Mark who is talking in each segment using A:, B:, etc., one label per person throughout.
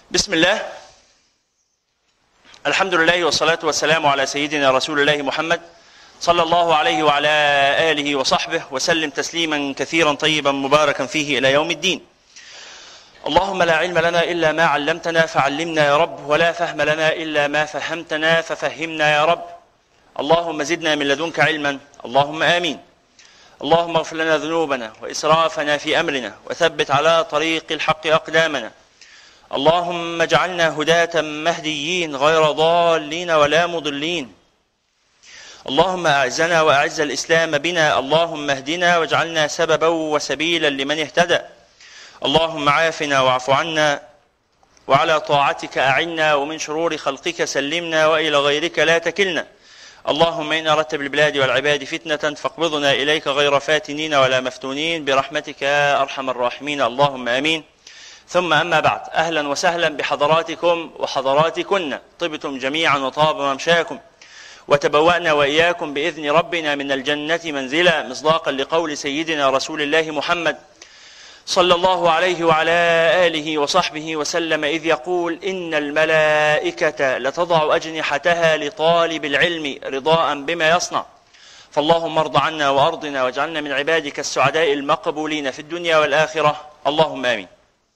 A: بسم الله، الحمد لله والصلاة والسلام على سيدنا رسول الله محمد صلى الله عليه وعلى آله وصحبه وسلم تسليما كثيرا طيبا مباركا فيه إلى يوم الدين. اللهم لا علم لنا إلا ما علمتنا فعلمنا يا رب، ولا فهم لنا إلا ما فهمتنا ففهمنا يا رب. اللهم زدنا من لدنك علما، اللهم آمين. اللهم اغفر لنا ذنوبنا وإسرافنا في أمرنا وثبت على طريق الحق أقدامنا. اللهم اجعلنا هداة مهديين غير ضالين ولا مضلين. اللهم أعزنا وأعز الإسلام بنا، اللهم اهدنا واجعلنا سببا وسبيلا لمن اهتدى. اللهم عافنا واعف عنا، وعلى طاعتك أعنا، ومن شرور خلقك سلمنا، وإلى غيرك لا تكلنا. اللهم إن أردت بالبلاد والعباد فتنة فاقبضنا إليك غير فاتنين ولا مفتونين برحمتك يا أرحم الراحمين، اللهم آمين. ثم أما بعد، أهلا وسهلا بحضراتكم وحضراتكن، طبتم جميعا وطاب ممشاكم، وتبوأنا وإياكم بإذن ربنا من الجنة منزلا، مصداقا لقول سيدنا رسول الله محمد صلى الله عليه وعلى آله وصحبه وسلم، إذ يقول: إن الملائكة لتضع أجنحتها لطالب العلم رضاء بما يصنع. فاللهم ارض عنا وأرضنا، واجعلنا من عبادك السعداء المقبولين في الدنيا والآخرة، اللهم آمين.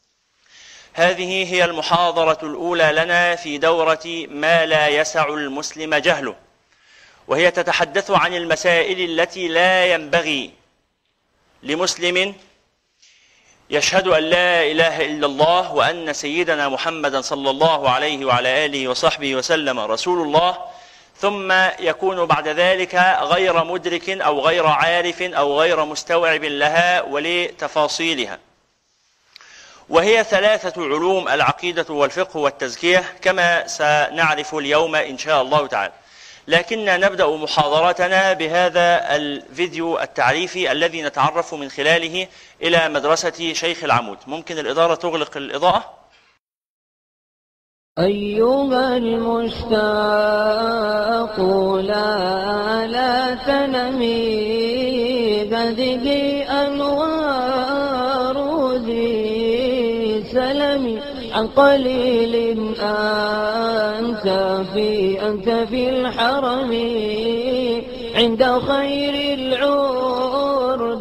A: هذه هي المحاضرة الأولى لنا في دورة ما لا يسع المسلم جهله، وهي تتحدث عن المسائل التي لا ينبغي لمسلم يشهد أن لا إله إلا الله وأن سيدنا محمدا صلى الله عليه وعلى آله وصحبه وسلم رسول الله، ثم يكون بعد ذلك غير مدرك أو غير عارف أو غير مستوعب لها ولتفاصيلها. وهي ثلاثة علوم: العقيدة والفقه والتزكية، كما سنعرف اليوم إن شاء الله تعالى. لكننا نبدأ محاضرتنا بهذا الفيديو التعريفي الذي نتعرف من خلاله إلى مدرسة شيخ العمود. ممكن الإدارة تغلق الإضاءة؟
B: أيها المشتاق لا تنمي، هذه أنوار ذي سلم، عن قليل أنت في الحرم، عند خير العرب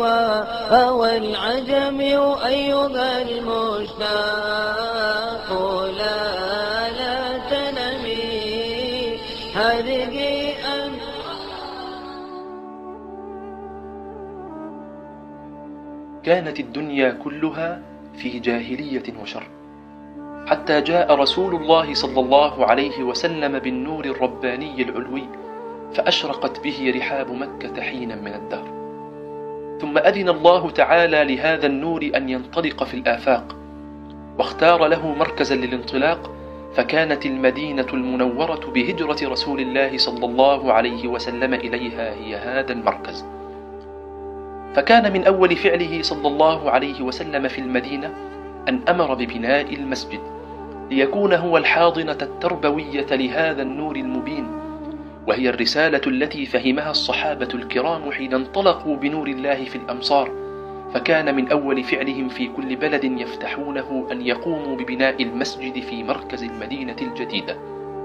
B: والعجم. أيها المشتاق لا تنمي، هذه
C: كانت الدنيا كلها في جاهلية وشر، حتى جاء رسول الله صلى الله عليه وسلم بالنور الرباني العلوي، فأشرقت به رحاب مكة حينا من الدهر. ثم أذن الله تعالى لهذا النور أن ينطلق في الآفاق، واختار له مركزا للانطلاق، فكانت المدينة المنورة بهجرة رسول الله صلى الله عليه وسلم إليها هي هذا المركز. فكان من أول فعله صلى الله عليه وسلم في المدينة أن أمر ببناء المسجد، ليكون هو الحاضنة التربوية لهذا النور المبين، وهي الرسالة التي فهمها الصحابة الكرام حين انطلقوا بنور الله في الأمصار. فكان من أول فعلهم في كل بلد يفتحونه أن يقوموا ببناء المسجد في مركز المدينة الجديدة.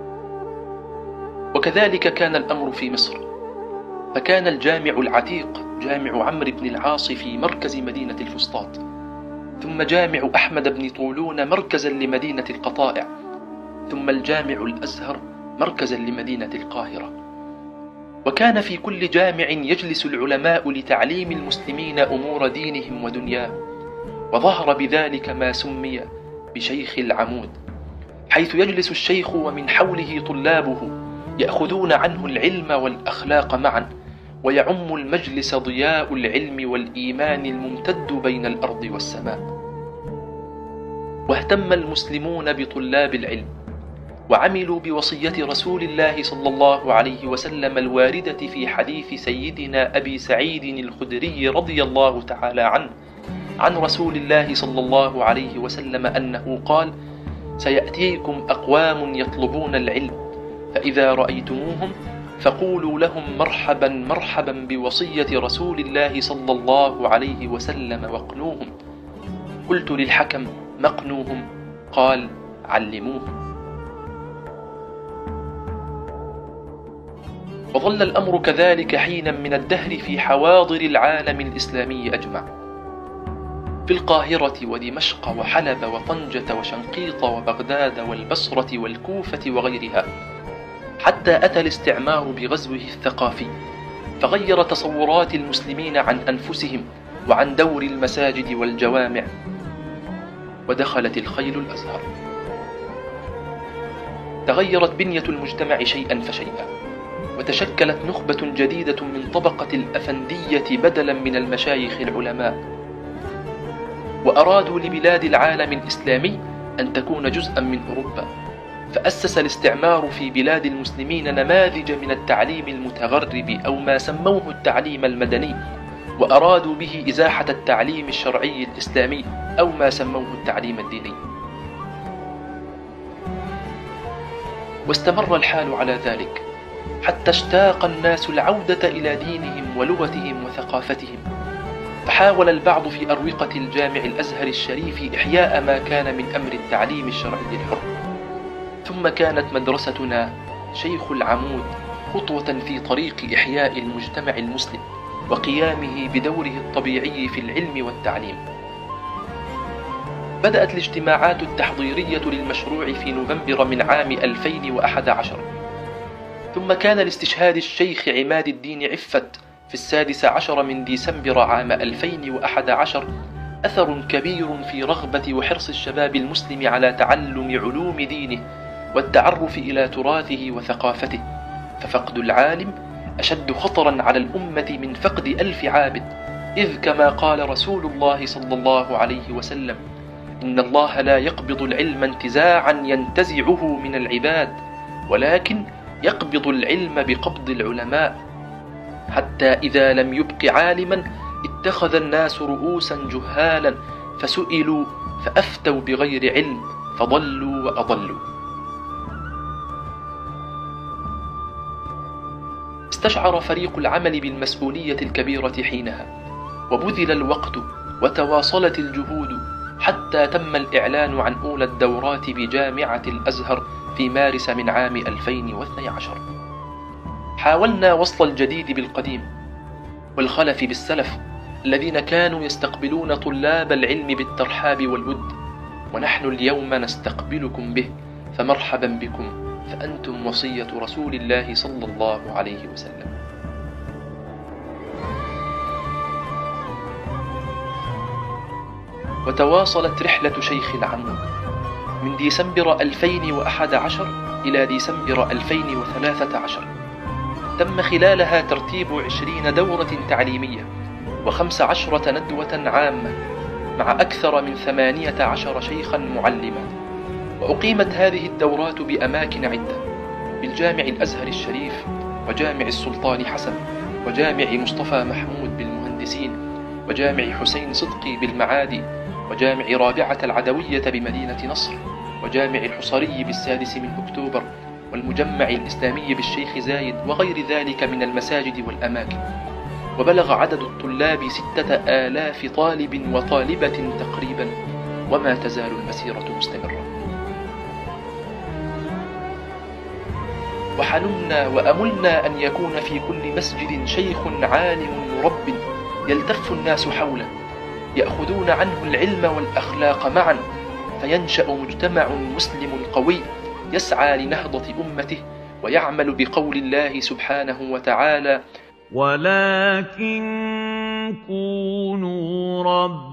C: وكذلك كان الأمر في مصر، فكان الجامع العتيق جامع عمرو بن العاص في مركز مدينة الفسطاط، ثم جامع أحمد بن طولون مركزا لمدينة القطائع، ثم الجامع الأزهر مركزا لمدينة القاهرة. وكان في كل جامع يجلس العلماء لتعليم المسلمين أمور دينهم ودنياهم، وظهر بذلك ما سمي بشيخ العمود، حيث يجلس الشيخ ومن حوله طلابه يأخذون عنه العلم والأخلاق معا، ويعم المجلس ضياء العلم والإيمان الممتد بين الأرض والسماء. واهتم المسلمون بطلاب العلم، وعملوا بوصية رسول الله صلى الله عليه وسلم الواردة في حديث سيدنا أبي سعيد الخدري رضي الله تعالى عنه عن رسول الله صلى الله عليه وسلم أنه قال: سيأتيكم أقوام يطلبون العلم، فإذا رأيتموهم فقولوا لهم مرحبا مرحبا بوصية رسول الله صلى الله عليه وسلم واقنوهم. قلت للحكم: ما اقنوهم؟ قال: علموه. وظل الأمر كذلك حينا من الدهر في حواضر العالم الإسلامي أجمع، في القاهرة ودمشق وحلب وطنجة وشنقيط وبغداد والبصرة والكوفة وغيرها، حتى أتى الاستعمار بغزوه الثقافي فغير تصورات المسلمين عن أنفسهم وعن دور المساجد والجوامع، ودخلت الخيل الأزهر. تغيرت بنية المجتمع شيئا فشيئا، وتشكلت نخبة جديدة من طبقة الأفندية بدلا من المشايخ العلماء، وأرادوا لبلاد العالم الإسلامي أن تكون جزءا من أوروبا، فأسس الاستعمار في بلاد المسلمين نماذج من التعليم المتغرب أو ما سموه التعليم المدني، وأرادوا به إزاحة التعليم الشرعي الإسلامي أو ما سموه التعليم الديني. واستمر الحال على ذلك حتى اشتاق الناس العودة إلى دينهم ولغتهم وثقافتهم، فحاول البعض في أروقة الجامع الأزهر الشريف إحياء ما كان من أمر التعليم الشرعي الحر. ثم كانت مدرستنا شيخ العمود خطوة في طريق إحياء المجتمع المسلم وقيامه بدوره الطبيعي في العلم والتعليم. بدأت الاجتماعات التحضيرية للمشروع في نوفمبر من عام 2011، ثم كان لاستشهاد الشيخ عماد الدين عفت في 16 من ديسمبر عام 2011 أثر كبير في رغبة وحرص الشباب المسلم على تعلم علوم دينه والتعرف إلى تراثه وثقافته، ففقد العالم أشد خطرا على الأمة من فقد 1000 عابد، إذ كما قال رسول الله صلى الله عليه وسلم: إن الله لا يقبض العلم انتزاعا ينتزعه من العباد، ولكن يقبض العلم بقبض العلماء، حتى إذا لم يبق عالما اتخذ الناس رؤوسا جهالا فسئلوا فأفتوا بغير علم فضلوا وأضلوا. استشعر فريق العمل بالمسؤولية الكبيرة حينها، وبذل الوقت وتواصلت الجهود حتى تم الإعلان عن أولى الدورات بجامعة الأزهر في مارس من عام 2012. حاولنا وصل الجديد بالقديم والخلف بالسلف الذين كانوا يستقبلون طلاب العلم بالترحاب والود، ونحن اليوم نستقبلكم به، فمرحبا بكم، فأنتم وصية رسول الله صلى الله عليه وسلم. وتواصلت رحلة شيخ العمود من ديسمبر 2011 إلى ديسمبر 2013. تم خلالها ترتيب 20 دورة تعليمية و15 ندوة عامة مع أكثر من 18 شيخا معلما، وأقيمت هذه الدورات بأماكن عدة: بالجامع الأزهر الشريف، وجامع السلطان حسن، وجامع مصطفى محمود بالمهندسين، وجامع حسين صدقي بالمعادي، وجامع رابعة العدوية بمدينة نصر، وجامع الحصري بالسادس من أكتوبر، والمجمع الإسلامي بالشيخ زايد، وغير ذلك من المساجد والأماكن. وبلغ عدد الطلاب 6000 طالب وطالبة تقريبا، وما تزال المسيرة مستمرة. وحلمنا وأملنا أن يكون في كل مسجد شيخ عالم مرب يلتف الناس حوله، يأخذون عنه العلم والأخلاق معا، فينشأ مجتمع مسلم قوي يسعى لنهضة أمته ويعمل بقول الله سبحانه وتعالى:
D: ولكن كونوا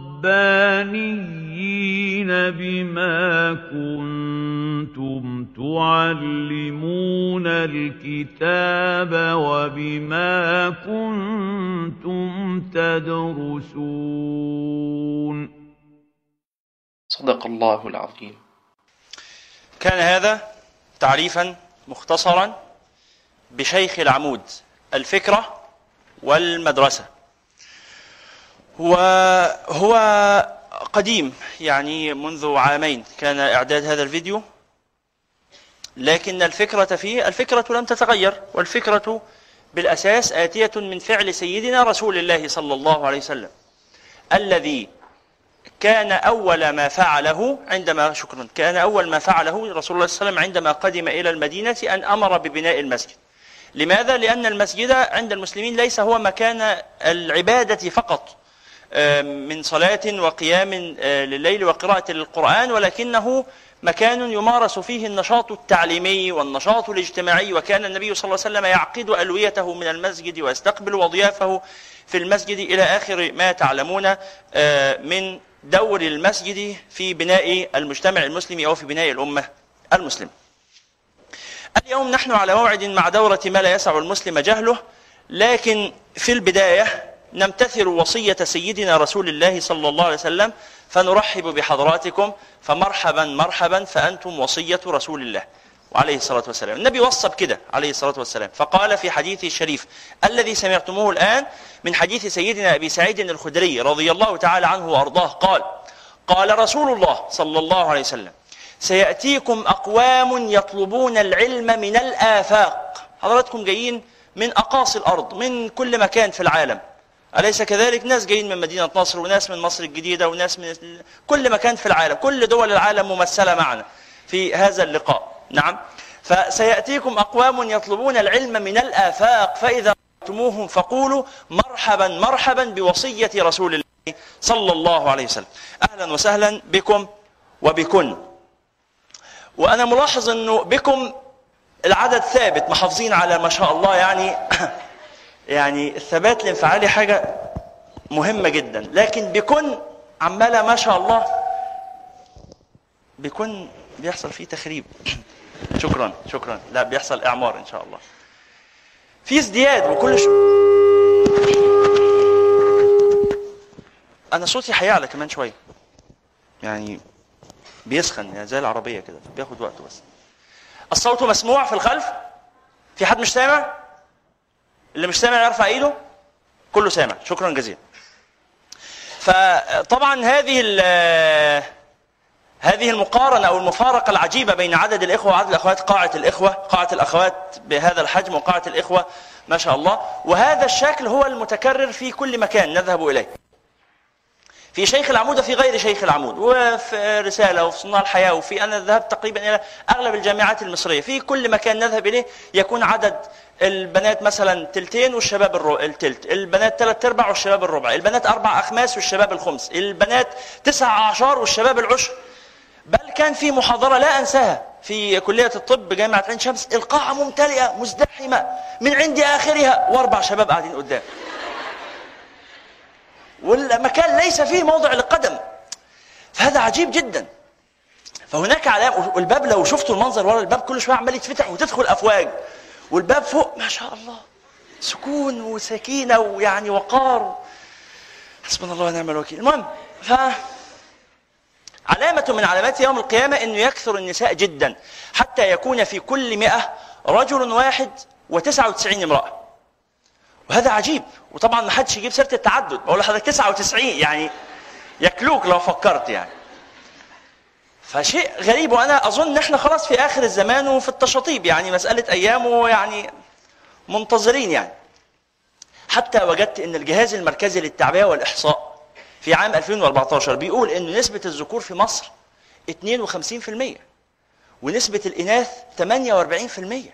D: ربانيين بما كنتم تعلمون الكتاب وبما كنتم تدرسون.
C: صدق الله العظيم.
A: كان هذا تعريفا مختصرا بشيخ العمود، الفكرة والمدرسة. وهو قديم، يعني منذ عامين كان إعداد هذا الفيديو، لكن الفكرة فيه، الفكرة لم تتغير، والفكرة بالأساس آتية من فعل سيدنا رسول الله صلى الله عليه وسلم، الذي كان أول ما فعله كان أول ما فعله رسول الله صلى الله عليه وسلم عندما قدم إلى المدينة أن أمر ببناء المسجد. لماذا؟ لأن المسجد عند المسلمين ليس هو مكان العبادة فقط من صلاة وقيام لليل وقراءة القرآن، ولكنه مكان يمارس فيه النشاط التعليمي والنشاط الاجتماعي. وكان النبي صلى الله عليه وسلم يعقد ألويته من المسجد ويستقبل وضيافه في المسجد إلى آخر ما تعلمون من دور المسجد في بناء المجتمع المسلم أو في بناء الأمة المسلمة. اليوم نحن على موعد مع دورة ما لا يسع المسلم جهله، لكن في البداية نمتثل وصية سيدنا رسول الله صلى الله عليه وسلم فنرحب بحضراتكم، فمرحبا مرحبا فأنتم وصية رسول الله عليه الصلاة والسلام. النبي وصى بكده عليه الصلاة والسلام، فقال في حديثه الشريف الذي سمعتموه الآن من حديث سيدنا أبي سعيد الخدري رضي الله تعالى عنه وأرضاه قال: قال رسول الله صلى الله عليه وسلم: سيأتيكم أقوام يطلبون العلم من الآفاق. حضراتكم جايين من أقاصي الأرض، من كل مكان في العالم، أليس كذلك؟ ناس جايين من مدينة نصر، وناس من مصر الجديدة، وناس من كل مكان في العالم، كل دول العالم ممثلة معنا في هذا اللقاء. نعم، فسيأتيكم أقوام يطلبون العلم من الآفاق فإذا رأيتموهم فقولوا مرحبا مرحبا بوصية رسول الله صلى الله عليه وسلم. أهلا وسهلا بكم وبكن. وأنا ملاحظ أنه بكم العدد ثابت، محافظين على ما شاء الله، يعني الثبات الانفعالي حاجة مهمة جدا، لكن بكن عمالة ما شاء الله، بكن بيحصل فيه تخريب. شكرا، لا بيحصل إعمار إن شاء الله، في ازدياد وكل أنا صوتي هيعلى كمان شوية، يعني بيسخن يعني زي العربية كده، بياخد وقته. بس الصوت مسموع في الخلف؟ في حد مش سامع؟ اللي مش سامع يرفع ايده. كله سامع، شكرا جزيلا. فطبعا هذه المقارنة أو المفارقة العجيبة بين عدد الإخوة وعدد الأخوات، قاعة الأخوات بهذا الحجم وقاعة الإخوة ما شاء الله، وهذا الشكل هو المتكرر في كل مكان نذهب إليه، في شيخ العمود وفي غير شيخ العمود، وفي رسالة وفي صناع الحياة، وفي أنا ذهبت تقريبا إلى أغلب الجامعات المصرية، في كل مكان نذهب إليه يكون عدد البنات مثلا تلتين والشباب التلت، البنات 3/4 والشباب الربع، البنات 4 أخماس والشباب الخمس، البنات 9 أعشار والشباب العشر. بل كان في محاضرة لا أنساها في كلية الطب جامعة عين شمس، القاعة ممتلئة مزدحمة من عند آخرها، و4 شباب قاعدين قدام، والمكان ليس فيه موضع للقدم. فهذا عجيب جدا. فهناك علامة، والباب لو شفتوا المنظر ورا الباب كل شوية عمال يتفتح وتدخل أفواج، والباب فوق ما شاء الله سكون وسكينة ويعني وقار، حسبنا الله ونعم الوكيل. المهم، علامة من علامات يوم القيامة أنه يكثر النساء جدا، حتى يكون في كل 100 رجل واحد و99 امرأة. وهذا عجيب. وطبعا ما حدش يجيب سيرة التعدد، بقول لحضرتك 99، يعني يكلوك لو فكرت يعني. فشيء غريب. وأنا أظن نحن خلاص في آخر الزمان وفي التشطيب، يعني مسألة أيام ويعني منتظرين يعني. حتى وجدت أن الجهاز المركزي للتعبئة والإحصاء في عام 2014 بيقول أن نسبة الذكور في مصر 52% ونسبة الإناث 48%.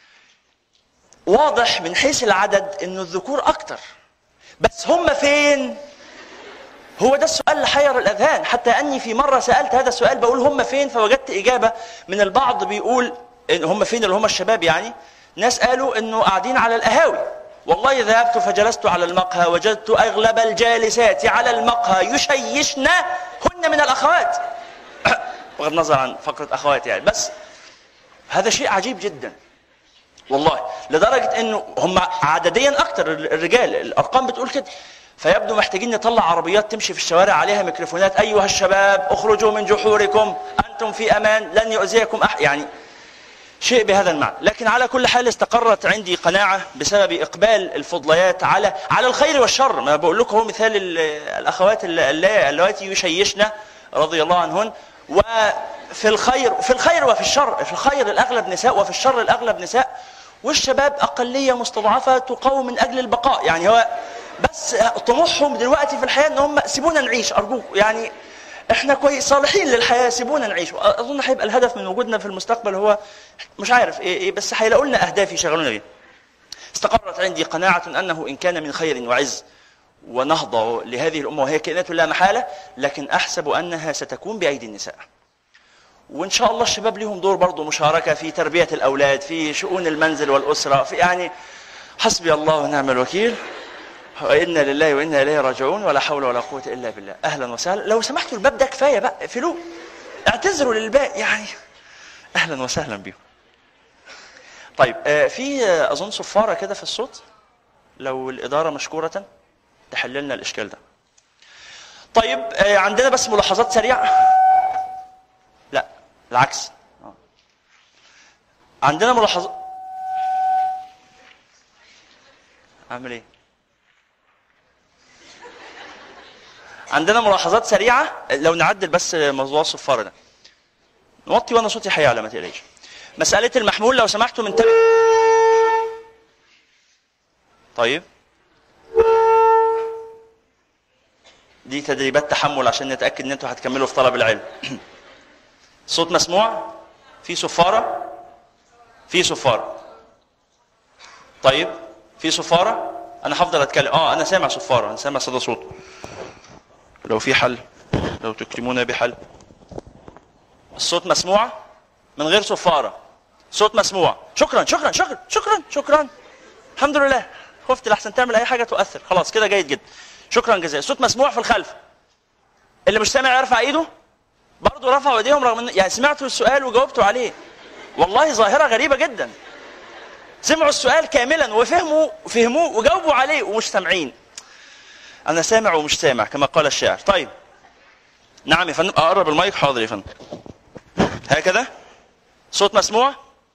A: واضح من حيث العدد أن الذكور أكتر، بس هم فين؟ هو ده السؤال اللي حير الأذهان. حتى أني في مرة سألت هذا السؤال بقول هم فين، فوجدت إجابة من البعض بيقول إن هم فين، اللي هم الشباب يعني. ناس قالوا أنه قاعدين على القهاوي. والله ذهبت فجلست على المقهى وجدت أغلب الجالسات على المقهى يشيشن هن من الأخوات، بغض النظر عن فقرة أخوات يعني. بس هذا شيء عجيب جدا والله، لدرجة أنه هم عدديا أكتر الرجال، الأرقام بتقول كده. فيبدو محتاجين نطلع عربيات تمشي في الشوارع عليها ميكروفونات: أيها الشباب اخرجوا من جحوركم، أنتم في أمان، لن يؤذيكم أحد، يعني شيء بهذا المعنى. لكن على كل حال استقرت عندي قناعة بسبب إقبال الفضليات على الخير والشر. ما بقول لكم هو مثال الأخوات اللواتي يشيشن رضي الله عنهن. وفي الخير وفي الشر، في الخير الأغلب نساء وفي الشر الأغلب نساء، والشباب أقلية مستضعفة تقاوم من أجل البقاء. يعني هو بس طموحهم دلوقتي في الحياة ان هم سيبونا نعيش ارجوك، يعني احنا كويس صالحين للحياه، سيبونا نعيش. اظن هيبقى الهدف من وجودنا في المستقبل هو مش عارف ايه بس هيلاقوا لنا اهداف يشغلونا بيها. استقرت عندي قناعه انه ان كان من خير وعز ونهضه لهذه الامه وهي كائنات لا محاله، لكن احسب انها ستكون بايدي النساء. وان شاء الله الشباب لهم دور برضه مشاركه في تربيه الاولاد، في شؤون المنزل والاسره، في يعني حسبي الله ونعم الوكيل، وإنا لله وإنا إليه راجعون، ولا حول ولا قوة إلا بالله. أهلا وسهلا. لو سمحتوا الباب ده كفاية بقى، اقفلوه، اعتذروا للباقي يعني. أهلا وسهلا بيهم. طيب في أظن صفارة كده في الصوت، لو الإدارة مشكورة تحل لنا الإشكال ده. طيب عندنا بس ملاحظات سريعة. لا العكس، عندنا ملاحظات. أعمل إيه؟ عندنا ملاحظات سريعة. لو نعدل بس موضوع الصفارة ده، نوطي وانا صوتي هيعلى ما تقلقش. مسألة المحمول لو سمحتوا من طيب دي تدريبات تحمل عشان نتأكد ان انتوا هتكملوا في طلب العلم. صوت مسموع؟ في صفارة؟ في صفارة. طيب في صفارة؟ انا هفضل اتكلم. انا سامع صفارة، انا سامع صدى صوت. لو في حل، لو تكرمونا بحل. الصوت مسموع من غير صفارة. صوت مسموع. شكرا شكرا شكرا شكرا شكرا. الحمد لله، خفت لحسن تعمل اي حاجة تؤثر. خلاص كده جيد جدا. شكرا جزيلا. الصوت مسموع في الخلف. اللي مش سامع يرفع ايده. برضه رفعوا ايديهم رغم ان يعني سمعتوا السؤال وجاوبتوا عليه. والله ظاهرة غريبة جدا. سمعوا السؤال كاملا وفهموه وجاوبوا عليه ومش سامعين. أنا سامع ومش سامع كما قال الشاعر. طيب نعم يا فندم. أقرب المايك. حاضر يا فندم. هكذا صوت مسموع.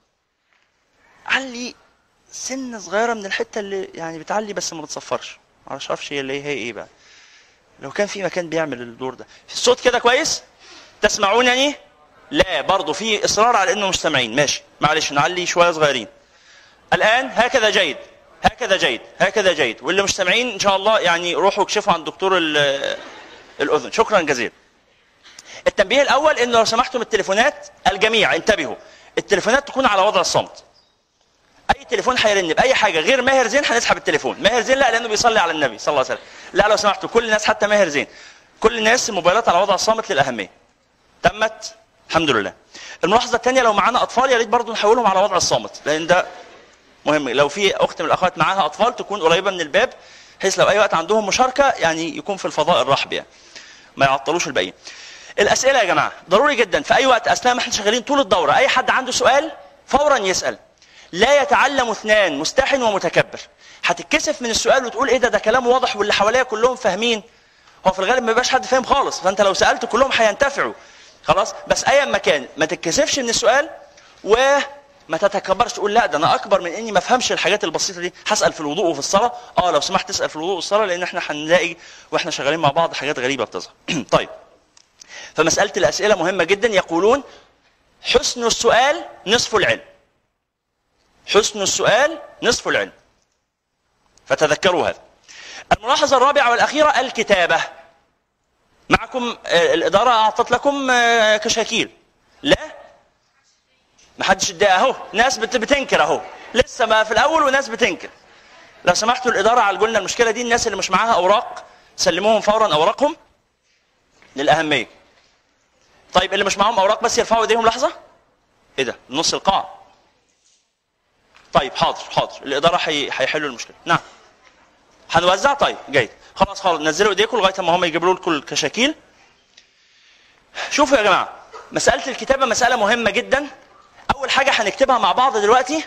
A: علي سنة صغيرة من الحتة اللي يعني بتعلي بس ما بتصفرش. ما اعرفش هي اللي هي ايه بقى. لو كان في مكان بيعمل الدور ده. في الصوت كده كويس؟ تسمعونني؟ لا برضو في إصرار على إنه مش سامعين. ماشي معلش نعلي شوية صغيرين. الآن هكذا جيد، هكذا جيد، هكذا جيد. واللي مش سامعين إن شاء الله يعني روحوا اكشفوا عند دكتور الأذن. شكرا جزيلا. التنبيه الأول إنه لو سمحتم التليفونات الجميع انتبهوا، التليفونات تكون على وضع الصمت. أي تليفون هيرن بأي حاجة غير ماهر زين هنسحب التليفون. ماهر زين لا، لأنه بيصلي على النبي صلى الله عليه وسلم. لا لو سمحتوا كل الناس حتى ماهر زين، كل الناس الموبايلات على وضع الصامت للأهمية. تمت الحمد لله. الملاحظة الثانية لو معانا أطفال يا ريت برضه نحولهم على وضع الصامت، لأن ده مهم. لو في أخت من الأخوات معاها أطفال تكون قريبة من الباب، بحيث لو أي وقت عندهم مشاركة يعني يكون في الفضاء الرحب يعني ما يعطلوش الباقيين. الأسئلة يا جماعة ضروري جدا في أي وقت أثناء ما احنا شغالين طول الدورة. أي حد عنده سؤال فورا يسأل. لا يتعلم اثنان مستحن ومتكبر. هتتكسف من السؤال وتقول إيه ده كلام واضح واللي حواليا كلهم فاهمين. هو في الغالب ما بيبقاش حد فاهم خالص، فأنت لو سألت كلهم هينتفعوا. خلاص بس أي مكان ما تتكسفش من السؤال وما تتكبرش تقول لا ده أنا أكبر من إني ما فهمش الحاجات البسيطة دي. هسأل في الوضوء وفي الصلاة. لو سمحت تسأل في الوضوء والصلاة، لأن احنا هنلاقي واحنا شغالين مع بعض حاجات غريبة بتظهر. طيب فمسألة الأسئلة مهمة جدا. يقولون حسن السؤال نصف العلم. حسن السؤال نصف العلم، فتذكروا هذا. الملاحظة الرابعة والأخيرة الكتابة. معكم الإدارة أعطت لكم كشاكيل. لا ما حدش اداها اهو. ناس بتنكر اهو، لسه ما في الأول وناس بتنكر. لو سمحتوا الإدارة عالجوا لنا المشكلة دي. الناس اللي مش معاها أوراق سلموهم فورا أوراقهم للأهمية. طيب اللي مش معاهم أوراق بس يرفعوا ايديهم لحظة. ايه ده نص القاعة. طيب حاضر حاضر الإدارة هيحلوا المشكلة. نعم هنوزع. طيب جيد خلاص نزلوا ايديكم لغاية ما هم يجيبوا لكم الكشاكيل. شوفوا يا جماعة مسألة الكتابة مسألة مهمة جدا. أول حاجة هنكتبها مع بعض دلوقتي،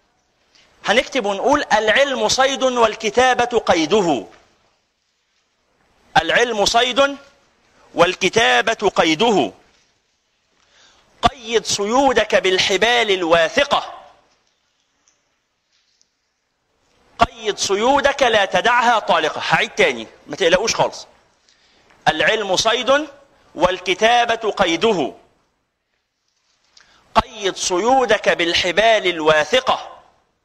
A: هنكتب ونقول العلم صيد والكتابة قيده. العلم صيد والكتابة قيده. قيد صيودك بالحبال الواثقة. قيد صيودك لا تدعها طالقة. هعيد تاني ما تقلقوش خالص. العلم صيد والكتابة قيده. قيد صيودك بالحبال الواثقة.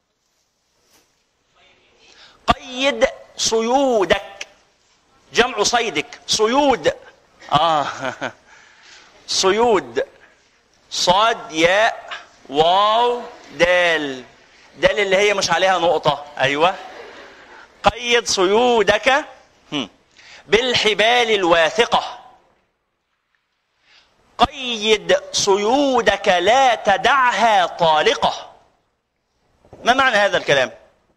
A: قيد صيودك جمع صيدك. صيود صيود، صاد ياء واو دال، دال اللي هي مش عليها نقطة. أيوة. قيد صيودك بالحبال الواثقة. قيد صيودك لا تدعها طالقة. ما معنى هذا الكلام؟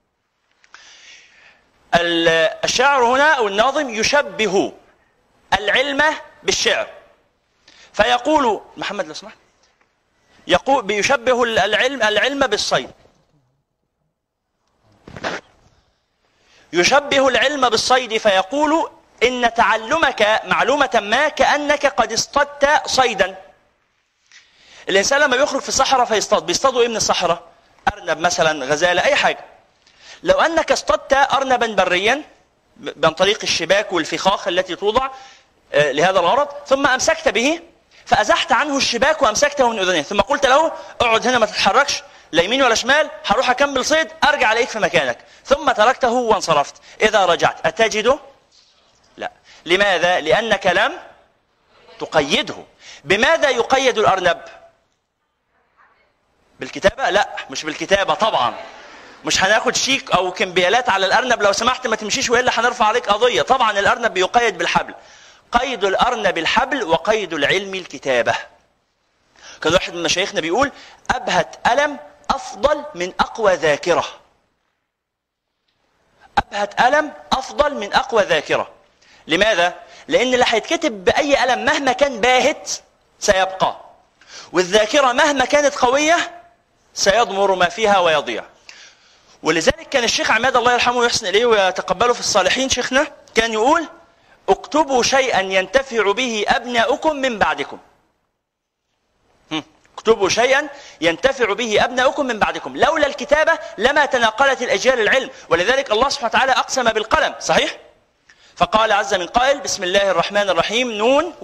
A: الشاعر هنا أو الناظم يشبه العلم بالشعر، فيقول محمد لو سمحت، يقول بيشبه العلم بالصيد، يشبه العلم بالصيد فيقول إن تعلمك معلومة ما كأنك قد اصطدت صيدا. الإنسان لما بيخرج في الصحراء فيصطاد، بيصطادوا إيه من الصحراء؟ أرنب مثلا، غزالة، أي حاجة. لو أنك اصطدت أرنبا بريا عن طريق الشباك والفخاخ التي توضع لهذا الغرض، ثم أمسكت به فأزحت عنه الشباك وأمسكته من أذنيه، ثم قلت له اقعد هنا ما تتحركش لا يمين ولا شمال، هروح أكمل صيد، أرجع عليك في مكانك، ثم تركته وانصرفت. إذا رجعت أتجده؟ لا. لماذا؟ لأنك لم تقيده. بماذا يقيد الأرنب؟ بالكتابة؟ لا، مش بالكتابة طبعا. مش هناخد شيك أو كمبيالات على الأرنب لو سمحت ما تمشيش وإلا هنرفع عليك قضية. طبعا الأرنب بيقيد بالحبل. قيد الأرنب الحبل، وقيد العلم الكتابة. كان واحد من مشايخنا بيقول أبهت ألم أفضل من أقوى ذاكرة. أبهت ألم أفضل من أقوى ذاكرة. لماذا؟ لأن اللي هيتكتب بأي قلم مهما كان باهت سيبقى، والذاكرة مهما كانت قوية سيضمر ما فيها ويضيع. ولذلك كان الشيخ عماد الله يرحمه ويحسن إليه ويتقبله في الصالحين، شيخنا كان يقول اكتبوا شيئا ينتفع به أبناؤكم من بعدكم. اكتبوا شيئا ينتفع به أبناؤكم من بعدكم. لولا الكتابة لما تناقلت الأجيال العلم. ولذلك الله سبحانه وتعالى أقسم بالقلم، صحيح؟ فقال عز من قائل بسم الله الرحمن الرحيم نون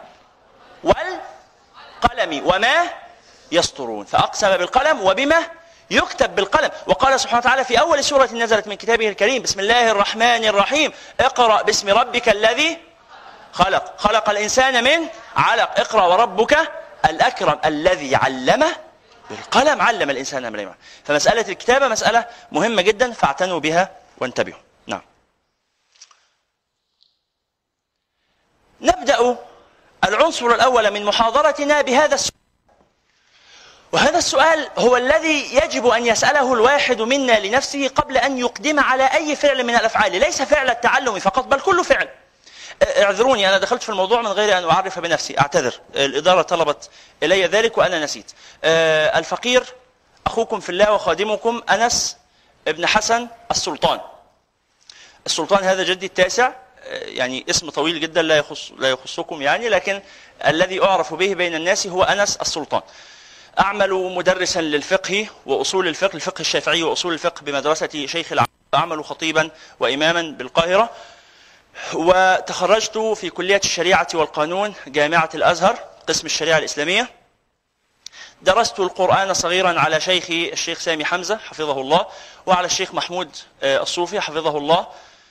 A: والقلم وما يسطرون. فأقسم بالقلم وبما يكتب بالقلم. وقال سبحانه وتعالى في أول سورة نزلت من كتابه الكريم بسم الله الرحمن الرحيم اقرأ باسم ربك الذي خلق، خلق الإنسان من علق، اقرأ وربك الأكرم الذي علم بالقلم، علم الإنسان ما لم يعلم. فمسألة الكتابة مسألة مهمة جدا، فاعتنوا بها وانتبهوا. نعم. نبدأ العنصر الأول من محاضرتنا بهذا السؤال، وهذا السؤال هو الذي يجب أن يسأله الواحد منا لنفسه قبل أن يقدم على أي فعل من الأفعال، ليس فعل التعلم فقط بل كل فعل. اعذروني أنا دخلت في الموضوع من غير أن أعرف بنفسي، أعتذر، الإدارة طلبت إلي ذلك وأنا نسيت. الفقير أخوكم في الله وخادمكم أنس ابن حسن السلطان. السلطان هذا جدي التاسع، يعني اسم طويل جدا لا يخصكم يعني، لكن الذي أعرف به بين الناس هو أنس السلطان. أعمل مدرسا للفقه وأصول الفقه، الفقه الشافعي وأصول الفقه بمدرسة شيخ العالم، أعمل خطيبا وإماما بالقاهرة، وتخرجت في كلية الشريعة والقانون جامعة الأزهر قسم الشريعة الإسلامية. درست القرآن صغيرا على شيخي الشيخ سامي حمزة حفظه الله، وعلى الشيخ محمود الصوفي حفظه الله،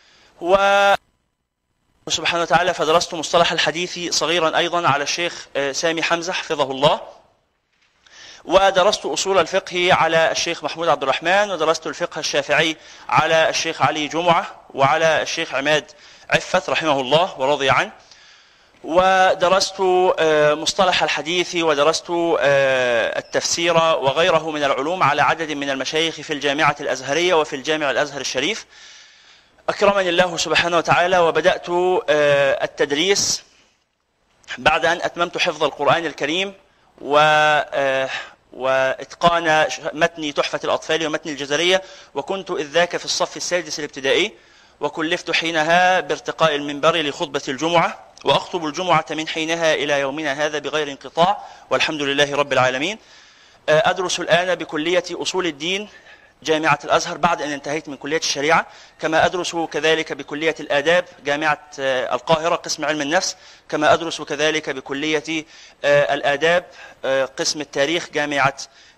A: وسبحانه وتعالى فدرست مصطلح الحديث صغيرا أيضا على الشيخ سامي حمزة حفظه الله، ودرست أصول الفقه على الشيخ محمود عبد الرحمن، ودرست الفقه الشافعي على الشيخ علي جمعة وعلى الشيخ عماد عفت رحمه الله ورضي عنه، ودرست مصطلح الحديث ودرست التفسير وغيره من العلوم على عدد من المشايخ في الجامعة الأزهرية وفي الجامع الأزهر الشريف. أكرمني الله سبحانه وتعالى وبدأت التدريس بعد أن أتممت حفظ القرآن الكريم وإتقان متن تحفة الأطفال ومتن الجزرية، وكنت إذ ذاك في الصف السادس الابتدائي، وكلفت حينها بارتقاء المنبر لخطبة الجمعة، وأخطب الجمعة من حينها إلى يومنا هذا بغير انقطاع والحمد لله رب العالمين. أدرس الآن بكلية أصول الدين جامعة الأزهر بعد أن انتهيت من كلية الشريعة، كما أدرس كذلك بكلية الآداب جامعة القاهرة قسم علم النفس، كما أدرس كذلك بكلية الآداب قسم التاريخ جامعة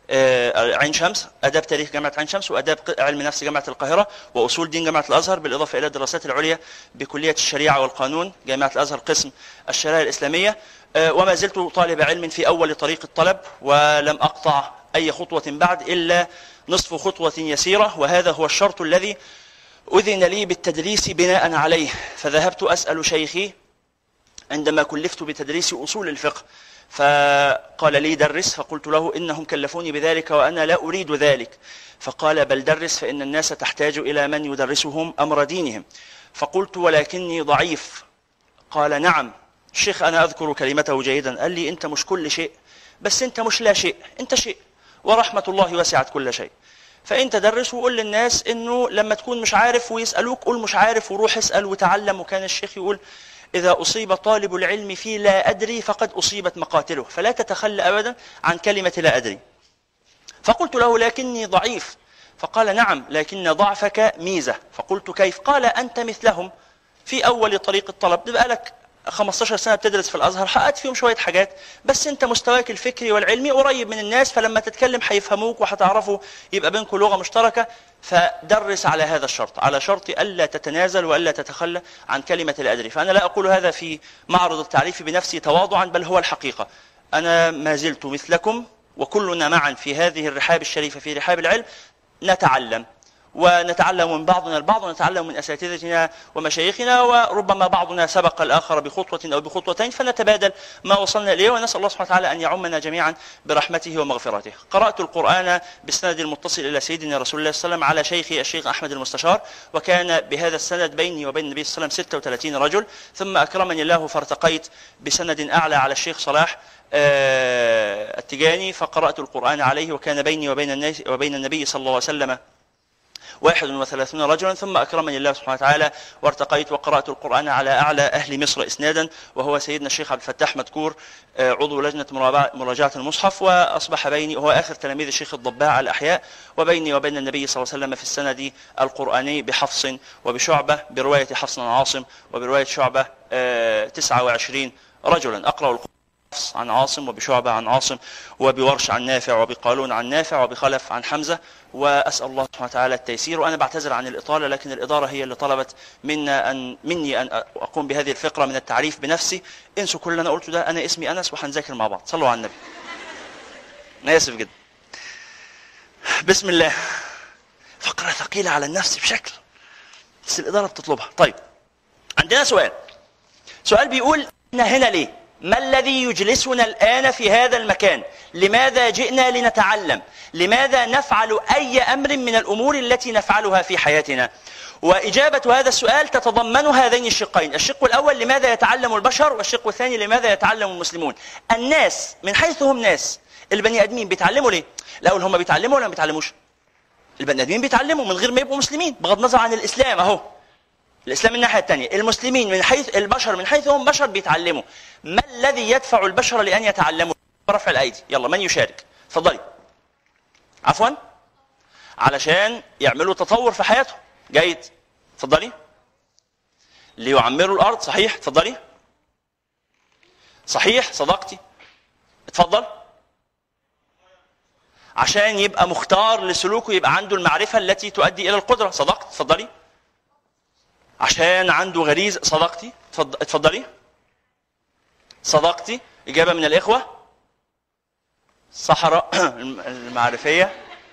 A: عين شمس، آداب تاريخ جامعة عين شمس، وآداب علم نفس جامعة القاهرة، وأصول دين جامعة الأزهر، بالإضافة إلى الدراسات العليا بكلية الشريعة والقانون جامعة الأزهر قسم الشرائع الإسلامية. وما زلت طالب علم في أول طريق الطلب، ولم أقطع أي خطوة بعد إلا نصف خطوة يسيرة، وهذا هو الشرط الذي أذن لي بالتدريس بناء عليه. فذهبت أسأل شيخي عندما كلفت بتدريس أصول الفقه، فقال لي درس، فقلت له إنهم كلفوني بذلك وأنا لا أريد ذلك، فقال بل درس فإن الناس تحتاج إلى من يدرسهم أمر دينهم. فقلت ولكني ضعيف. قال نعم. الشيخ أنا أذكر كلمته جيدا، قال لي أنت مش كل شيء، بس أنت مش لا شيء، أنت شيء، ورحمة الله وسعت كل شيء. فأنت درس وقول للناس إنه لما تكون مش عارف ويسألوك قول مش عارف وروح اسأل وتعلم. وكان الشيخ يقول إذا أصيب طالب العلم في لا أدري فقد أصيبت مقاتله، فلا تتخلى أبدا عن كلمة لا أدري. فقلت له لكني ضعيف. فقال نعم لكن ضعفك ميزة. فقلت كيف؟ قال أنت مثلهم في أول طريق الطلب، بقى لك 15 سنة بتدرس في الأزهر، حققت فيهم شوية حاجات، بس أنت مستواك الفكري والعلمي قريب من الناس، فلما تتكلم هيفهموك وهتعرفوا يبقى بينكم لغة مشتركة. فدرس على هذا الشرط، على شرط ألا تتنازل وألا تتخلى عن كلمة لا أدري. فأنا لا أقول هذا في معرض التعريف بنفسي تواضعا، بل هو الحقيقة. أنا ما زلت مثلكم، وكلنا معا في هذه الرحاب الشريفة في رحاب العلم نتعلم، ونتعلم من بعضنا البعض، ونتعلم من أساتذتنا ومشايخنا، وربما بعضنا سبق الآخر بخطوة أو بخطوتين، فنتبادل ما وصلنا إليه، ونسأل الله سبحانه وتعالى أن يعمنا جميعا برحمته ومغفرته. قرأت القرآن بالسند المتصل إلى سيدنا رسول الله صلى الله عليه وسلم على شيخي الشيخ أحمد المستشار، وكان بهذا السند بيني وبين النبي صلى الله عليه وسلم 36 رجل، ثم أكرمني الله فارتقيت بسند أعلى على الشيخ صلاح التجاني، فقرأت القرآن عليه، وكان بيني وبين النبي صلى الله عليه وسلم 31 رجلا، ثم أكرمني الله سبحانه وتعالى وارتقيت وقرأت القرآن على أعلى أهل مصر إسنادا، وهو سيدنا الشيخ عبد الفتاح مدكور عضو لجنة مراجعة المصحف، وأصبح بيني وهو آخر تلاميذ الشيخ الضباع الأحياء، وبيني وبين النبي صلى الله عليه وسلم في السند القرآني بحفص وبشعبة، برواية حفص عن عاصم وبرواية شعبة 29 رجلا. أقرأ القرآن عن عاصم وبشعبة عن عاصم وبورش عن نافع وبقالون عن نافع وبخلف عن حمزة، وأسأل الله سبحانه وتعالى التيسير. وأنا بعتذر عن الإطالة، لكن الإدارة هي اللي طلبت مني أن أقوم بهذه الفقرة من التعريف بنفسي. انسوا كل اللي أنا قلته ده، أنا اسمي أنس وهنذاكر مع بعض. صلوا على النبي. أنا آسف جدا. بسم الله. فقرة ثقيلة على النفس بشكل، بس الإدارة بتطلبها. طيب، عندنا سؤال بيقول إحنا هنا ليه؟ ما الذي يجلسنا الآن في هذا المكان؟ لماذا جئنا لنتعلم؟ لماذا نفعل أي أمر من الأمور التي نفعلها في حياتنا؟ وإجابة هذا السؤال تتضمن هذين الشقين. الشق الأول لماذا يتعلم البشر، والشق الثاني لماذا يتعلم المسلمون. الناس من حيث هم ناس، البني آدمين بيتعلموا ليه؟ الأول هم بيتعلموا ولا ما بيتعلموش؟ البني آدمين بيتعلموا من غير ما يبقوا مسلمين، بغض النظر عن الإسلام. أهو الإسلام من الناحية الثانية، المسلمين من حيث البشر من حيث هم بشر بيتعلموا. ما الذي يدفع البشر لأن يتعلموا؟ رفع الأيدي. يلا من يشارك؟ تفضلي. عفوا، علشان يعملوا تطور في حياتهم. جيد، تفضلي. ليعمروا الأرض. صحيح، تفضلي. صحيح، صدقتي. اتفضل. عشان يبقى مختار لسلوكه، يبقى عنده المعرفة التي تؤدي إلى القدرة. صدقت، تفضلي. عشان عنده غريزة. صدقتي. اتفضلي. صدقتي. إجابة من الإخوة. صحراء المعرفية.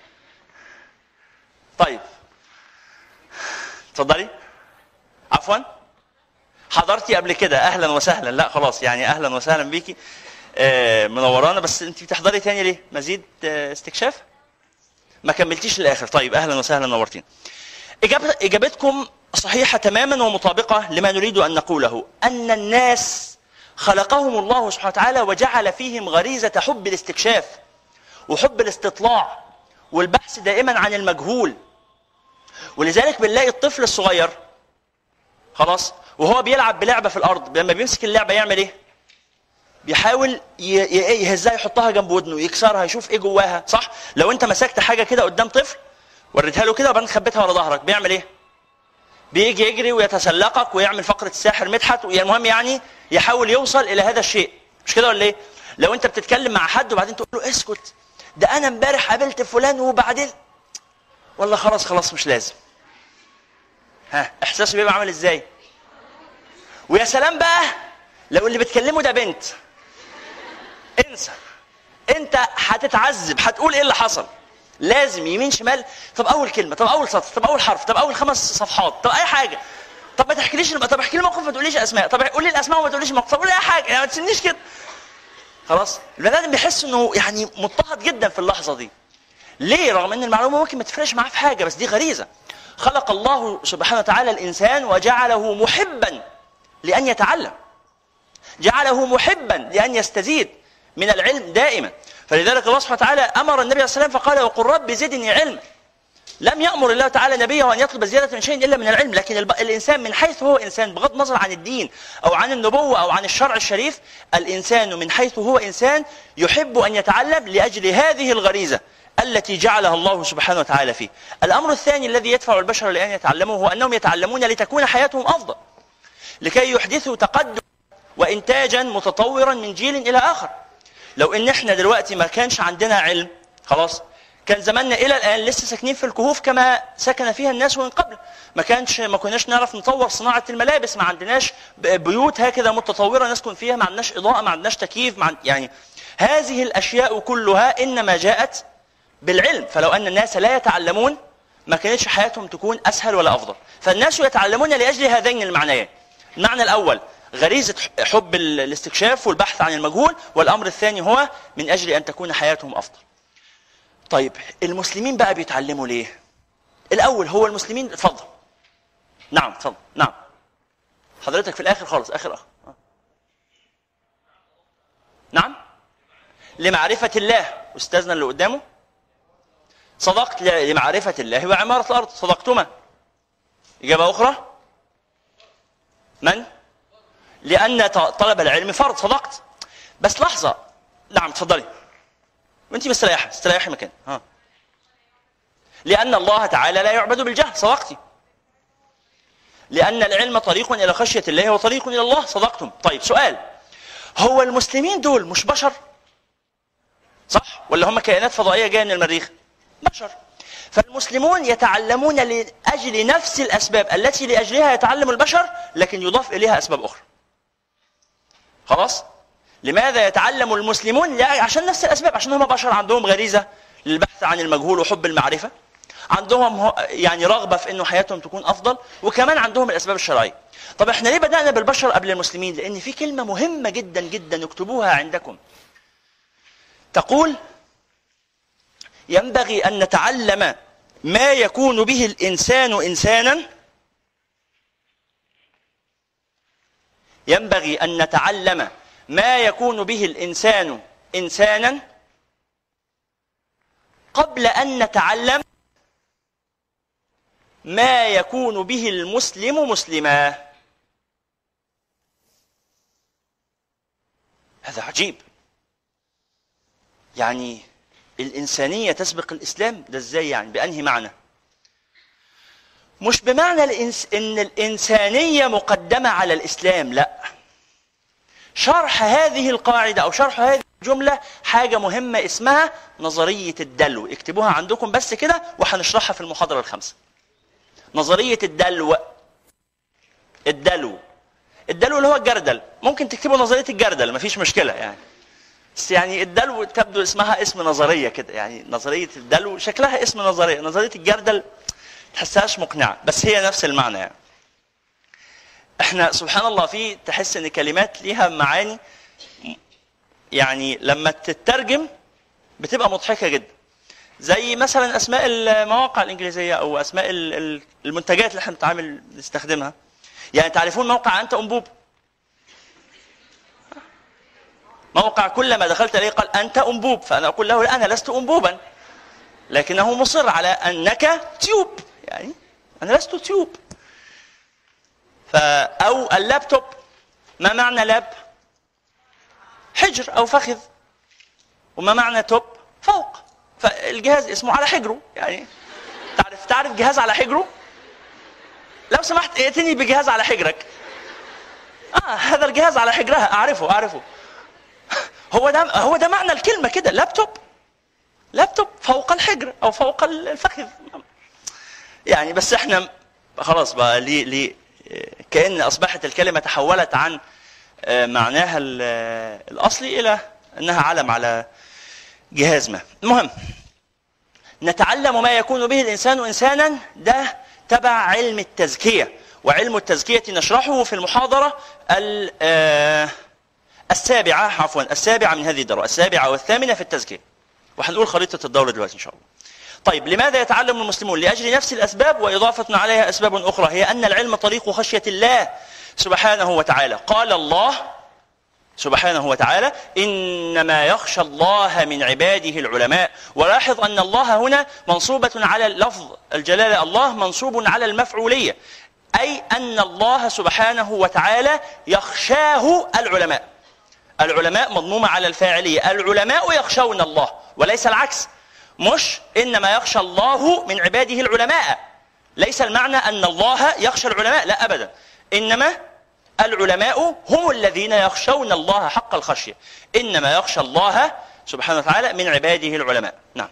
A: طيب، اتفضلي. عفوا، حضرتي قبل كده؟ أهلا وسهلا. لا خلاص، يعني أهلا وسهلا بيكي، منورانا. بس أنت بتحضري تاني ليه؟ مزيد استكشاف؟ ما كملتيش للآخر. طيب، أهلا وسهلا، نورتين. إجابتكم صحيحة تماما ومطابقة لما نريد أن نقوله، أن الناس خلقهم الله سبحانه وتعالى وجعل فيهم غريزة حب الاستكشاف وحب الاستطلاع والبحث دائما عن المجهول. ولذلك بنلاقي الطفل الصغير خلاص وهو بيلعب بلعبة في الأرض، لما بيمسك اللعبة يعمل إيه؟ بيحاول يهزها، يحطها جنب ودنه، يكسرها، يشوف إيه جواها. صح؟ لو أنت مسكت حاجة كده قدام طفل وريتها له كده وبعدين خبيتها ورا ظهرك، بيعمل إيه؟ بيجي يجري ويتسلقك ويعمل فقرة الساحر مدحت، المهم يعني يحاول يوصل إلى هذا الشيء. مش كده ولا إيه؟ لو أنت بتتكلم مع حد وبعدين تقول له اسكت، ده انا امبارح قابلت فلان وبعدين والله خلاص مش لازم. احساسه بيبقى عامل ازاي؟ ويا سلام بقى لو اللي بتكلمه ده بنت، انسى، انت هتتعذب، هتقول ايه اللي حصل، لازم يمين شمال، طب اول كلمه، طب اول سطر، طب اول حرف، طب اول 5 صفحات، طب اي حاجه، طب ما تحكيليش، طب احكي لي موقف ما تقوليش اسماء، طب قول لي الاسماء وما تقوليش موقف، طب قول لي اي حاجه، يعني ما تسيبنيش كده. خلاص البني ادم بيحس انه يعني مضطهد جدا في اللحظه دي. ليه؟ رغم ان المعلومه ممكن ما تفرقش معاه في حاجه، بس دي غريزه. خلق الله سبحانه وتعالى الانسان وجعله محبا لان يتعلم، جعله محبا لان يستزيد من العلم دائما. فلذلك الله سبحانه وتعالى امر النبي صلى الله عليه وسلم فقال وقل رب زدني علما. لم يأمر الله تعالى نبيه أن يطلب زيادة من شيء إلا من العلم، لكن الإنسان من حيث هو إنسان بغض النظر عن الدين أو عن النبوة أو عن الشرع الشريف، الإنسان من حيث هو إنسان يحب أن يتعلم لأجل هذه الغريزة التي جعلها الله سبحانه وتعالى فيه. الأمر الثاني الذي يدفع البشر لأن يتعلموا هو أنهم يتعلمون لتكون حياتهم أفضل، لكي يحدثوا تقدم وإنتاجا متطورا من جيل إلى آخر. لو إن إحنا دلوقتي ما كانش عندنا علم، خلاص كان زماننا إلى الآن لسه ساكنين في الكهوف كما سكن فيها الناس من قبل. ما كناش نعرف نطور صناعة الملابس، ما عندناش بيوت هكذا متطورة نسكن فيها، ما عندناش إضاءة، ما عندناش تكييف، يعني هذه الأشياء كلها إنما جاءت بالعلم. فلو أن الناس لا يتعلمون ما كانتش حياتهم تكون أسهل ولا أفضل. فالناس يتعلمون لأجل هذين المعنيين. المعنى الأول غريزة حب الاستكشاف والبحث عن المجهول، والأمر الثاني هو من أجل أن تكون حياتهم أفضل. طيب المسلمين بقى بيتعلموا ليه؟ الأول هو المسلمين، اتفضل. نعم اتفضل. نعم حضرتك في الآخر خالص، آخر نعم لمعرفة الله. أستاذنا اللي قدامه صدقت، لمعرفة الله وعمارة الأرض، صدقتما. إجابة أخرى من؟ لأن طلب العلم فرض، صدقت. بس لحظة، نعم تفضلي وانت مستريحة، استريحي مكان. لأن الله تعالى لا يعبد بالجهل، صدقتي. لأن العلم طريق إلى خشية الله وطريق إلى الله، صدقتم. طيب سؤال، هو المسلمين دول مش بشر؟ صح؟ ولا هم كائنات فضائية جاية من المريخ؟ بشر. فالمسلمون يتعلمون لأجل نفس الأسباب التي لأجلها يتعلم البشر، لكن يضاف إليها أسباب أخرى. خلاص؟ لماذا يتعلم المسلمون؟ عشان نفس الأسباب، عشان هم بشر عندهم غريزة للبحث عن المجهول وحب المعرفة، عندهم يعني رغبة في أنه حياتهم تكون أفضل، وكمان عندهم الأسباب الشرعية. طب احنا ليه بدأنا بالبشر قبل المسلمين؟ لأن في كلمة مهمة جدا جدا اكتبوها عندكم، تقول ينبغي أن نتعلم ما يكون به الإنسان إنسانا، ينبغي أن نتعلم ما يكون به الإنسان إنسانا قبل أن نتعلم ما يكون به المسلم مسلما. هذا عجيب. يعني الإنسانية تسبق الإسلام؟ ده إزاي يعني؟ بأنهي معنى؟ مش بمعنى إن الإنسانية مقدمة على الإسلام، لا. شرح هذه القاعدة أو شرح هذه الجملة حاجة مهمة اسمها نظرية الدلو. اكتبوها عندكم بس كده وهنشرحها في المحاضرة الخامسة. نظرية الدلو. الدلو اللي هو الجردل. ممكن تكتبوا نظرية الجردل، مفيش مشكلة يعني. بس يعني الدلو تبدو اسمها اسم نظرية كده، يعني نظرية الدلو شكلها اسم نظرية. نظرية الجردل تحسهاش مقنعة، بس هي نفس المعنى يعني. احنا سبحان الله في تحس ان كلمات ليها معاني يعني لما تترجم بتبقى مضحكة جدا. زي مثلا اسماء المواقع الانجليزية او اسماء المنتجات اللي احنا نستخدمها. يعني تعرفون موقع انت انبوب؟ موقع كلما دخلت عليه قال انت انبوب، فانا اقول له لا، انا لست انبوبا، لكنه مصر على انك تيوب، يعني انا لست تيوب. أو اللابتوب، ما معنى لاب؟ حجر أو فخذ. وما معنى توب؟ فوق. فالجهاز اسمه على حجره، يعني تعرف جهاز على حجره؟ لو سمحت ائتني بجهاز على حجرك. هذا الجهاز على حجرها، أعرفه. هو ده معنى الكلمة كده، لابتوب. لابتوب فوق الحجر أو فوق الفخذ يعني. بس احنا خلاص بقى ليه كأن أصبحت الكلمة تحولت عن معناها الأصلي إلى أنها علم على جهاز ما. المهم نتعلم ما يكون به الإنسان إنسانا، ده تبع علم التزكية، وعلم التزكية نشرحه في المحاضرة السابعة من هذه الدورة، السابعة والثامنة في التزكية، وهنقول خريطة الدورة دلوقتي إن شاء الله. طيب لماذا يتعلم المسلمون؟ لأجل نفس الأسباب وإضافة عليها أسباب أخرى، هي أن العلم طريق خشية الله سبحانه وتعالى. قال الله سبحانه وتعالى: إنما يخشى الله من عباده العلماء. ولاحظ أن الله هنا منصوبة على لفظ الجلالة، الله منصوب على المفعولية، أي أن الله سبحانه وتعالى يخشاه العلماء. العلماء مضمومة على الفاعلية، العلماء يخشون الله وليس العكس. مش إنما يخشى الله من عباده العلماء، ليس المعنى أن الله يخشى العلماء، لا أبدا، إنما العلماء هم الذين يخشون الله حق الخشية. إنما يخشى الله سبحانه وتعالى من عباده العلماء. نعم.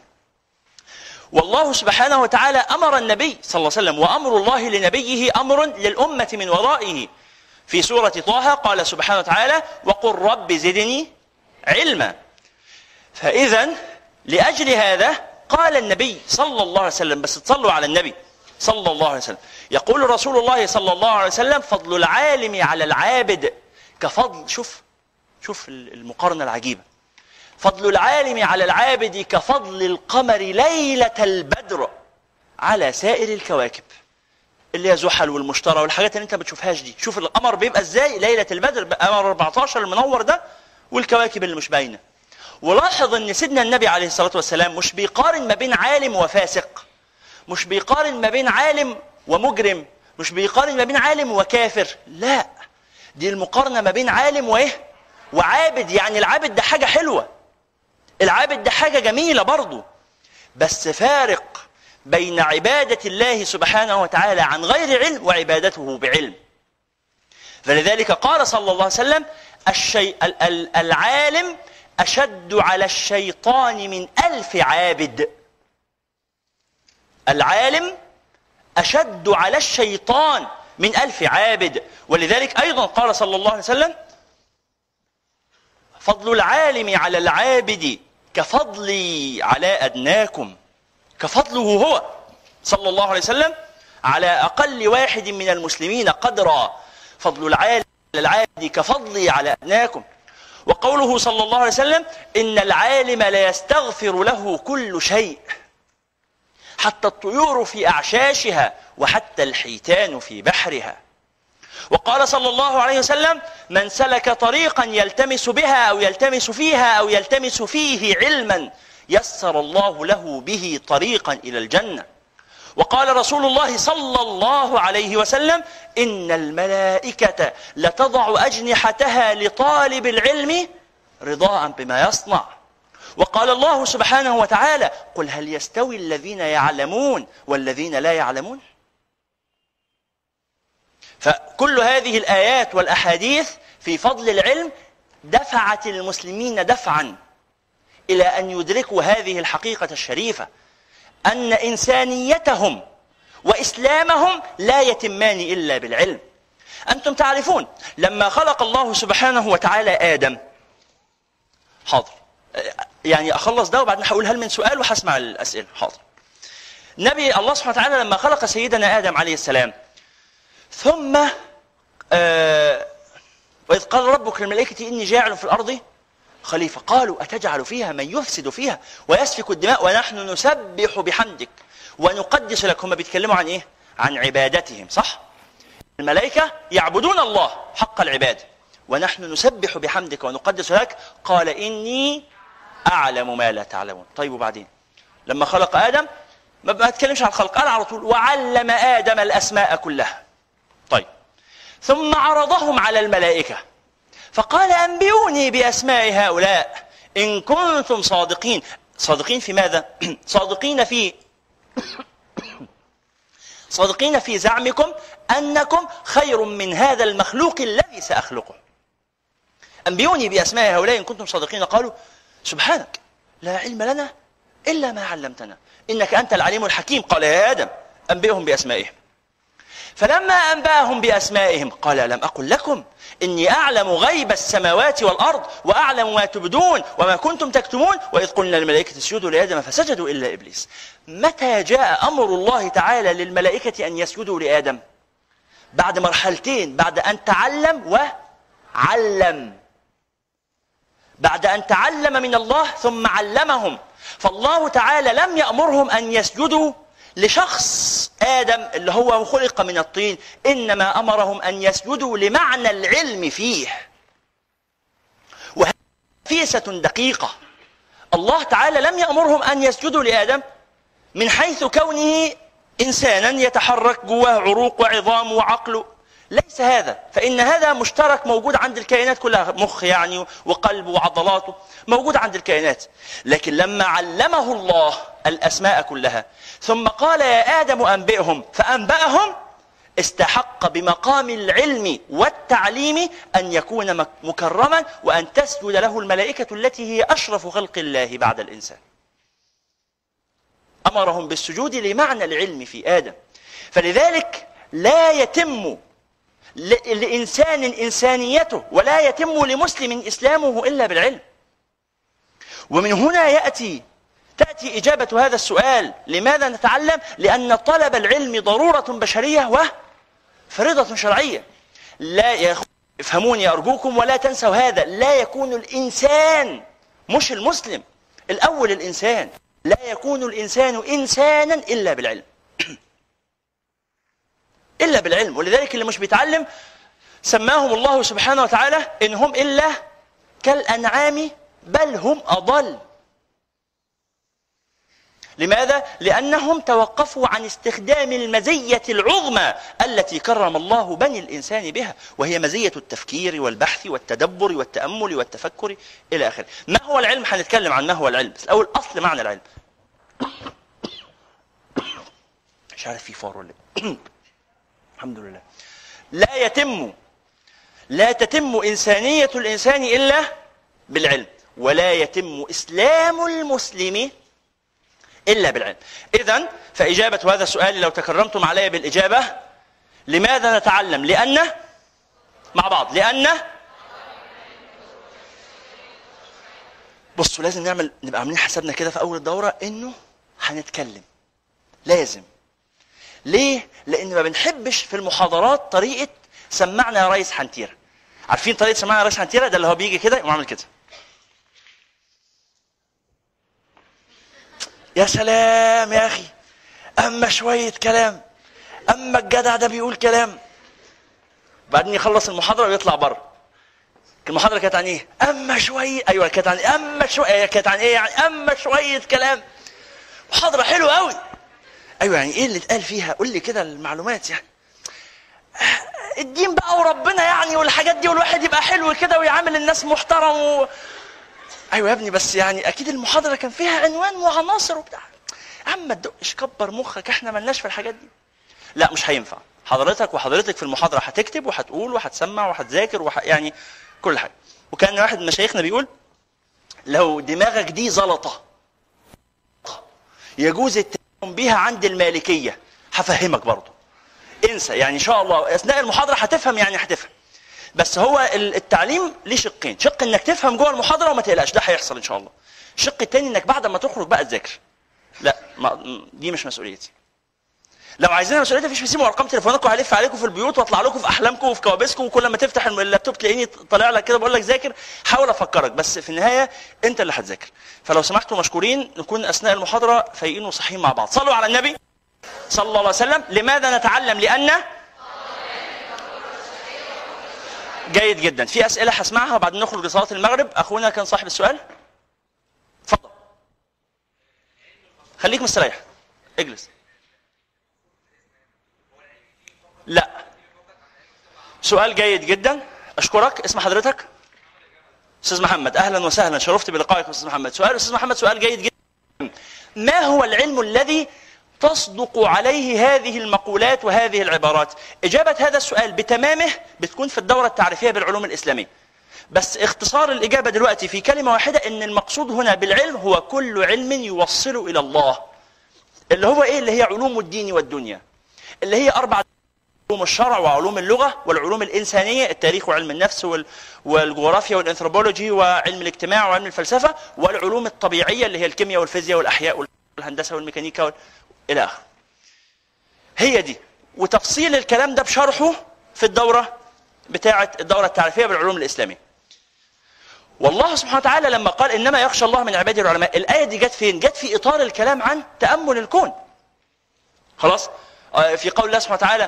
A: والله سبحانه وتعالى أمر النبي صلى الله عليه وسلم، وأمر الله لنبيه أمر للأمة من ورائه. في سورة طه قال سبحانه وتعالى: وقل رب زدني علما. فإذا لأجل هذا قال النبي صلى الله عليه وسلم، بس تصلوا على النبي صلى الله عليه وسلم، يقول رسول الله صلى الله عليه وسلم: فضل العالم على العابد كفضل، شوف المقارنة العجيبة، فضل العالم على العابد كفضل القمر ليلة البدر على سائر الكواكب، اللي هي زحل والمشتري والحاجات اللي انت بتشوفهاش دي. شوف القمر بيبقى ازاي ليلة البدر، قمر 14 المنور ده، والكواكب اللي مش باينه. ولاحظ ان سيدنا النبي عليه الصلاة والسلام مش بيقارن ما بين عالم وفاسق، مش بيقارن ما بين عالم ومجرم، مش بيقارن ما بين عالم وكافر، لا، دي المقارنة ما بين عالم وعابد. يعني العابد ده حاجة حلوة، العابد ده حاجة جميلة برضو، بس فارق بين عبادة الله سبحانه وتعالى عن غير علم وعبادته بعلم. فلذلك قال صلى الله عليه وسلم: العالم أشد على الشيطان من 1000 عابد. العالم أشد على الشيطان من 1000 عابد. ولذلك أيضا قال صلى الله عليه وسلم: فضل العالم على العابد كفضلي على أدناكم. كفضله هو صلى الله عليه وسلم على أقل واحد من المسلمين قدرا. فضل العالم على العابد كفضلي على أدناكم. وقوله صلى الله عليه وسلم: إن العالم لا يستغفر له كل شيء، حتى الطيور في أعشاشها وحتى الحيتان في بحرها. وقال صلى الله عليه وسلم: من سلك طريقا يلتمس بها أو يلتمس فيها أو يلتمس فيه علما يسر الله له به طريقا إلى الجنة. وقال رسول الله صلى الله عليه وسلم: إن الملائكة لتضع أجنحتها لطالب العلم رضاء بما يصنع. وقال الله سبحانه وتعالى: قل هل يستوي الذين يعلمون والذين لا يعلمون؟ فكل هذه الآيات والأحاديث في فضل العلم دفعت المسلمين دفعا إلى أن يدركوا هذه الحقيقة الشريفة، أن إنسانيتهم وإسلامهم لا يتمان إلا بالعلم. أنتم تعرفون لما خلق الله سبحانه وتعالى آدم، حاضر يعني أخلص ده وبعدين هقول هل من سؤال وهسمع الأسئلة، حاضر. نبي الله سبحانه وتعالى لما خلق سيدنا آدم عليه السلام، ثم وإذ قال ربك للملائكة إني جاعل في الأرض خليفة، قالوا أتجعل فيها من يفسد فيها ويسفك الدماء ونحن نسبح بحمدك ونقدس لك. هم بيتكلموا عن إيه؟ عن عبادتهم، صح؟ الملائكة يعبدون الله حق العبادة، ونحن نسبح بحمدك ونقدس لك. قال إني أعلم ما لا تعلمون. طيب وبعدين لما خلق آدم ما تكلمش عن الخلق، قال على طول وعلم آدم الأسماء كلها. طيب ثم عرضهم على الملائكة فقال أنبئوني بأسماء هؤلاء إن كنتم صادقين. صادقين في ماذا؟ صادقين في زعمكم أنكم خير من هذا المخلوق الذي سأخلقه. أنبئوني بأسماء هؤلاء إن كنتم صادقين. قالوا سبحانك لا علم لنا إلا ما علمتنا إنك أنت العليم الحكيم. قال يا آدم أنبئهم بأسمائهم. فلما أنبأهم بأسمائهم قال ألم أقل لكم إني أعلم غيب السماوات والأرض وأعلم ما تبدون وما كنتم تكتمون وإذ قلنا للملائكة اسجدوا لآدم فسجدوا إلا إبليس. متى جاء أمر الله تعالى للملائكة أن يسجدوا لآدم؟ بعد مرحلتين، بعد أن تعلم وعلم. بعد أن تعلم من الله ثم علمهم. فالله تعالى لم يأمرهم أن يسجدوا لشخص آدم اللي هو خلق من الطين، إنما أمرهم أن يسجدوا لمعنى العلم فيه. وهذه نفيسة دقيقة. الله تعالى لم يأمرهم أن يسجدوا لآدم من حيث كونه إنسانا يتحرك جواه عروق وعظام وعقل، ليس هذا، فإن هذا مشترك موجود عند الكائنات كلها، مخ يعني وقلب وعضلاته موجود عند الكائنات. لكن لما علمه الله الأسماء كلها ثم قال يا آدم أنبئهم فأنبأهم، استحق بمقام العلم والتعليم أن يكون مكرما وأن تسجد له الملائكة التي هي أشرف خلق الله بعد الإنسان. أمرهم بالسجود لمعنى العلم في آدم. فلذلك لا يتم لإنسان إنسانيته ولا يتم لمسلم إسلامه إلا بالعلم. ومن هنا تأتي إجابة هذا السؤال: لماذا نتعلم؟ لأن طلب العلم ضرورة بشرية وفريضة شرعية. لا افهموني أرجوكم ولا تنسوا هذا، لا يكون الإنسان، مش المسلم الأول، الإنسان لا يكون الإنسان إنسانا إلا بالعلم. إلا بالعلم. ولذلك اللي مش بيتعلم سماهم الله سبحانه وتعالى إنهم إلا كالأنعام بل هم أضل. لماذا؟ لأنهم توقفوا عن استخدام المزية العظمى التي كرم الله بني الإنسان بها، وهي مزية التفكير والبحث والتدبر والتأمل والتفكر إلى آخره. ما هو العلم؟ هنتكلم عن ما هو العلم، بس الأول أصل معنى العلم. مش عارف في فار ولا الحمد لله. لا تتم إنسانية الإنسان إلا بالعلم، ولا يتم إسلام المسلم إلا بالعلم. إذن فإجابة هذا السؤال لو تكرمتم علي بالإجابة: لماذا نتعلم؟ لأن مع بعض، لأن بصوا لازم نبقى عاملين حسابنا كده في أول الدورة إنه هنتكلم، لازم. ليه؟ لأن ما بنحبش في المحاضرات طريقة سمعنا يا ريس حنتيرة. عارفين طريقة سمعنا يا ريس حنتيرة؟ ده اللي هو بيجي كده ويعمل كده. يا سلام يا أخي، أما شوية كلام، أما الجدع ده بيقول كلام. بعدين يخلص المحاضرة ويطلع بره. المحاضرة كانت عن إيه؟ أما شوية، أيوة كانت عن أما شوية، كانت عن إيه يعني؟ أما شوية كلام. محاضرة حلوة قوي. أيوة يعني إيه اللي اتقال فيها؟ قول لي كده المعلومات يعني. الدين بقى وربنا يعني والحاجات دي، والواحد يبقى حلو كده ويعامل الناس محترم أيوة يا ابني، بس يعني أكيد المحاضرة كان فيها عنوان وعناصر وبتاع. عم ما تدقش، كبر مخك، احنا ملناش في الحاجات دي. لا مش هينفع. حضرتك في المحاضرة هتكتب وهتقول وهتسمع وهتذاكر يعني كل حاجة. وكان واحد من مشايخنا بيقول: لو دماغك دي زلطة يجوز التعلم بها عند المالكية، هفهمك برضو، انسى يعني. إن شاء الله أثناء المحاضرة هتفهم، يعني هتفهم. بس هو التعليم ليه شقين: شق انك تفهم جوه المحاضرة وما تقلقش، ده هيحصل إن شاء الله. الشق الثاني انك بعد ما تخرج بقى تذاكر. لا دي مش مسؤوليتي. لو عايزين مسؤوليتي مفيش، بسيبوا ارقام تليفوناتكم، هلف عليكم في البيوت واطلع لكم في احلامكم وفي كوابيسكم، وكل ما تفتح اللابتوب تلاقيني طالع لك كده بقول لك ذاكر. حاول افكرك، بس في النهايه انت اللي هتذاكر. فلو سمحتوا مشكورين نكون اثناء المحاضره فايقين وصحيين مع بعض. صلوا على النبي صلى الله عليه وسلم. لماذا نتعلم؟ لان جيد جدا. في اسئله هسمعها وبعدين نخرج لصلاه المغرب. اخونا كان صاحب السؤال، اتفضل. خليك مستريح، اجلس. لا، سؤال جيد جدا، اشكرك. اسم حضرتك؟ استاذ محمد. اهلا وسهلا، شرفت بلقائك استاذ محمد. استاذ محمد سؤال جيد جدا. ما هو العلم الذي تصدق عليه هذه المقولات وهذه العبارات؟ اجابه هذا السؤال بتمامه بتكون في الدوره التعريفيه بالعلوم الاسلاميه. بس اختصار الإجابة دلوقتي في كلمة واحدة، إن المقصود هنا بالعلم هو كل علم يوصل إلى الله، اللي هو إيه؟ اللي هي علوم الدين والدنيا، اللي هي 4: علوم الشرع وعلوم اللغة والعلوم الإنسانية، التاريخ وعلم النفس والجغرافيا والأنثروبولوجي وعلم الاجتماع وعلم الفلسفة، والعلوم الطبيعية اللي هي الكيمياء والفيزياء والأحياء والهندسة والميكانيكا إلى آخره. هي دي، وتفصيل الكلام ده بشرحه في الدورة التعريفية بالعلوم الإسلامية. والله سبحانه وتعالى لما قال إنما يخشى الله من عباده العلماء، الآية دي جت فين؟ جت في إطار الكلام عن تأمل الكون. خلاص؟ في قول الله سبحانه وتعالى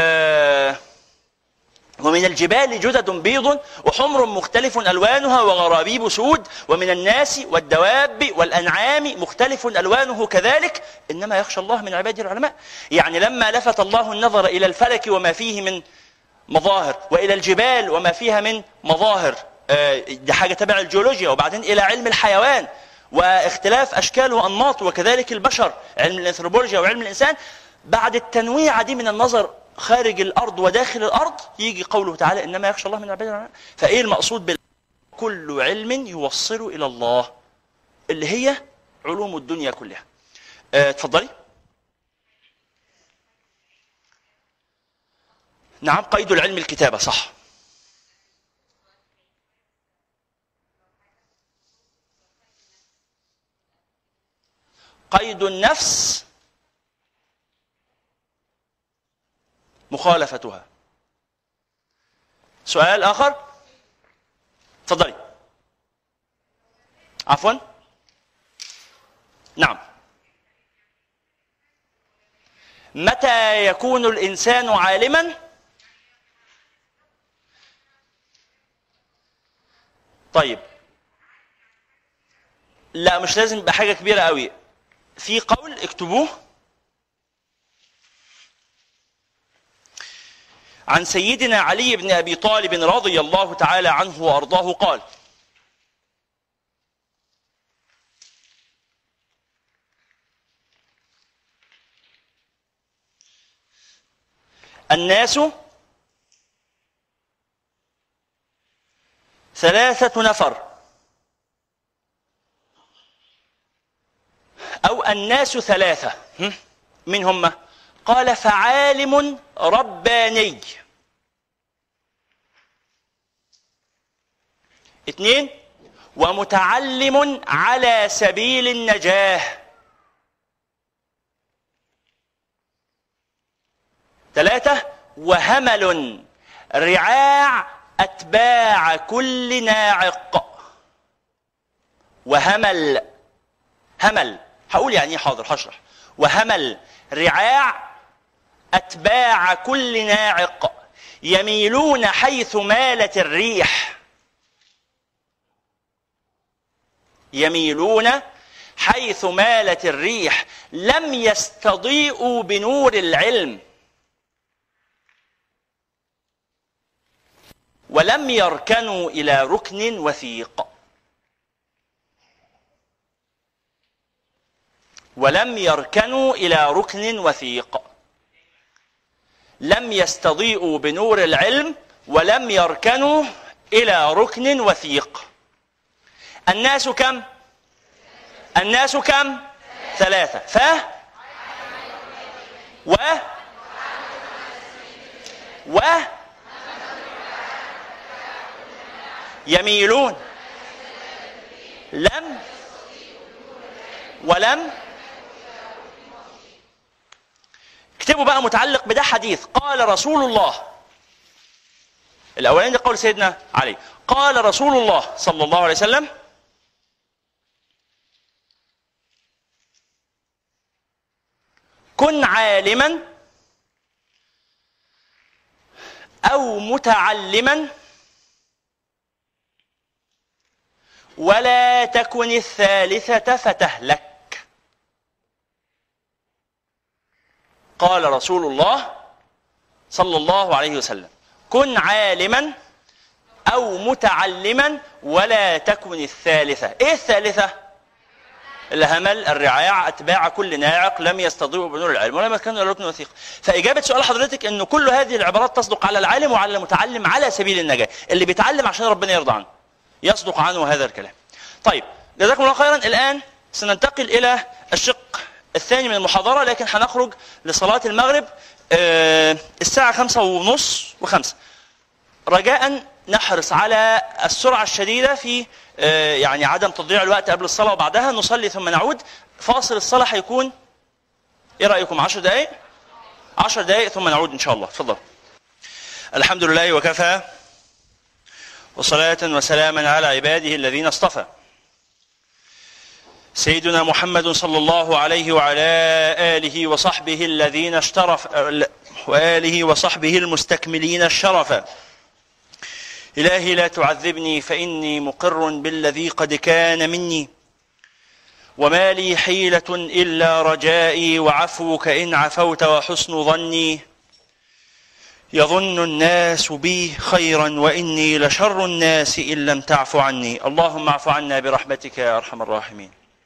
A: ومن الجبال جدد بيض وحمر مختلف ألوانها وغرابيب سود ومن الناس والدواب والأنعام مختلف ألوانه كذلك إنما يخشى الله من عباده العلماء. يعني لما لفت الله النظر إلى الفلك وما فيه من مظاهر، وإلى الجبال وما فيها من مظاهر، دي حاجة تبع الجيولوجيا، وبعدين إلى علم الحيوان واختلاف أشكال وأنماط، وكذلك البشر، علم الأنثروبولوجيا وعلم الإنسان، بعد التنويع دي من النظر خارج الأرض وداخل الأرض يجي قوله تعالى إنما يخشى الله من عباده العلماء. فإيه المقصود كل علم يوصل إلى الله، اللي هي علوم الدنيا كلها. تفضلي. نعم، قيد العلم الكتابة، صح. قيد النفس مخالفتها. سؤال آخر، تفضلي. عفوا، نعم. متى يكون الإنسان عالما؟ طيب، لا مش لازم يبقى حاجة كبيرة قوي. في قول اكتبوه عن سيدنا علي بن أبي طالب رضي الله تعالى عنه وأرضاه قال: الناس 3 نفر، أو الناس 3، من هم؟ قال: فعالم رباني، 2 ومتعلم على سبيل النجاة، 3 وهمل رعاع أتباع كل ناعق. وهمل، همل هقول يعني ايه، حاضر هشرح. وهمل رعاع أتباع كل ناعق يميلون حيث مالت الريح، يميلون حيث مالت الريح، لم يستضيئوا بنور العلم ولم يركنوا إلى ركن وثيق. ولم يركنوا إلى ركن وثيق، لم يستضيئوا بنور العلم ولم يركنوا إلى ركن وثيق. الناس كم؟ الناس كم؟ 3. يميلون، لم ولم. اكتبوا بقى متعلق بده حديث قال رسول الله. الأولاني قول سيدنا علي، قال رسول الله صلى الله عليه وسلم: كن عالما أو متعلما ولا تكن الثالثة فتهلك. قال رسول الله صلى الله عليه وسلم: كن عالما أو متعلما ولا تكن الثالثة. إيه الثالثة؟ الهمل الرعاع أتباع كل ناعق لم يستضيئوا بنور العلم ولم يكنوا ركن وثيق. فإجابة سؤال حضرتك إنه كل هذه العبارات تصدق على العالم وعلى المتعلم على سبيل النجاة، اللي بيتعلم عشان ربنا يرضى عنه يصدق عنه هذا الكلام. طيب جزاكم الله خيرا. الآن سننتقل إلى الشق الثاني من المحاضرة، لكن هنخرج لصلاة المغرب الساعة 5:30 و5. رجاء نحرص على السرعة الشديدة في يعني عدم تضييع الوقت قبل الصلاة وبعدها. نصلي ثم نعود. فاصل الصلاة هيكون ايه رأيكم 10 دقائق؟ 10 دقائق ثم نعود ان شاء الله. تفضل. الحمد لله وكفى وصلاة وسلاما على عباده الذين اصطفى سيدنا محمد صلى الله عليه وعلى آله وصحبه الذين اشترف وآله وصحبه المستكملين الشرف. إلهي لا تعذبني فإني مقر بالذي قد كان مني، وما لي حيلة إلا رجائي وعفوك إن عفوت وحسن ظني. يظن الناس بي خيرا وإني لشر الناس إن لم تعف عني. اللهم اعف عنا برحمتك يا أرحم الراحمين.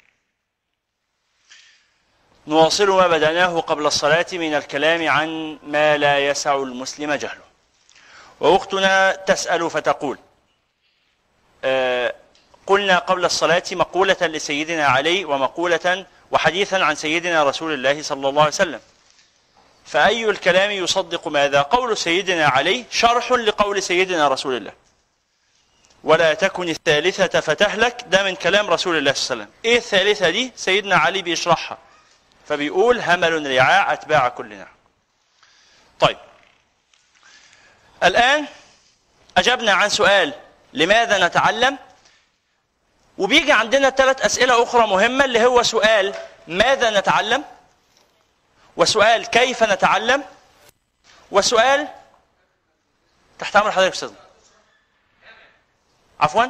A: نواصل ما بدأناه قبل الصلاة من الكلام عن ما لا يسع المسلم جهله. وأختنا تسأل فتقول قلنا قبل الصلاة مقولة لسيدنا علي ومقولة وحديثا عن سيدنا رسول الله صلى الله عليه وسلم، فأي الكلام يصدق ماذا؟ قول سيدنا علي شرح لقول سيدنا رسول الله. ولا تكن الثالثة فتهلك، ده من كلام رسول الله صلى الله عليه وسلم. ايه الثالثة دي؟ سيدنا علي بيشرحها فبيقول همل رعاع أتباع كل نعم. طيب الآن أجبنا عن سؤال لماذا نتعلم، وبيجي عندنا 3 أسئلة أخرى مهمة، اللي هو سؤال ماذا نتعلم، وسؤال كيف نتعلم، وسؤال تحت أمر حضرتك أستاذ عفوا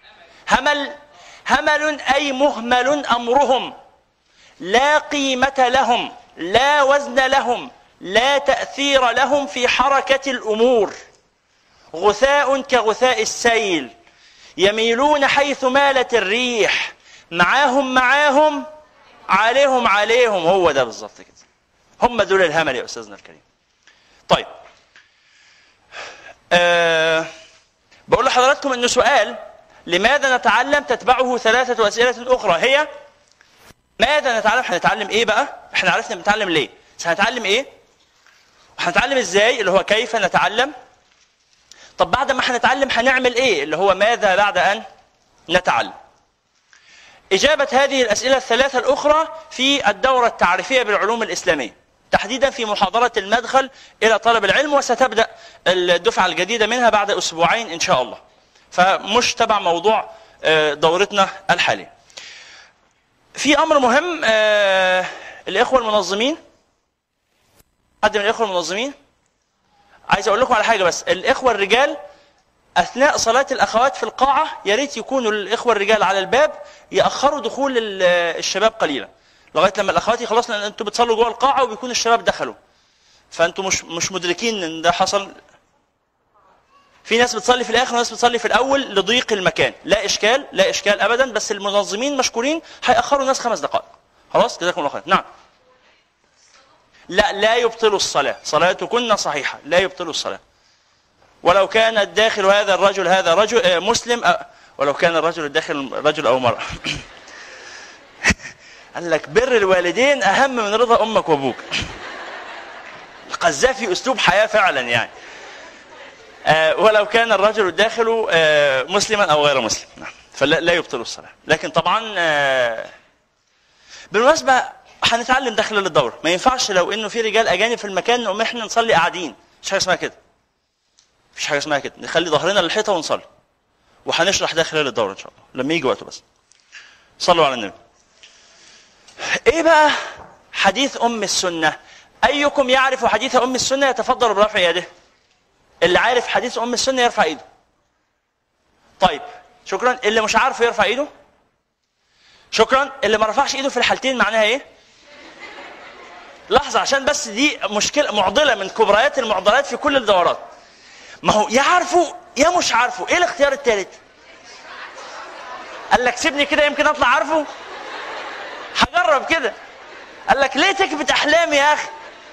A: همل أي مهمل أمرهم، لا قيمة لهم، لا وزن لهم، لا تأثير لهم في حركة الأمور، غثاء كغثاء السيل، يميلون حيث مالت الريح، معاهم عليهم. هو ده بالظبط كده، هم دول الهمل يا أستاذنا الكريم. طيب بقول لحضراتكم أنه سؤال لماذا نتعلم تتبعه 3 أسئلة أخرى، هي ماذا نتعلم؟ هنتعلم إيه بقى؟ إحنا عرفنا بنتعلم ليه، بس هنتعلم إيه؟ وهنتعلم إزاي اللي هو كيف نتعلم؟ طب بعد ما هنتعلم هنعمل إيه اللي هو ماذا بعد أن نتعلم؟ إجابة هذه الأسئلة ال3 الأخرى في الدورة التعريفية بالعلوم الإسلامية، تحديدا في محاضرة المدخل إلى طلب العلم، وستبدأ الدفعة الجديدة منها بعد 2 أسبوع إن شاء الله، فمش تبع موضوع دورتنا الحالية. في أمر مهم، الإخوة المنظمين، حد من الإخوة المنظمين عايز أقول لكم على حاجة بس. الإخوة الرجال أثناء صلاة الأخوات في القاعة يا ريت يكونوا الإخوة الرجال على الباب يأخروا دخول الشباب قليلا لغاية لما الأخوات يخلصن، لأن أنتوا بتصلوا جوه القاعة وبيكون الشباب دخلوا، فأنتوا مش مدركين إن ده حصل. في ناس بتصلي في الآخر وناس بتصلي في الأول لضيق المكان، لا إشكال أبدا، بس المنظمين مشكورين هيأخروا الناس 5 دقائق. خلاص جزاكم الله خير. نعم. لا يبطلوا الصلاة، صلاتكن صحيحة، لا يبطلوا الصلاة. ولو كان الداخل هذا رجل مسلم، ولو كان الرجل الداخل رجل أو مرأة. قال لك بر الوالدين أهم من رضا أمك وأبوك. القذافي أسلوب حياة فعلا يعني. ولو كان الرجل الداخل مسلما أو غير مسلم، فلا يبطلوا الصلاة. لكن طبعا بالمناسبة هنتعلم داخل الدورة، ما ينفعش لو إنه في رجال أجانب في المكان نقوم إحنا نصلي قاعدين، مش حاجة اسمها كده. مفيش حاجة اسمها كده، نخلي ظهرنا للحيطة ونصلي. وهنشرح ده خلال الدورة إن شاء الله لما يجي وقته. بس صلوا على النبي. إيه بقى حديث أم السنة؟ أيكم يعرف حديث أم السنة يتفضل برفع يده. اللي عارف حديث أم السنة يرفع إيده. طيب شكرا. اللي مش عارفه يرفع إيده. شكرا. اللي ما رفعش إيده في الحالتين معناها إيه؟ لحظة، عشان بس دي مشكلة معضلة من كبريات المعضلات في كل الدورات. ما هو يا عارفه يا مش عارفه، إيه الاختيار الثالث؟ قال لك سيبني كده يمكن أطلع عارفه. جرب كده. قال لك ليه تكبت احلامي يا اخي؟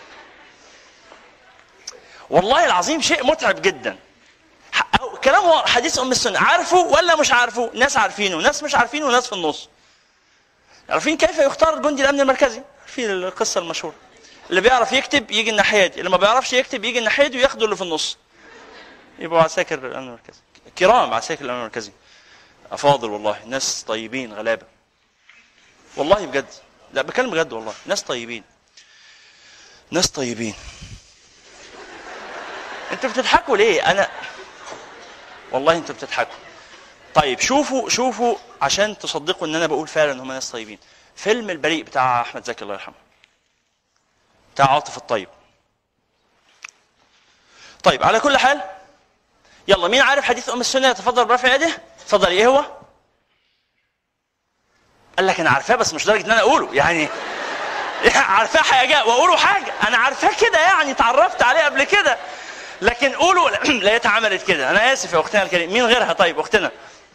A: والله العظيم شيء متعب جدا. كلام حديث ام السنه عارفه ولا مش عارفه؟ ناس عارفينه وناس مش عارفينه وناس في النص. عارفين كيف يختار جندي الامن المركزي؟ في القصه المشهوره، اللي بيعرف يكتب يجي الناحيه دي، اللي ما بيعرفش يكتب يجي الناحيه دي وياخدوا اللي في النص. يبقوا عساكر الامن المركزي، كرام عساكر الامن المركزي، افاضل والله، ناس طيبين غلابه والله بجد، لا بكلم بجد والله، ناس طيبين ناس طيبين. انتوا بتضحكوا ليه؟ انا والله انتوا بتضحكوا. طيب شوفوا عشان تصدقوا ان انا بقول فعلا ان هم ناس طيبين. فيلم البريء بتاع احمد زكي الله يرحمه، بتاع عاطف الطيب. طيب على كل حال، يلا مين عارف حديث ام السنه؟ يتفضل برفع يده. اتفضل. ايه هو؟ قال لك انا عارفاه بس مش لدرجه ان انا اقوله، يعني عارفاه حاجه واقوله حاجه، انا عارفاه كده يعني اتعرفت عليه قبل كده، لكن قولوا لا اتعملت كده. انا اسف يا اختنا الكريم. مين غيرها؟ طيب اختنا.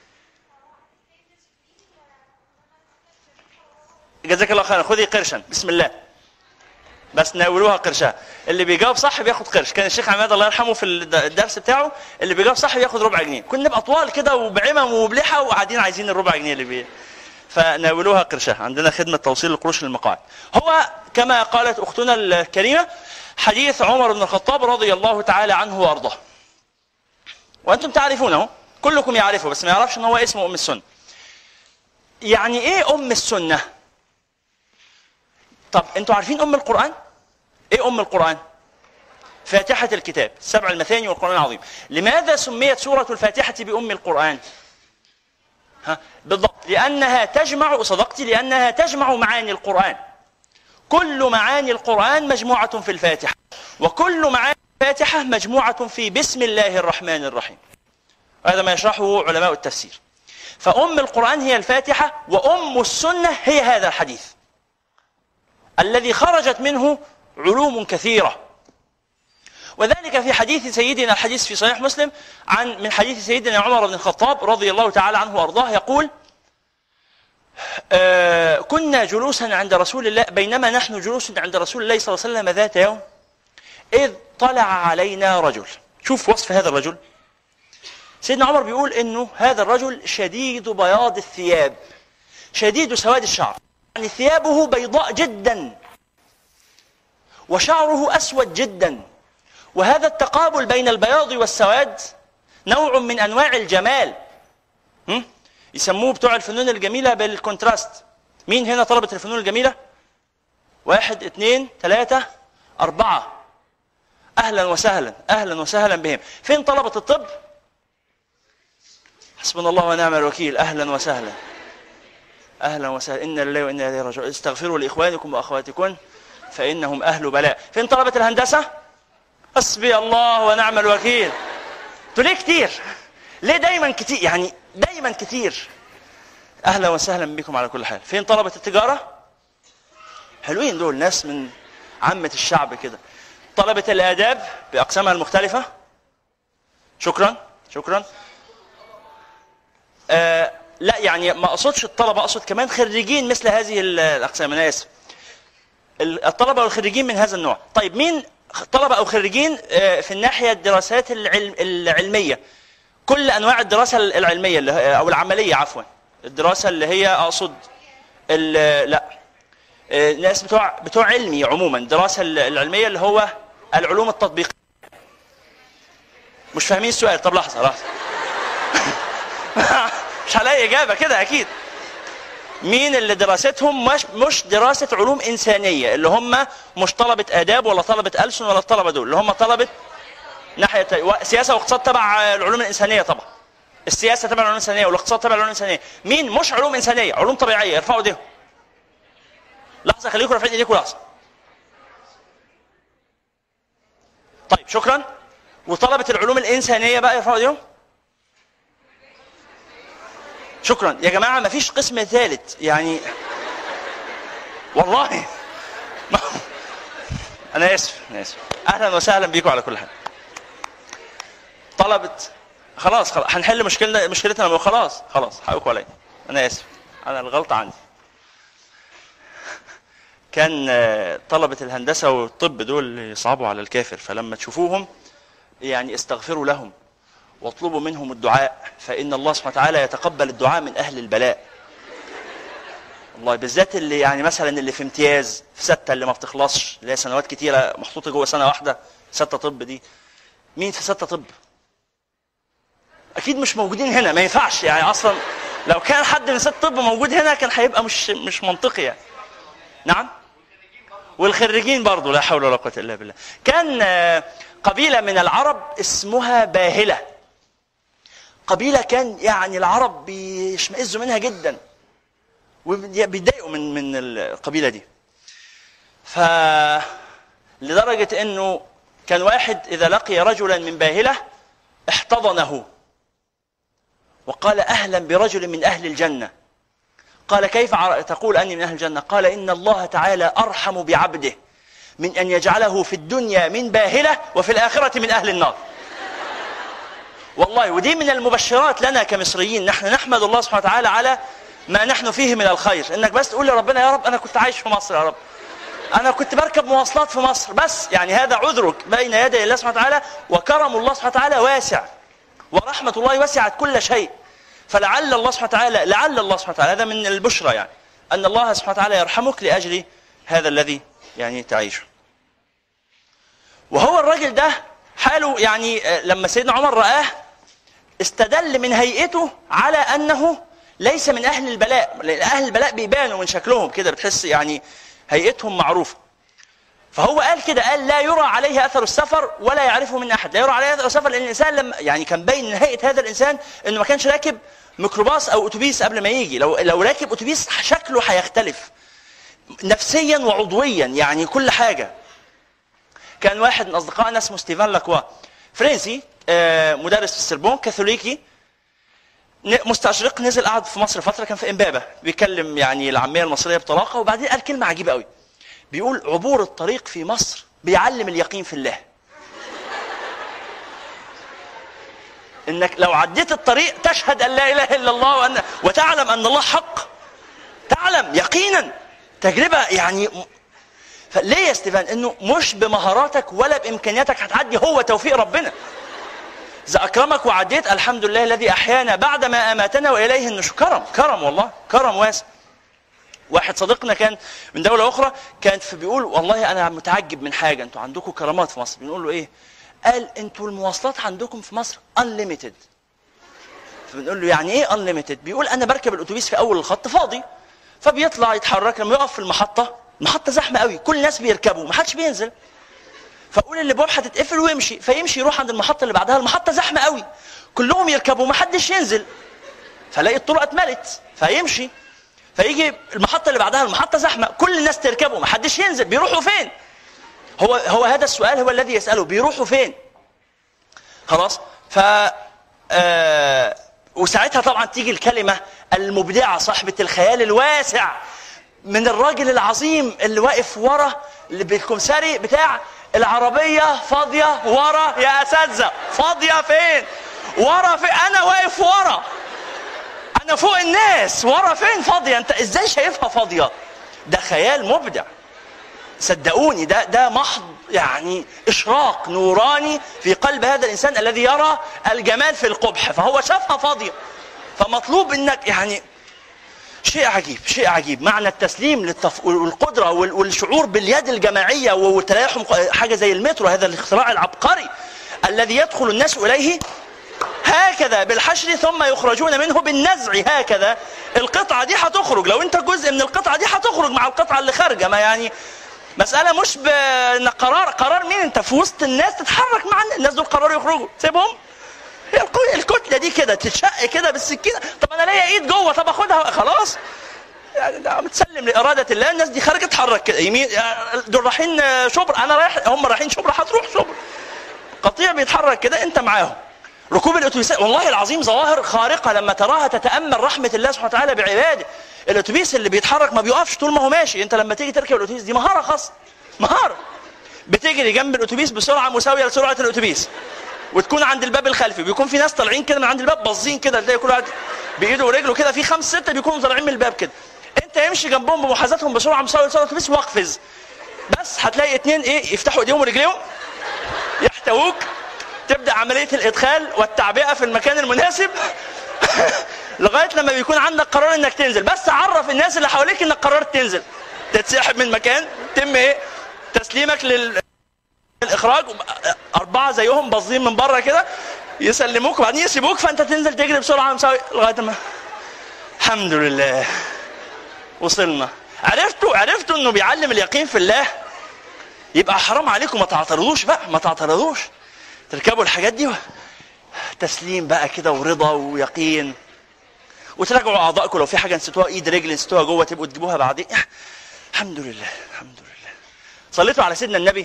A: جزاك الله خيرا. خذي قرشا بسم الله، بس ناولوها قرشها. اللي بيجاوب صح بياخد قرش. كان الشيخ عماد الله يرحمه في الدرس بتاعه اللي بيجاوب صح بياخد ربع جنيه. كنا نبقى اطوال كده وبعمم وبلحى وقاعدين عايزين الربع جنيه اللي فناولوها قرشها. عندنا خدمه توصيل القروش للمقاعد. هو كما قالت اختنا الكريمه حديث عمر بن الخطاب رضي الله تعالى عنه وارضاه، وانتم تعرفونه، كلكم يعرفه، بس ما يعرفش ان هو اسمه ام السنه. يعني ايه ام السنه؟ طب انتوا عارفين ام القرآن؟ ايه ام القرآن؟ فاتحة الكتاب، 7 المثاني والقرآن العظيم. لماذا سميت سورة الفاتحة بأم القرآن؟ بالضبط، لأنها تجمع، صدقتي، لأنها تجمع معاني القرآن. كل معاني القرآن مجموعة في الفاتحة، وكل معاني الفاتحة مجموعة في بسم الله الرحمن الرحيم. هذا ما يشرحه علماء التفسير. فأم القرآن هي الفاتحة، وأم السنة هي هذا الحديث الذي خرجت منه علوم كثيرة. وذلك في حديث سيدنا، الحديث في صحيح مسلم من حديث سيدنا عمر بن الخطاب رضي الله تعالى عنه وارضاه، يقول: كنا جلوسا عند رسول الله، بينما نحن جلوس عند رسول الله صلى الله عليه وسلم ذات يوم إذ طلع علينا رجل. شوف وصف هذا الرجل. سيدنا عمر بيقول إنه هذا الرجل شديد بياض الثياب، شديد سواد الشعر، يعني ثيابه بيضاء جدا وشعره أسود جدا. وهذا التقابل بين البياض والسواد نوع من أنواع الجمال، يسموه بتوع الفنون الجميلة بالكونتراست. مين هنا طلبة الفنون الجميلة؟ 1 2 3 4. أهلا وسهلا، أهلا وسهلا بهم. فين طلبة الطب؟ حسبنا الله ونعم الوكيل. أهلا وسهلا، أهلا وسهلا. إنا لله وإنا إليه راجعون. استغفروا لإخوانكم وأخواتكم فإنهم أهل بلاء. فين طلبة الهندسة؟ حسبي الله ونعم الوكيل. انتوا ليه كتير؟ ليه دايما كتير؟ يعني دايما كتير. أهلا وسهلا بكم على كل حال. فين طلبة التجارة؟ حلوين دول، ناس من عامة الشعب كده. طلبة الآداب بأقسامها المختلفة؟ شكرا شكرا. لا يعني ما أقصدش الطلبة، أقصد كمان خريجين مثل هذه الأقسام. أنا آسف، الطلبة والخريجين من هذا النوع. طيب مين طلبة أو خريجين في الناحية الدراسات العلمية؟ كل أنواع الدراسة العلمية أو العملية، عفوا، الدراسة اللي هي أقصد لا، الناس بتوع علمي عموما. الدراسة العلمية اللي هو العلوم التطبيقية. مش فاهمين السؤال؟ طب لحظة مش هلاقي إجابة كده أكيد. مين اللي دراستهم مش دراسة علوم إنسانية، اللي هم مش طلبة آداب ولا طلبة ألسن ولا الطلبة دول، اللي هم طلبة ناحية سياسة واقتصاد تبع العلوم الإنسانية. طبعا السياسة تبع العلوم الإنسانية والاقتصاد تبع العلوم الإنسانية. مين مش علوم إنسانية، علوم طبيعية؟ ارفعوا ايديهم. لحظة، خليكم رافعين ايديكم لحظة. طيب شكرا. وطلبة العلوم الإنسانية بقى يرفعوا ايديهم. شكرا يا جماعة. ما فيش قسم ثالث يعني، والله أنا آسف. أهلا وسهلا بيكم على كل حال. طلبة خلاص هنحل مشكلتنا. خلاص حقكم عليا. أنا آسف، أنا الغلطة عندي. كان طلبة الهندسة والطب دول يصعبوا على الكافر، فلما تشوفوهم يعني استغفروا لهم واطلبوا منهم الدعاء، فإن الله سبحانه وتعالى يتقبل الدعاء من أهل البلاء. والله بالذات اللي يعني مثلا اللي في امتياز في 6 اللي ما بتخلصش، اللي هي سنوات كتيرة محطوطة جوه سنة واحدة، 6 طب دي. مين في 6 طب؟ أكيد مش موجودين هنا، ما ينفعش يعني أصلا. لو كان حد من 6 طب موجود هنا كان هيبقى مش منطقي يعني. نعم؟ والخريجين برضو، لا حول ولا قوة إلا بالله. كان قبيلة من العرب اسمها باهلة. قبيلة كان يعني العرب بيشمئزوا منها جدا وبيضايقوا من القبيلة دي. لدرجة انه كان واحد اذا لقي رجلا من باهلة احتضنه وقال اهلا برجل من اهل الجنة. قال كيف تقول اني من اهل الجنة؟ قال ان الله تعالى ارحم بعبده من ان يجعله في الدنيا من باهلة وفي الاخرة من اهل النار. والله ودي من المبشرات لنا كمصريين، نحن نحمد الله سبحانه وتعالى على ما نحن فيه من الخير. انك بس تقول لربنا يا رب انا كنت عايش في مصر، يا رب انا كنت بركب مواصلات في مصر، بس يعني هذا عذرك بين يدي الله سبحانه وتعالى. وكرم الله سبحانه وتعالى واسع، ورحمة الله وسعت كل شيء. فلعل الله سبحانه وتعالى هذا من البشرى يعني، ان الله سبحانه وتعالى يرحمك لاجل هذا الذي يعني تعيشه. وهو الرجل ده حاله يعني لما سيدنا عمر رآه استدل من هيئته على انه ليس من اهل البلاء، لان اهل البلاء بيبانوا من شكلهم كده، بتحس يعني هيئتهم معروفه. فهو قال كده، قال لا يرى عليه اثر السفر ولا يعرفه من احد. لا يرى عليه اثر السفر لان الانسان لما يعني كان باين من هيئه هذا الانسان انه ما كانش راكب ميكروباص او اتوبيس قبل ما يجي. لو راكب اتوبيس شكله هيختلف نفسيا وعضويا، يعني كل حاجه. كان واحد من اصدقائنا اسمه ستيفان لاكوا، فرنسي، مدرس في السربون، كاثوليكي، مستشرق، نزل قعد في مصر فتره، كان في امبابه بيتكلم يعني العاميه المصريه بطلاقه. وبعدين قال كلمه عجيبه قوي، بيقول عبور الطريق في مصر بيعلم اليقين في الله. انك لو عديت الطريق تشهد ان لا اله الا الله وتعلم ان الله حق، تعلم يقينا، تجربه يعني. فليه يا ستيفان؟ انه مش بمهاراتك ولا بامكانياتك هتعدي، هو توفيق ربنا. اذا اكرمك وعديت الحمد لله الذي احيانا بعد ما اماتنا واليه النشور. كرم والله، كرم واسع. واحد صديقنا كان من دوله اخرى، كان بيقول والله انا متعجب من حاجه، انتوا عندكم كرامات في مصر. بنقول له ايه؟ قال انتوا المواصلات عندكم في مصر unlimited. فبنقول له يعني ايه unlimited؟ بيقول انا بركب الاتوبيس في اول الخط فاضي، فبيطلع يتحرك، لما يقف في المحطه زحمه قوي، كل الناس بيركبوا ما حدش بينزل، فاقول اللي بواب هتتقفل ويمشي، فيمشي يروح عند المحطه اللي بعدها، المحطه زحمه قوي كلهم يركبوا ما حدش ينزل، فلاقي الطرق اتملت فيمشي، فيجي المحطه اللي بعدها المحطه زحمه كل الناس تركبوا ما حدش ينزل، بيروحوا فين؟ هو هذا السؤال هو الذي يساله، بيروحوا فين؟ خلاص. وساعتها طبعا تيجي الكلمه المبدعه صاحبه الخيال الواسع من الراجل العظيم اللي واقف ورا اللي بالكمساري بتاع العربيه فاضيه ورا يا اساتذه. فاضيه فين؟ ورا فين؟ انا واقف ورا، انا فوق الناس، ورا فين فاضيه؟ انت ازاي شايفها فاضيه؟ ده خيال مبدع صدقوني، ده محض يعني اشراق نوراني في قلب هذا الانسان الذي يرى الجمال في القبح، فهو شافها فاضيه. فمطلوب انك يعني شيء عجيب معنى التسليم والقدره والشعور باليد الجماعيه وتلاحم حاجه زي المترو، هذا الاختراع العبقري الذي يدخل الناس اليه هكذا بالحشر ثم يخرجون منه بالنزع. هكذا القطعه دي هتخرج، لو انت جزء من القطعه دي هتخرج مع القطعه اللي خارجه. ما يعني مساله مش قرار مين، انت في وسط الناس تتحرك مع الناس دول، قرروا يخرجوا سيبهم. الكتله دي كده تتشق كده بالسكينه، طب انا ليا ايد جوه، طب اخدها خلاص يعني، ده متسلم لاراده الله. الناس دي خارجه تتحرك كده يمين، دول رايحين شبر، انا رايح، هم رايحين شبر، هتروح شبر. قطيع بيتحرك كده انت معاهم. ركوب الاتوبيسات والله العظيم ظواهر خارقه لما تراها تتامل رحمه الله سبحانه وتعالى بعباده. الاتوبيس اللي بيتحرك ما بيقفش طول ما هو ماشي، انت لما تيجي تركب الاتوبيس دي مهاره خاصه، مهاره بتجري جنب الاتوبيس بسرعه مساويه لسرعه الاتوبيس، وتكون عند الباب الخلفي، بيكون في ناس طالعين كده من عند الباب باظين كده، تلاقي كل واحد بايده ورجله كده، في 5 6 بيكونوا طالعين من الباب كده. انت يمشي جنبهم بمحاذاتهم بسرعه مساوي لسرعه الاتوبيس واقفز، بس هتلاقي اتنين ايه يفتحوا ايديهم ورجليهم يحتووك، تبدا عمليه الادخال والتعبئه في المكان المناسب لغايه لما بيكون عندك قرار انك تنزل. بس عرف الناس اللي حواليك انك قررت تنزل، تتسحب من مكان، تم ايه تسليمك للاخراج، 4 زيهم باظين من بره كده يسلموك وبعدين يسيبوك، فانت تنزل تجري بسرعه مساوي لغايه ما الحمد لله وصلنا. عرفتوا انه بيعلم اليقين في الله. يبقى حرام عليكم ما تعترضوش بقى، ما تعترضوش، تركبوا الحاجات دي تسليم بقى كده ورضا ويقين، وتراجعوا اعضائكم لو في حاجه نسيتوها، ايد رجل نسيتوها جوه تبقوا تجيبوها بعدين. الحمد لله الحمد لله. صليتوا على سيدنا النبي.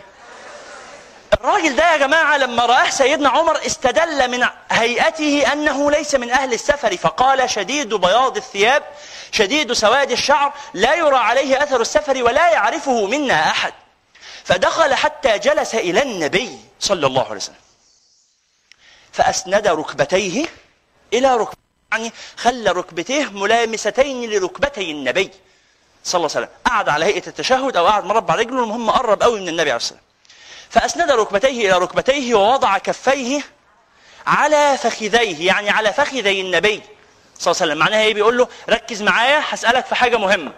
A: الراجل ده يا جماعه لما راه سيدنا عمر استدل من هيئته انه ليس من اهل السفر، فقال: شديد بياض الثياب شديد سواد الشعر لا يرى عليه اثر السفر ولا يعرفه منا احد. فدخل حتى جلس الى النبي صلى الله عليه وسلم فاسند ركبتيه الى ركبتيه، يعني خلى ركبتيه ملامستين لركبتي النبي صلى الله عليه وسلم. قعد على هيئه التشهد او قعد مربع رجله، المهم قرب قوي من النبي عليه الصلاه والسلام. فاسند ركبتيه الى ركبتيه ووضع كفيه على فخذيه، يعني على فخذي النبي صلى الله عليه وسلم. معناها ايه؟ بيقول له ركز معايا هسالك في حاجه مهمه.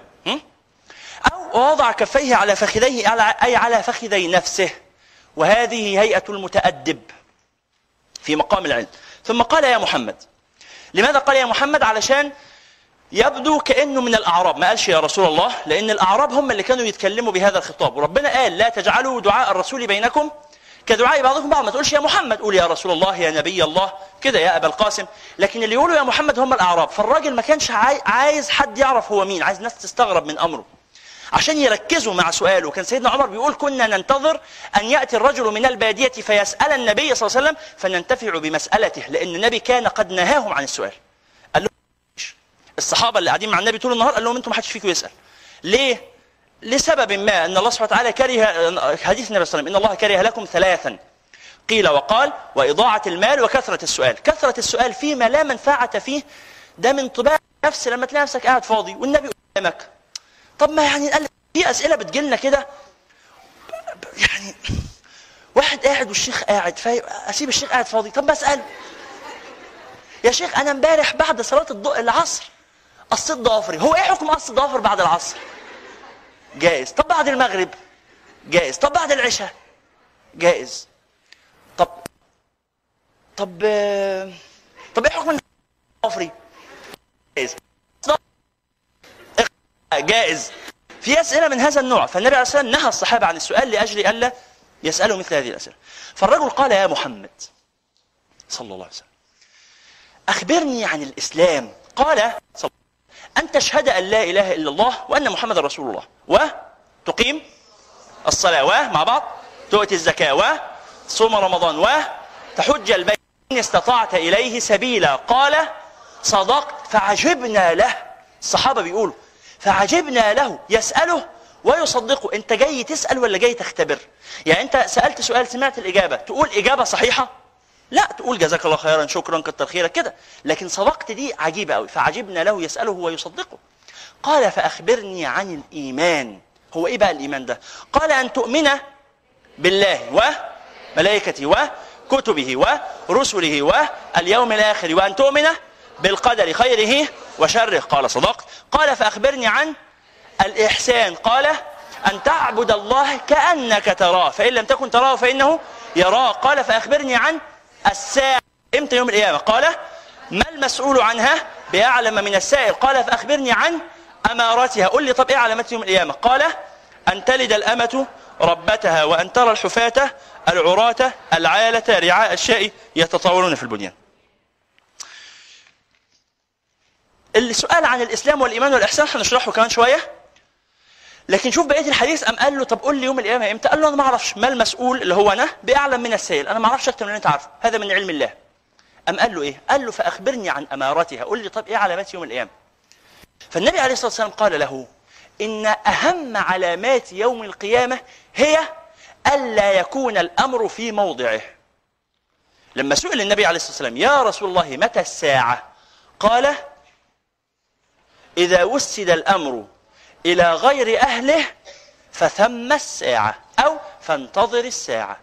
A: او وضع كفيه على فخذيه اي على فخذي نفسه، وهذه هيئه المتادب في مقام العلم. ثم قال: يا محمد. لماذا قال يا محمد؟ علشان يبدو كأنه من الأعراب، ما قالش يا رسول الله، لأن الأعراب هم اللي كانوا يتكلموا بهذا الخطاب، وربنا قال: لا تجعلوا دعاء الرسول بينكم كدعاء بعضكم بعض. ما تقولش يا محمد، قول يا رسول الله، يا نبي الله، كده يا أبا القاسم. لكن اللي يقولوا يا محمد هم الأعراب. فالراجل ما كانش عايز حد يعرف هو مين، عايز ناس تستغرب من أمره عشان يركزوا مع سؤاله. كان سيدنا عمر بيقول: كنا ننتظر أن يأتي الرجل من البادية فيسأل النبي صلى الله عليه وسلم فننتفع بمسألته، لأن النبي كان قد نهاهم عن السؤال. قال لهم الصحابة اللي قاعدين مع النبي طول النهار، قال لهم أنتم ما حدش فيكم يسأل. ليه؟ لسبب ما، أن الله سبحانه وتعالى كره، حديث النبي صلى الله عليه وسلم: إن الله كره لكم 3 قيل وقال وإضاعة المال وكثرة السؤال. كثرة السؤال فيما لا منفعة فيه، ده من طباع النفس لما تلاقي نفسك قاعد فاضي والنبي قدامك. طب ما يعني قال في أسئلة بتجيلنا كده، يعني واحد قاعد والشيخ قاعد، فأسيب الشيخ قاعد فاضي، طب بسأل يا شيخ أنا امبارح بعد صلاة العصر قصيت ضوافري، هو إيه حكم قص الضوافر بعد العصر؟ جائز. طب بعد المغرب؟ جائز. طب بعد العشاء؟ جائز. طب إيه حكم ضوافري؟ جائز. جائز. في أسئلة من هذا النوع، فالنبي عليه الصلاة والسلام نهى الصحابة عن السؤال لأجل ألا يسألوا مثل هذه الأسئلة. فالرجل قال: يا محمد صلى الله عليه وسلم أخبرني عن الإسلام. قال: أن تشهد أن لا إله إلا الله وأن محمد رسول الله، وتقيم الصلاة، ومع بعض تؤتي الزكاة، وتصوم رمضان، وتحج البيت إن استطعت إليه سبيلا. قال: صدقت. فعجبنا له. الصحابة بيقولوا فعجبنا له، يسأله ويصدقه. أنت جاي تسأل ولا جاي تختبر؟ يعني أنت سألت سؤال سمعت الإجابة، تقول إجابة صحيحة؟ لا، تقول جزاك الله خيرا، شكرا، كتر خيرك كده. لكن صدقت دي عجيبة قوي. فعجبنا له، يسأله ويصدقه. قال: فأخبرني عن الإيمان. هو إيه بقى الإيمان ده؟ قال: أن تؤمن بالله وملائكته وكتبه ورسله واليوم الآخر، وأن تؤمن بالقدر خيره وشره. قال: صدقت. قال: فأخبرني عن الإحسان. قال: أن تعبد الله كأنك تراه، فإن لم تكن تراه فإنه يراك. قال: فأخبرني عن الساعة، إمتى يوم القيامة؟ قال: ما المسؤول عنها بأعلم من السائل. قال: فأخبرني عن أمارتها. قل لي طب إيه علامات يوم القيامة؟ قال: أن تلد الأمة ربتها، وأن ترى الحفاة العراة العالة رعاء الشاء يتطاولون في البنيان. السؤال عن الإسلام والإيمان والإحسان هنشرحه كمان شوية، لكن شوف بقية الحديث. أم قال له: طب قل لي يوم القيامة إمتى؟ قال له: أنا ما أعرفش. ما المسؤول اللي هو أنا بأعلم من السائل، أنا ما أعرفش أكتر من اللي أنت عارفه، هذا من علم الله. أم قال له إيه؟ قال له: فأخبرني عن أمارتها. قل لي طب إيه علامات يوم القيامة؟ فالنبي عليه الصلاة والسلام قال له: إن أهم علامات يوم القيامة هي ألا يكون الأمر في موضعه. لما سئل النبي عليه الصلاة والسلام: يا رسول الله متى الساعة؟ قال: إذا وسد الأمر إلى غير أهله فثم الساعة أو فانتظر الساعة.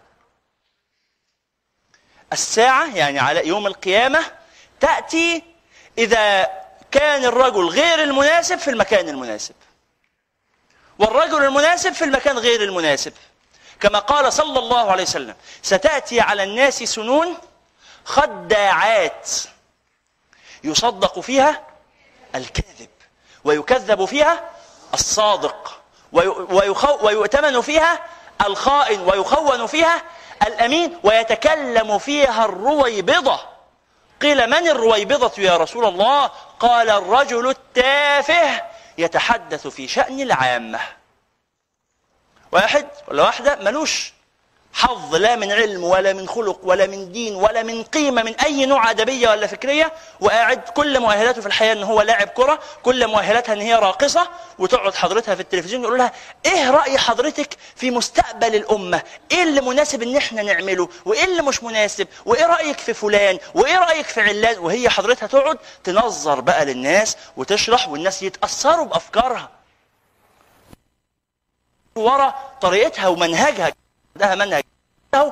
A: الساعة يعني على يوم القيامة تأتي إذا كان الرجل غير المناسب في المكان المناسب، والرجل المناسب في المكان غير المناسب، كما قال صلى الله عليه وسلم: ستأتي على الناس سنون خداعات يصدق فيها الكاذب ويكذب فيها الصادق ويؤتمن فيها الخائن ويخون فيها الأمين ويتكلم فيها الرويبضة. قيل: من الرويبضة يا رسول الله؟ قال: الرجل التافه يتحدث في شأن العامة. واحد ولا واحدة ملوش حظ لا من علم ولا من خلق ولا من دين ولا من قيمة من أي نوع أدبية ولا فكرية، وقاعد كل مؤهلاته في الحياة إن هو لاعب كرة، كل مؤهلاتها إن هي راقصة، وتقعد حضرتها في التلفزيون يقول لها: إيه رأي حضرتك في مستقبل الأمة؟ إيه اللي مناسب إن إحنا نعمله؟ وإيه اللي مش مناسب؟ وإيه رأيك في فلان؟ وإيه رأيك في علان؟ وهي حضرتها تقعد تنظر بقى للناس وتشرح، والناس يتأثروا بأفكارها ورا طريقتها ومنهجها. ده منهج ده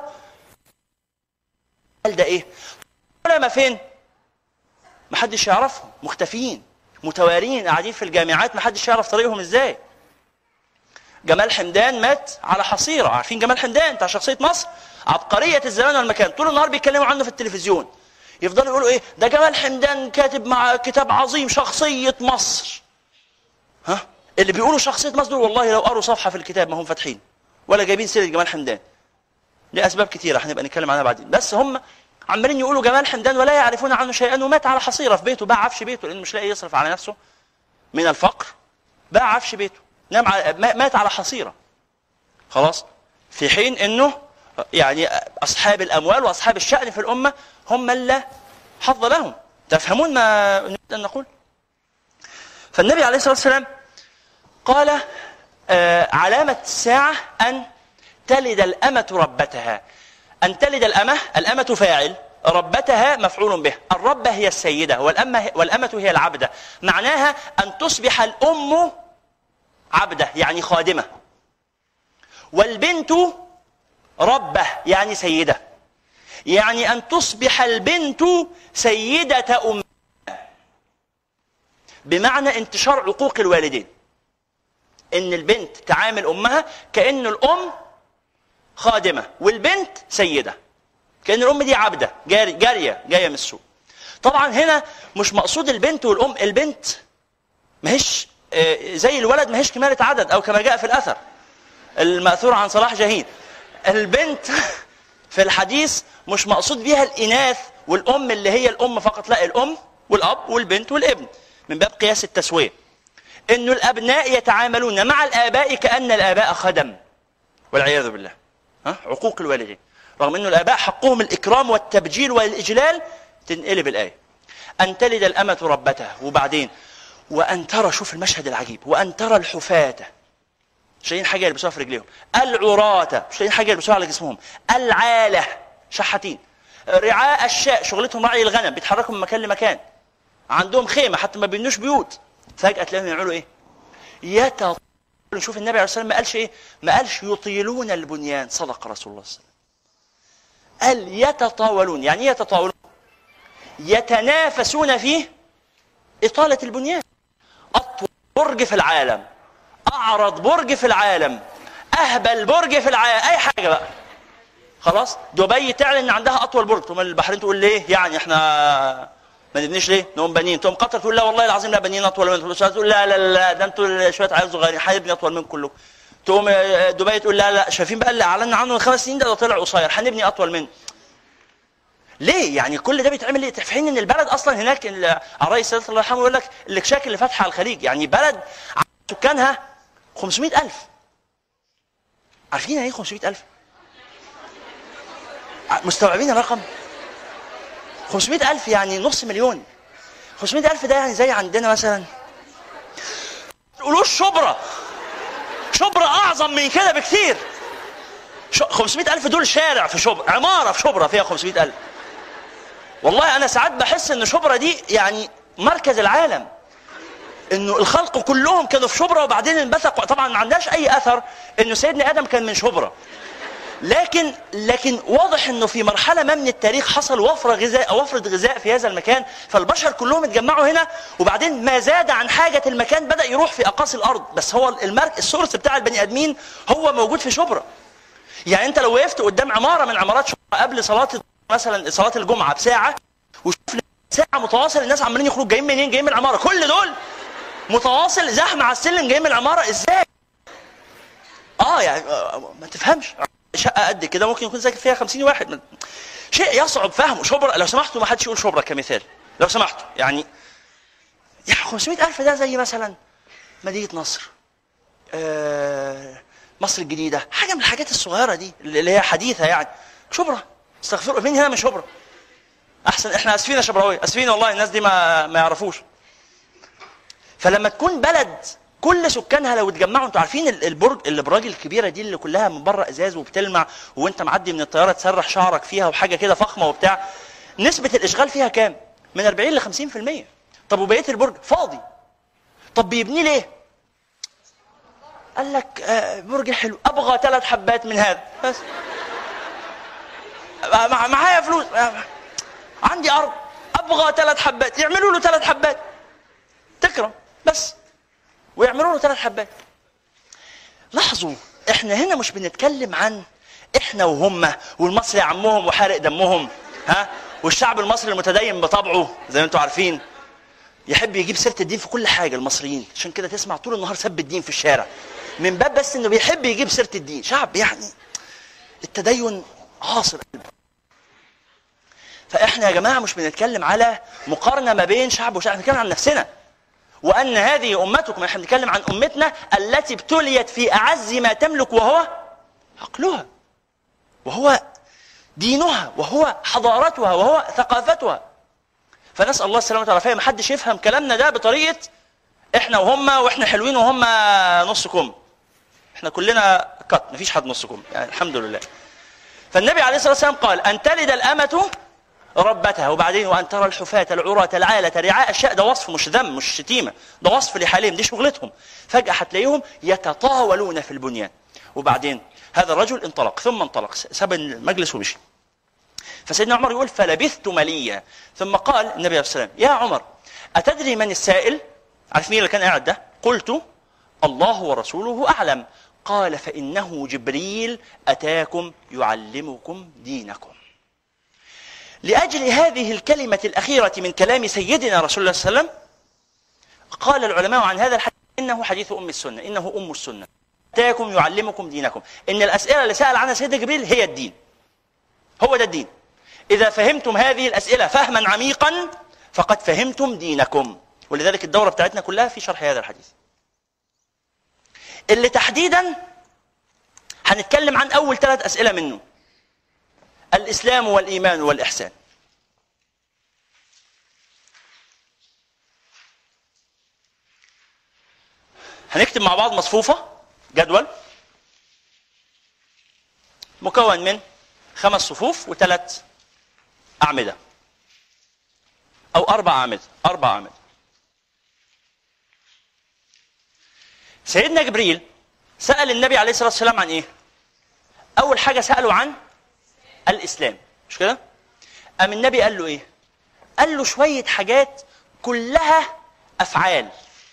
A: ايه؟ العلماء فين؟ محدش يعرفهم، مختفيين متوارين قاعدين في الجامعات، محدش يعرف طريقهم ازاي. جمال حمدان مات على حصيرة. عارفين جمال حمدان بتاع شخصية مصر؟ عبقرية الزمان والمكان، طول النهار بيتكلموا عنه في التلفزيون، يفضلوا يقولوا ايه ده جمال حمدان كاتب مع كتاب عظيم شخصية مصر. ها؟ اللي بيقولوا شخصية مصر دول والله لو قروا صفحة في الكتاب ما هم فاتحين ولا جايبين سيرة جمال حمدان، لأسباب كثيرة هنبقى نتكلم عنها بعدين. بس هم عمالين يقولوا جمال حمدان ولا يعرفون عنه شيئا، ومات على حصيرة في بيته، باع عفش بيته لأنه مش لاقي يصرف على نفسه من الفقر، باع عفش بيته، مات على حصيرة خلاص، في حين أنه يعني أصحاب الأموال وأصحاب الشأن في الأمة هم اللي حظ لهم. تفهمون ما نريد أن نقول؟ فالنبي عليه الصلاة والسلام قال: علامة الساعة أن تلد الأمة ربتها. أن تلد الأمة فاعل، ربتها مفعول به. الربة هي السيدة والأمة هي العبدة. معناها أن تصبح الأم عبدة يعني خادمة، والبنت ربة يعني سيدة، يعني أن تصبح البنت سيدة أمها، بمعنى انتشار عقوق الوالدين، إن البنت تعامل أمها كأن الأم خادمة والبنت سيدة، كأن الأم دي عبدة جارية جاية من السوق. طبعا هنا مش مقصود البنت والأم، البنت ماهيش زي الولد، ماهيش كمالة عدد، أو كما جاء في الأثر المأثور عن صلاح جاهين. البنت في الحديث مش مقصود بيها الإناث والأم اللي هي الأم فقط، لا، الأم والأب والبنت والابن، من باب قياس التسوية، إنه الأبناء يتعاملون مع الآباء كأن الآباء خدم، والعياذ بالله، عقوق الوالدين، رغم أنه الآباء حقهم الإكرام والتبجيل والإجلال. تنقلب الآية: أن تلد الأمة ربتها، وبعدين وأن ترى، شوف المشهد العجيب، وأن ترى الحفاة، مش لاقيين حاجة يلبسوها في رجليهم، العراة، مش لاقيين حاجة يلبسوها على جسمهم، العالة، شحاتين، رعاء الشاء، شغلتهم رعي الغنم، بيتحركوا من مكان لمكان، عندهم خيمة حتى ما بيبنوش بيوت، فجأة تلاقيهم يعملوا إيه؟ شوف النبي عليه الصلاة والسلام ما قالش إيه؟ ما قالش يطيلون البنيان، صدق رسول الله صلى الله عليه وسلم، قال يتطاولون. يعني إيه يتطاولون؟ يتنافسون في إطالة البنيان. أطول برج في العالم، أعرض برج في العالم، أهبل برج في العالم، أي حاجة بقى، خلاص. دبي تعلن إن عندها أطول برج، ثم البحرين تقول ليه؟ يعني إحنا ما نبنيش ليه؟ نقوم بنين. تقوم قطر تقول لا والله العظيم لا بنين أطول منكم، تقول لا لا لا ده أنتوا شوية عيال صغيرين، هنبني أطول منكم كلكم. تقوم دبي تقول لا لا، شايفين بقى اللي أعلنا عنه من 5 سنين ده طلع قصير، هنبني أطول منه. ليه؟ يعني كل ده بيتعمل ليه؟ في حين إن البلد أصلا هناك، الرئيس الله يرحمه يقول لك الكشاك اللي فاتحة على الخليج، يعني بلد سكانها 500,000. عارفين يعني إيه 500,000؟ مستوعبين الرقم؟ 500,000 يعني نص مليون. 500,000 ده يعني زي عندنا مثلا تقولوش شبرا أعظم من كده بكثير. 500,000 دول شارع في شبرا، عمارة في شبرا فيها 500,000. والله أنا ساعات بحس إن شبرا دي يعني مركز العالم. انه الخلق كلهم كانوا في شبرا وبعدين انبثقوا. طبعا ما عندناش اي اثر انه سيدنا ادم كان من شبرا، لكن واضح انه في مرحله ما من التاريخ حصل وفره غذاء في هذا المكان، فالبشر كلهم اتجمعوا هنا، وبعدين ما زاد عن حاجه المكان بدا يروح في اقاصي الارض، بس هو السورس بتاع البني ادمين هو موجود في شبرا. يعني انت لو وقفت قدام عماره من عمارات شبرا قبل صلاه مثلا صلاه الجمعه بساعه، وشوف ساعه متواصل الناس عمالين يخرجوا، جايين منين؟ جايين من العماره، كل دول متواصل زحمه على السلم جايين من العماره، ازاي؟ يعني ما تفهمش. شقه قد كده ممكن يكون ساكن فيها 50 واحد، شيء يصعب فهمه. شبرا لو سمحتوا ما حدش يقول شبرا كمثال لو سمحتوا، يعني 500,000 ده زي مثلا مدينه نصر، مصر الجديده، حاجه من الحاجات الصغيره دي اللي هي حديثه. يعني شبرا استغفروا، مين هنا من شبرا؟ احسن، احنا اسفين يا شبراويه، اسفين والله، الناس دي ما يعرفوش. فلما تكون بلد كل سكانها لو اتجمعوا، انتوا عارفين الابراج الكبيره دي اللي كلها من بره ازاز وبتلمع، وانت معدي من الطياره تسرح شعرك فيها وحاجه كده فخمه وبتاع، نسبه الاشغال فيها كام؟ من 40 ل 50%. طب وبقيه البرج فاضي. طب بيبنيه ليه؟ قال لك برج حلو، ابغى 3 حبات من هذا بس، معايا فلوس، عندي ارض، ابغى 3 حبات، يعملوا له 3 حبات تكرم بس، ويعملوا له 3 حبات. لاحظوا احنا هنا مش بنتكلم عن احنا وهم والمصري عمهم وحارق دمهم، والشعب المصري المتدين بطبعه زي ما انتم عارفين يحب يجيب سيره الدين في كل حاجه. المصريين عشان كده تسمع طول النهار سب الدين في الشارع، من باب بس انه بيحب يجيب سيره الدين. شعب يعني التدين عاصر قلبه. فاحنا يا جماعه مش بنتكلم على مقارنه ما بين شعب وشعب، بنتكلم عن نفسنا، وان هذه امتكم. احنا بنتكلم عن امتنا التي ابتليت في اعز ما تملك، وهو عقلها، وهو دينها، وهو حضارتها، وهو ثقافتها. فنسال الله السلامه والعافيه. ما حدش يفهم كلامنا ده بطريقه احنا وهم، واحنا حلوين وهم نص كم. احنا كلنا قط، مفيش حد نص كم يعني، الحمد لله. فالنبي عليه الصلاه والسلام قال: ان تلد الامه ربتها، وبعدين وان ترى الحفاة العراة العالة رعاء الشاء. ده وصف مش ذم مش شتيمه، ده وصف لحالهم، دي شغلتهم. فجأة هتلاقيهم يتطاولون في البنيان. وبعدين هذا الرجل انطلق، ثم انطلق، ساب المجلس ومشي. فسيدنا عمر يقول: فلبثت مليا. ثم قال النبي عليه الصلاه والسلام: يا عمر اتدري من السائل؟ عارف مين اللي كان قاعد ده؟ قلت: الله ورسوله اعلم. قال: فانه جبريل اتاكم يعلمكم دينكم. لأجل هذه الكلمة الأخيرة من كلام سيدنا رسول الله صلى الله عليه وسلم قال العلماء عن هذا الحديث إنه حديث أم السنة، إنه أم السنة. أتاكم يعلمكم دينكم، إن الأسئلة اللي سأل عنها سيدنا جبريل هي الدين، هو ده الدين. إذا فهمتم هذه الأسئلة فهما عميقا فقد فهمتم دينكم. ولذلك الدورة بتاعتنا كلها في شرح هذا الحديث، اللي تحديدا هنتكلم عن أول 3 أسئلة منه: الإسلام والإيمان والإحسان. هنكتب مع بعض مصفوفة، جدول مكون من 5 صفوف و3 أعمدة، أو 4 أعمدة، 4 أعمدة. سيدنا جبريل سأل النبي عليه الصلاة والسلام عن إيه؟ أول حاجة سأله عن الإسلام، مش كده؟ قام النبي قال له إيه؟ قال له شوية حاجات كلها أفعال.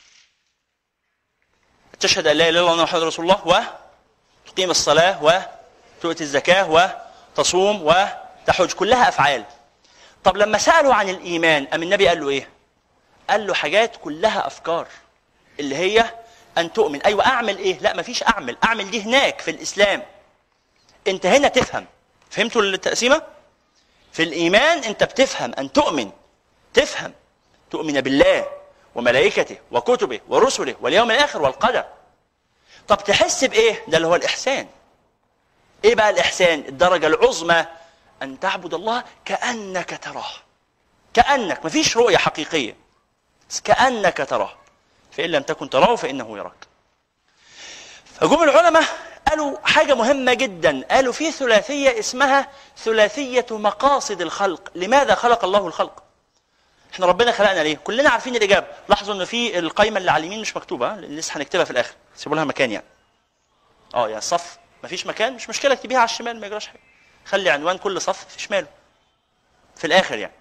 A: تشهد أن لا إله إلا الله محمد رسول الله، وتقيم الصلاة، وتؤتي الزكاة، وتصوم، وتحج، كلها أفعال. طب لما سأله عن الإيمان قام النبي قال له إيه؟ قال له حاجات كلها أفكار، اللي هي أن تؤمن. أيوة، أعمل إيه؟ لا مفيش أعمل دي هناك في الإسلام، أنت هنا تفهم. فهمتوا التقسيمة؟ في الإيمان أنت بتفهم أن تؤمن، تفهم تؤمن بالله وملائكته وكتبه ورسله واليوم الآخر والقدر. طب تحس بإيه؟ ده اللي هو الإحسان. إيه بقى الإحسان؟ الدرجة العظمى أن تعبد الله كأنك تراه، كأنك، مفيش رؤية حقيقية، كأنك تراه، فإن لم تكن تراه فإنه يراك. فجم العلماء قالوا حاجة مهمة جدا، قالوا في ثلاثية اسمها ثلاثية مقاصد الخلق. لماذا خلق الله الخلق؟ احنا ربنا خلقنا ليه؟ كلنا عارفين الاجابه. لاحظوا ان في القايمه اللي على اليمين مش مكتوبه، لسه هنكتبها في الاخر، سيبوا لها مكان يعني. يعني الصف مفيش مكان، مش مشكله اكتبيها على الشمال ما يجراش حاجه. خلي عنوان كل صف في شماله في الاخر يعني.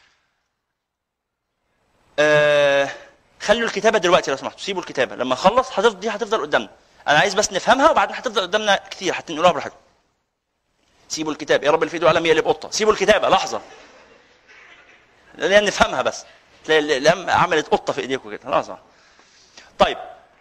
A: خلوا الكتابه دلوقتي لو سمحتوا، سيبوا الكتابه، لما نخلص دي هتفضل قدامنا. انا عايز بس نفهمها وبعدين هتفضل قدامنا كتير، هتنقلوها براحتكم. سيبوا الكتاب، يا رب اللي في ايده قلم يقلب قطه. سيبوا الكتابه لحظه لان نفهمها، بس تلاقي القلم عملت قطه في ايديكم كده لحظه. طيب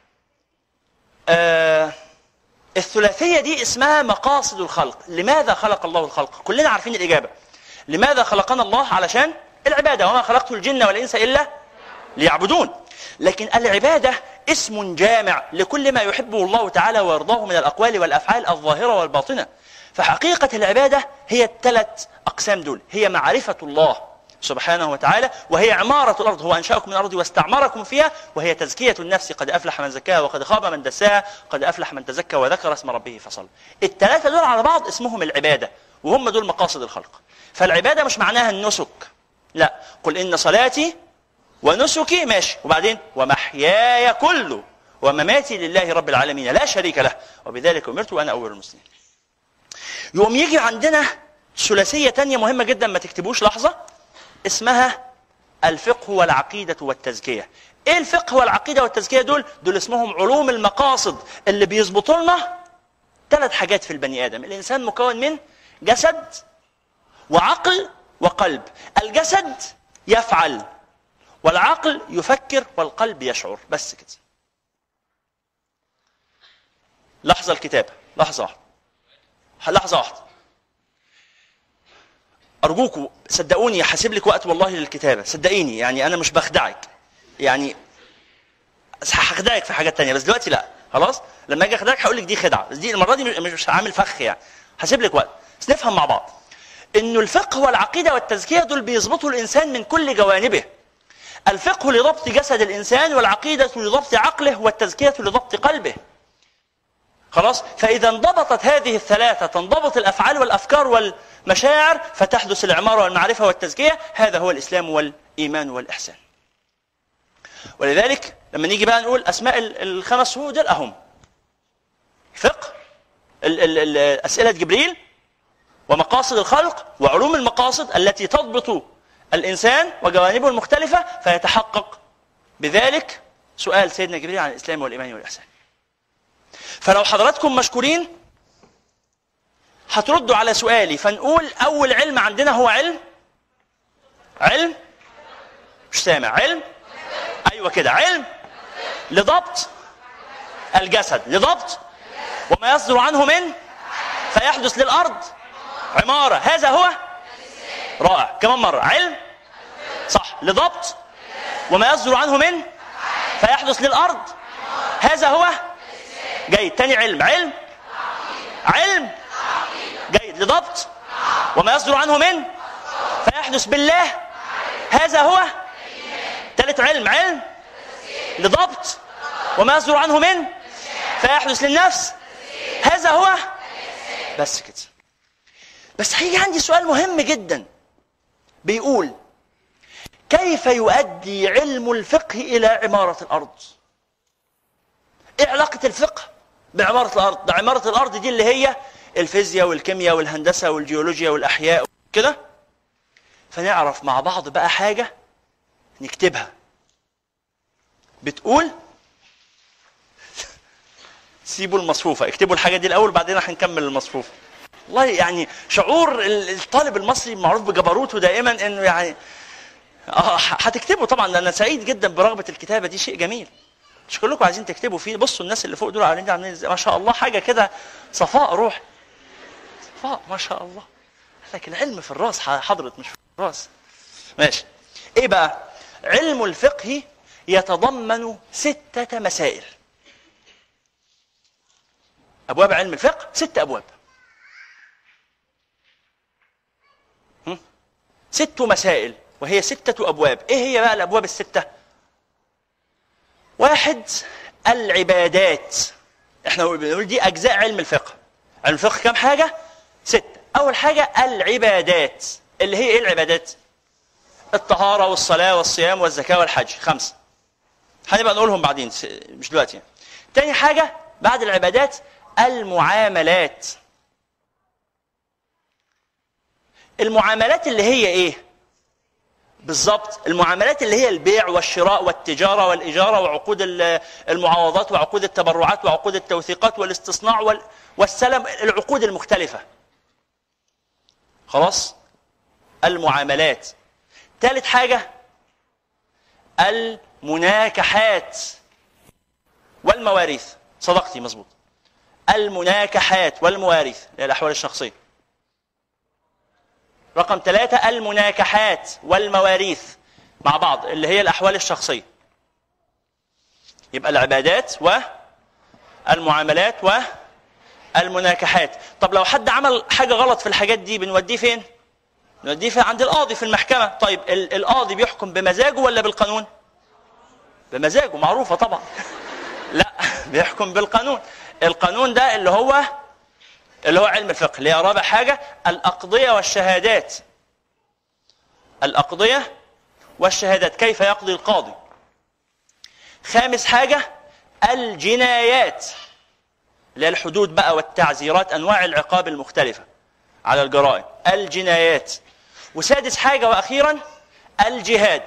A: الثلاثيه دي اسمها مقاصد الخلق. لماذا خلق الله الخلق؟ كلنا عارفين الاجابه. لماذا خلقنا الله؟ علشان العباده، وما خلقت الجن والانس الا ليعبدون. لكن العباده اسم جامع لكل ما يحبه الله تعالى ويرضاه من الاقوال والافعال الظاهره والباطنه. فحقيقه العباده هي الثلاث اقسام دول، هي معرفه الله سبحانه وتعالى، وهي عمارة الأرض، هو أنشأكم من الأرض واستعمركم فيها، وهي تزكية النفس، قد أفلح من زكاها وقد خاب من دساها، قد أفلح من تزكى وذكر اسم ربه فصلى. الثلاثة دول على بعض اسمهم العبادة، وهم دول مقاصد الخلق. فالعبادة مش معناها النسك، لا، قل إن صلاتي ونسكي، ماشي، وبعدين ومحياي كله ومماتي لله رب العالمين لا شريك له وبذلك أمرت وأنا أول المسلمين. يوم يجي عندنا ثلاثية تانية مهمة جدا ما تكتبوش لحظة، اسمها الفقه والعقيدة والتزكية. ايه الفقه والعقيدة والتزكية دول؟ دول اسمهم علوم المقاصد اللي بيظبطوا لنا ثلاث حاجات في البني آدم. الإنسان مكون من جسد وعقل وقلب. الجسد يفعل والعقل يفكر والقلب يشعر، بس كده. لحظة الكتابة، لحظة واحدة أرجوكوا صدقوني، هسيب لك وقت والله للكتابة، صدقيني يعني أنا مش بخدعك، يعني هخدعك في حاجات تانية بس دلوقتي لا، خلاص؟ لما أجي أخدعك هقول لك دي خدعة، بس دي المرة دي مش عامل فخ يعني، هسيب لك وقت بس نفهم مع بعض إنه الفقه والعقيدة والتزكية دول بيظبطوا الإنسان من كل جوانبه. الفقه لضبط جسد الإنسان، والعقيدة لضبط عقله، والتزكية لضبط قلبه. خلاص؟ فإذا انضبطت هذه الثلاثة تنضبط الأفعال والأفكار والمشاعر، فتحدث العمارة والمعرفة والتزكية. هذا هو الإسلام والإيمان والإحسان. ولذلك لما نيجي بقى نقول أسماء الخمس شهود دول أهم: فقه، أسئلة جبريل، ومقاصد الخلق، وعلوم المقاصد التي تضبط الإنسان وجوانبه المختلفة، فيتحقق بذلك سؤال سيدنا جبريل عن الإسلام والإيمان والإحسان. فلو حضراتكم مشكورين هتردوا على سؤالي، فنقول أول علم عندنا هو علم مش سامع، علم، أيوة كده، علم لضبط الجسد، لضبط وما يصدر عنه من فيحدث للأرض عمارة. هذا هو رائع. كمان مرة، علم صح، لضبط وما يصدر عنه من فيحدث للأرض، هذا هو جيد. تاني علم جيد، لضبط وما يصدر عنه من فيحدث بالله، هذا هو. ثالث علم لضبط وما يصدر عنه من فيحدث للنفس، هذا هو. بس كده. بس هيجي عندي سؤال مهم جدا بيقول: كيف يؤدي علم الفقه إلى عمارة الأرض؟ إيه علاقة الفقه بعمارة الأرض؟ ده عمارة الأرض دي اللي هي الفيزياء والكيمياء والهندسة والجيولوجيا والأحياء كده. فنعرف مع بعض بقى حاجة نكتبها بتقول، سيبوا المصفوفة، اكتبوا الحاجة دي الأول بعدين هنكمل المصفوفة. والله يعني شعور الطالب المصري معروف بجبروته دائما، انه يعني هتكتبوا طبعا. انا سعيد جدا برغبة الكتابة دي، شيء جميل. مش كلكم عايزين تكتبوا فيه. بصوا الناس اللي فوق دول عاملين ما شاء الله، حاجة كده صفاء روح، صفاء ما شاء الله. لكن العلم في الراس حضرت، مش في الراس. ماشي. ايه بقى؟ علم الفقه يتضمن 6 مسائل. أبواب علم الفقه 6 أبواب، 6 مسائل وهي 6 أبواب. إيه هي بقى الأبواب ال6؟ 1 العبادات. إحنا بنقول دي أجزاء علم الفقه. علم الفقه كم حاجة؟ 6. أول حاجة العبادات، اللي هي إيه العبادات؟ الطهارة والصلاة والصيام والزكاة والحج، 5. هنبقى نقولهم بعدين مش دلوقتي يعني. تاني حاجة بعد العبادات المعاملات. المعاملات اللي هي ايه بالضبط؟ المعاملات اللي هي البيع والشراء والتجارة والإجارة وعقود المعاوضات وعقود التبرعات وعقود التوثيقات والاستصناع والسلم، العقود المختلفة. خلاص؟ المعاملات. ثالث حاجة المناكحات والمواريث. صدقتي مظبوط، المناكحات والمواريث هي الأحوال الشخصية. رقم 3 المناكحات والمواريث مع بعض اللي هي الأحوال الشخصية. يبقى العبادات والمعاملات والمناكحات. طب لو حد عمل حاجة غلط في الحاجات دي بنوديه فين؟ نوديه عند القاضي في المحكمة. طيب القاضي بيحكم بمزاجه ولا بالقانون؟ بمزاجه، معروفة طبعا. لا، بيحكم بالقانون. القانون ده اللي هو علم الفقه، اللي هي رابع حاجة الأقضية والشهادات. الأقضية والشهادات، كيف يقضي القاضي. 5 حاجة الجنايات، اللي هي الحدود بقى والتعزيرات، أنواع العقاب المختلفة على الجرائم، الجنايات. و6 حاجة وأخيرا الجهاد.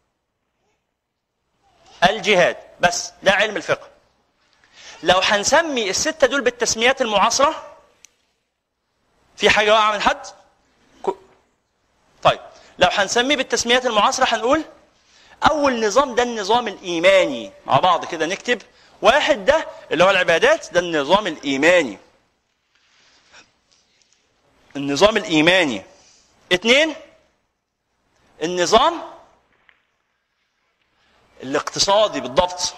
A: الجهاد بس، ده علم الفقه. لو هنسمي ال6 دول بالتسميات المعاصرة، في حاجة واقعة من حد؟ طيب لو هنسميه بالتسميات المعاصرة هنقول أول نظام ده النظام الإيماني. مع بعض كده نكتب. 1 ده اللي هو العبادات، ده النظام الإيماني. النظام الإيماني. 2 النظام الاقتصادي بالضبط،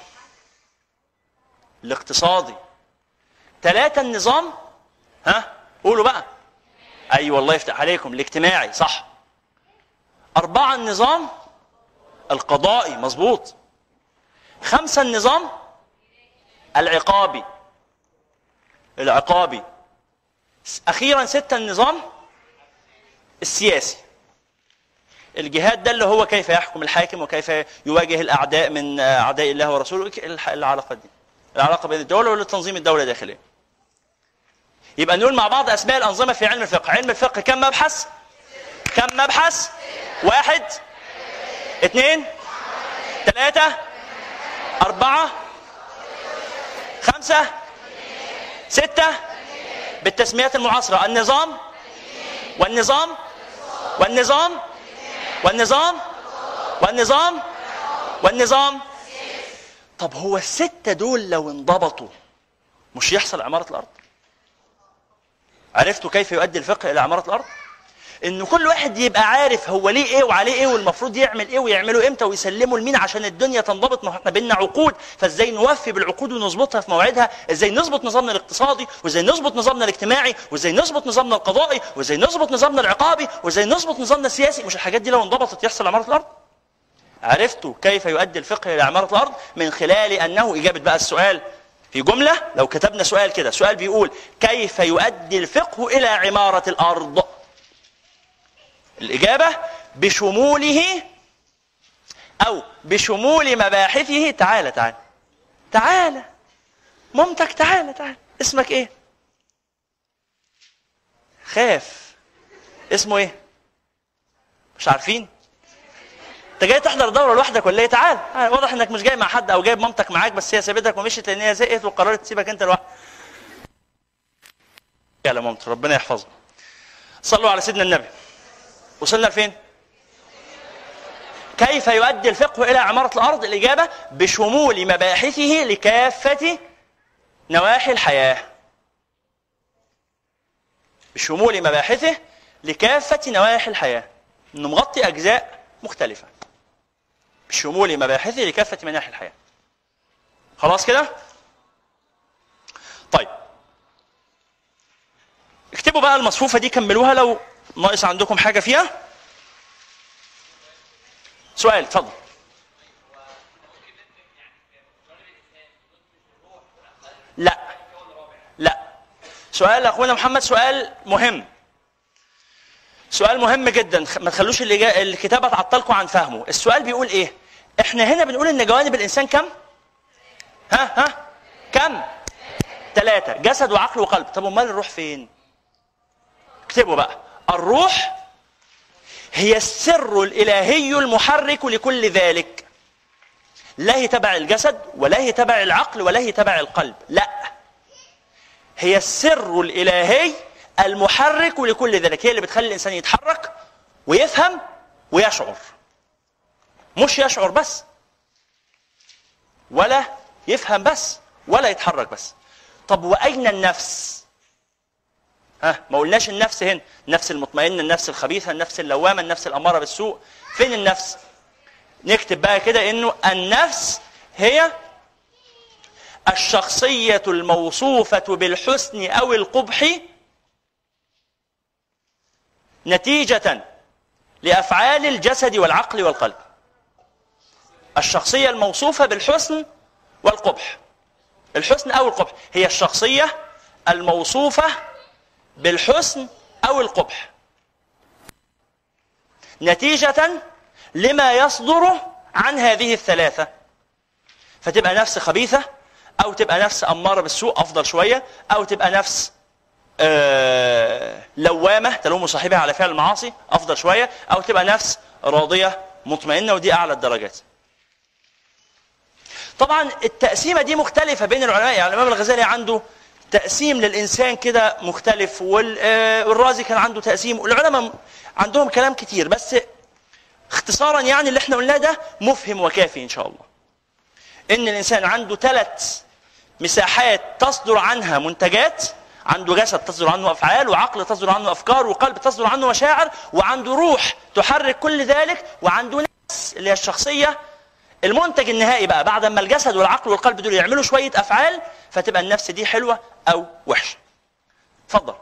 A: الاقتصادي. 3 النظام، قولوا بقى. أي والله يفتح عليكم، الاجتماعي، صح. 4 النظام القضائي، مظبوط. 5 النظام العقابي، العقابي. أخيرا 6 النظام السياسي. الجهاد ده اللي هو كيف يحكم الحاكم وكيف يواجه الأعداء من أعداء الله ورسوله، العلاقة دي، العلاقة بين الدولة والتنظيم الدولة داخليا. يبقى نقول مع بعض أسماء الأنظمة في علم الفقه. علم الفقه كم مبحث؟ كم مبحث؟ 1 2 3 4 5 6 بالتسميات المعاصرة. النظام والنظام والنظام والنظام والنظام والنظام. طب هو ال6 دول لو انضبطوا مش يحصل عمارة الأرض؟ عرفتوا كيف يؤدي الفقه إلى عمارة الأرض؟ إن كل واحد يبقى عارف هو ليه إيه وعليه إيه والمفروض يعمل إيه ويعمله إمتى ويسلمه لمين عشان الدنيا تنضبط. ما احنا بينا عقود، فإزاي نوفي بالعقود ونظبطها في موعدها؟ إزاي نظبط نظامنا الاقتصادي، وإزاي نظبط نظامنا الاجتماعي، وإزاي نظبط نظامنا القضائي، وإزاي نظبط نظامنا العقابي، وإزاي نظبط نظامنا السياسي. مش الحاجات دي لو انضبطت يحصل عمارة الأرض؟ عرفتوا كيف يؤدي الفقه إلى عمارة الأرض؟ من خلال أنه إجابة بقى السؤال في جملة. لو كتبنا سؤال كده، سؤال بيقول كيف يؤدي الفقه إلى عمارة الأرض؟ الإجابة بشموله أو بشمول مباحثه. تعالى تعالى تعالى مامتك، تعالى تعالى. اسمك إيه؟ خاف. اسمه إيه؟ مش عارفين؟ انت جاي تحضر دورة لوحدك ولا ايه؟ تعال. واضح انك مش جاي مع حد او جايب مامتك معاك، بس هي سابتك ومشيت لان هي زهقت وقررت تسيبك انت لوحدك. يا مامتك ربنا يحفظها. صلوا على سيدنا النبي. وصلنا لفين؟ كيف يؤدي الفقه الى عمارة الارض؟ الاجابة بشمول مباحثه لكافة نواحي الحياة. بشمول مباحثه لكافة نواحي الحياة، انه مغطي اجزاء مختلفة. بشمول مباحثه لكافة مناحي الحياة. خلاص كده؟ طيب اكتبوا بقى المصفوفة دي، كملوها لو ناقص عندكم حاجة فيها. سؤال، اتفضل. لا لا، سؤال أخونا محمد سؤال مهم. سؤال مهم جدا، ما تخلوش الكتابة تعطلكم عن فهمه. السؤال بيقول ايه؟ احنا هنا بنقول ان جوانب الانسان كم؟ كم؟ 3، جسد وعقل وقلب. طب امال الروح فين؟ اكتبوا بقى. الروح هي السر الالهي المحرك لكل ذلك. لا هي تبع الجسد ولا هي تبع العقل ولا هي تبع القلب، لا، هي السر الالهي المحرك لكل ذلك. هي اللي بتخلي الانسان يتحرك ويفهم ويشعر، مش يشعر بس ولا يفهم بس ولا يتحرك بس. طب واين النفس؟ ما قلناش النفس هنا، النفس المطمئنه، النفس الخبيثه، النفس اللوامه، النفس الاماره بالسوء. فين النفس؟ نكتب بقى كده انه النفس هي الشخصيه الموصوفه بالحسن او القبح نتيجه لافعال الجسد والعقل والقلب. الشخصيه الموصوفه بالحسن والقبح، الحسن او القبح، هي الشخصيه الموصوفه بالحسن او القبح نتيجه لما يصدر عن هذه الثلاثه. فتبقى نفس خبيثه، او تبقى نفس اماره بالسوء افضل شويه، او تبقى نفس لوامه تلوم صاحبها على فعل المعاصي افضل شويه، او تبقى نفس راضيه مطمئنه، ودي اعلى الدرجات. طبعا التقسيمه دي مختلفه بين العلماء. يعني الامام الغزالي عنده تقسيم للانسان كده مختلف، والرازي كان عنده تقسيم، والعلماء عندهم كلام كتير، بس اختصارا يعني اللي احنا قلناه ده مفهم وكافي ان شاء الله. ان الانسان عنده 3 مساحات تصدر عنها منتجات، عنده جسد تصدر عنه افعال، وعقل تصدر عنه افكار، وقلب تصدر عنه مشاعر، وعنده روح تحرك كل ذلك، وعنده نفس اللي هي الشخصيه. المنتج النهائي بقى بعد ما الجسد والعقل والقلب دول يعملوا شويه افعال، فتبقى النفس دي حلوه او وحشه. اتفضل.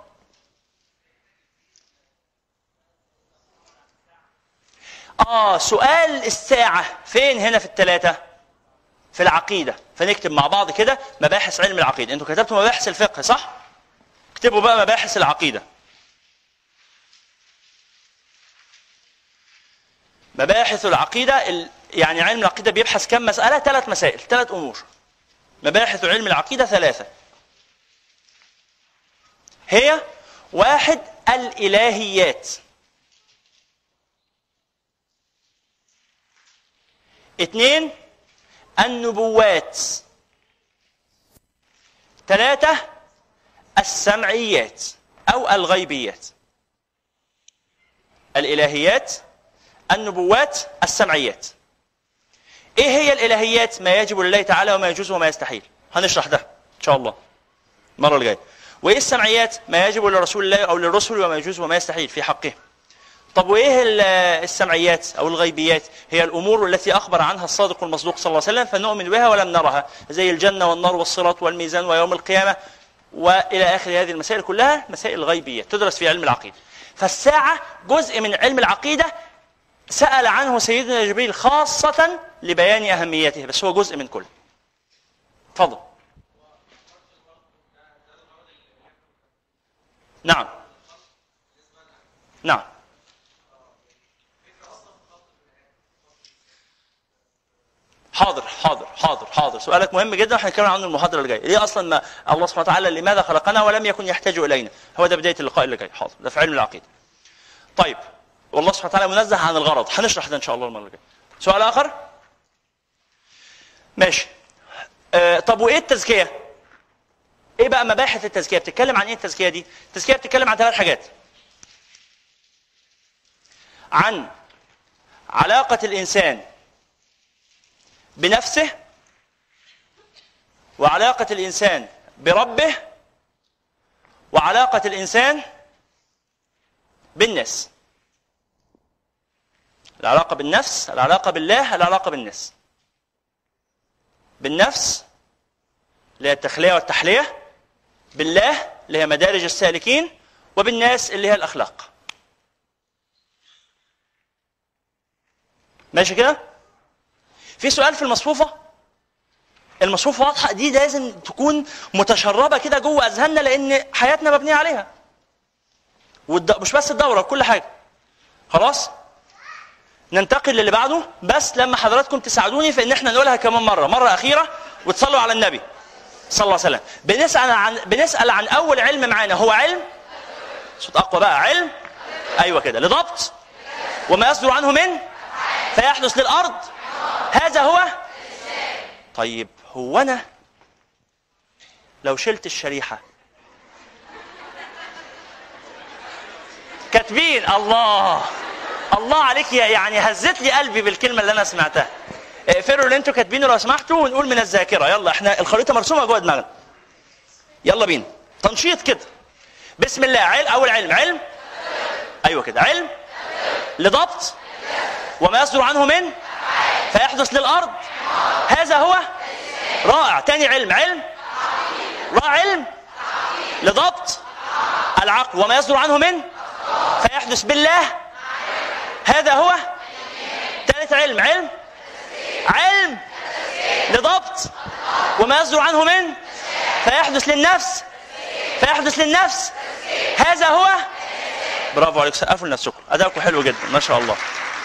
A: سؤال الساعه فين هنا في ال3؟ في العقيده. فنكتب مع بعض كده مباحث علم العقيده. انتوا كتبتوا مباحث الفقه صح؟ اكتبوا بقى مباحث العقيده. مباحث العقيده، يعني علم العقيده بيبحث كم مساله؟ 3 مسائل، 3 امور. مباحث علم العقيده 3. هي 1 الالهيات، 2 النبوات، 3 السمعيات أو الغيبيات. الإلهيات، النبوات، السمعيات. إيه هي الإلهيات؟ ما يجب لله تعالى وما يجوز وما يستحيل. هنشرح ده إن شاء الله المرة الجاية. وإيه السمعيات؟ ما يجب لرسول الله أو للرسل وما يجوز وما يستحيل في حقه. طب وإيه السمعيات أو الغيبيات؟ هي الأمور التي أخبر عنها الصادق المصدوق صلى الله عليه وسلم فنؤمن بها ولم نرها، زي الجنة والنار والصراط والميزان ويوم القيامة وإلى آخر هذه المسائل كلها مسائل غيبية تدرس في علم العقيدة. فالساعة جزء من علم العقيدة سأل عنه سيدنا جبريل خاصة لبيان أهميته، بس هو جزء من كله. تفضل. نعم نعم. حاضر. سؤالك مهم جدا وهنتكلم عنه المحاضرة اللي جاية. ليه أصلا ما الله سبحانه وتعالى لماذا خلقنا ولم يكن يحتاج إلينا؟ هو ده بداية اللقاء اللي جاي. حاضر، ده في علم العقيدة. طيب، والله سبحانه وتعالى منزه عن الغرض، هنشرح ده إن شاء الله المرة اللي جاية. سؤال آخر؟ ماشي. طب وإيه التزكية؟ إيه بقى مباحث التزكية؟ بتتكلم عن إيه التزكية دي؟ التزكية بتتكلم عن 3 حاجات. عن علاقة الإنسان بنفسه، وعلاقة الإنسان بربه، وعلاقة الإنسان بالناس. العلاقة بالنفس، العلاقة بالله، العلاقة بالناس. بالنفس اللي هي التخلية والتحلية، بالله اللي هي مدارج السالكين، وبالناس اللي هي الأخلاق. ماشي كده؟ في سؤال في المصفوفة. المصفوفة واضحة، دي لازم تكون متشربة كده جوه أذهاننا، لأن حياتنا مبنية عليها. مش بس الدورة، كل حاجة. خلاص؟ ننتقل للي بعده، بس لما حضراتكم تساعدوني في ان احنا نقولها كمان مرة أخيرة وتصلوا على النبي صلى الله عليه وسلم. بنسأل عن أول علم معانا، هو علم، صوت أقوى بقى، علم، أيوة كده، لضبط وما يصدر عنه من فيحدث للأرض، هذا هو. طيب هو أنا لو شلت الشريحة كاتبين، الله عليك، يعني هزت لي قلبي بالكلمة اللي أنا سمعتها. اقفلوا اللي انتوا كاتبينه لو سمحتوا ونقول من الذاكرة. يلا احنا الخريطة مرسومة جوه دماغنا، يلا بينا تنشيط كده. بسم الله. أول علم، أيوة كده، علم لضبط وما يصدر عنه من فيحدث للأرض، هذا هو. رائع. تاني علم علم لضبط العقل وما يصدر عنه من فيحدث بالله، هذا هو. ثالث علم لضبط وما يصدر عنه من فيحدث للنفس، هذا هو. برافو عليك، سقفوا لنفسكم، أداءكم حلو جدا ما شاء الله،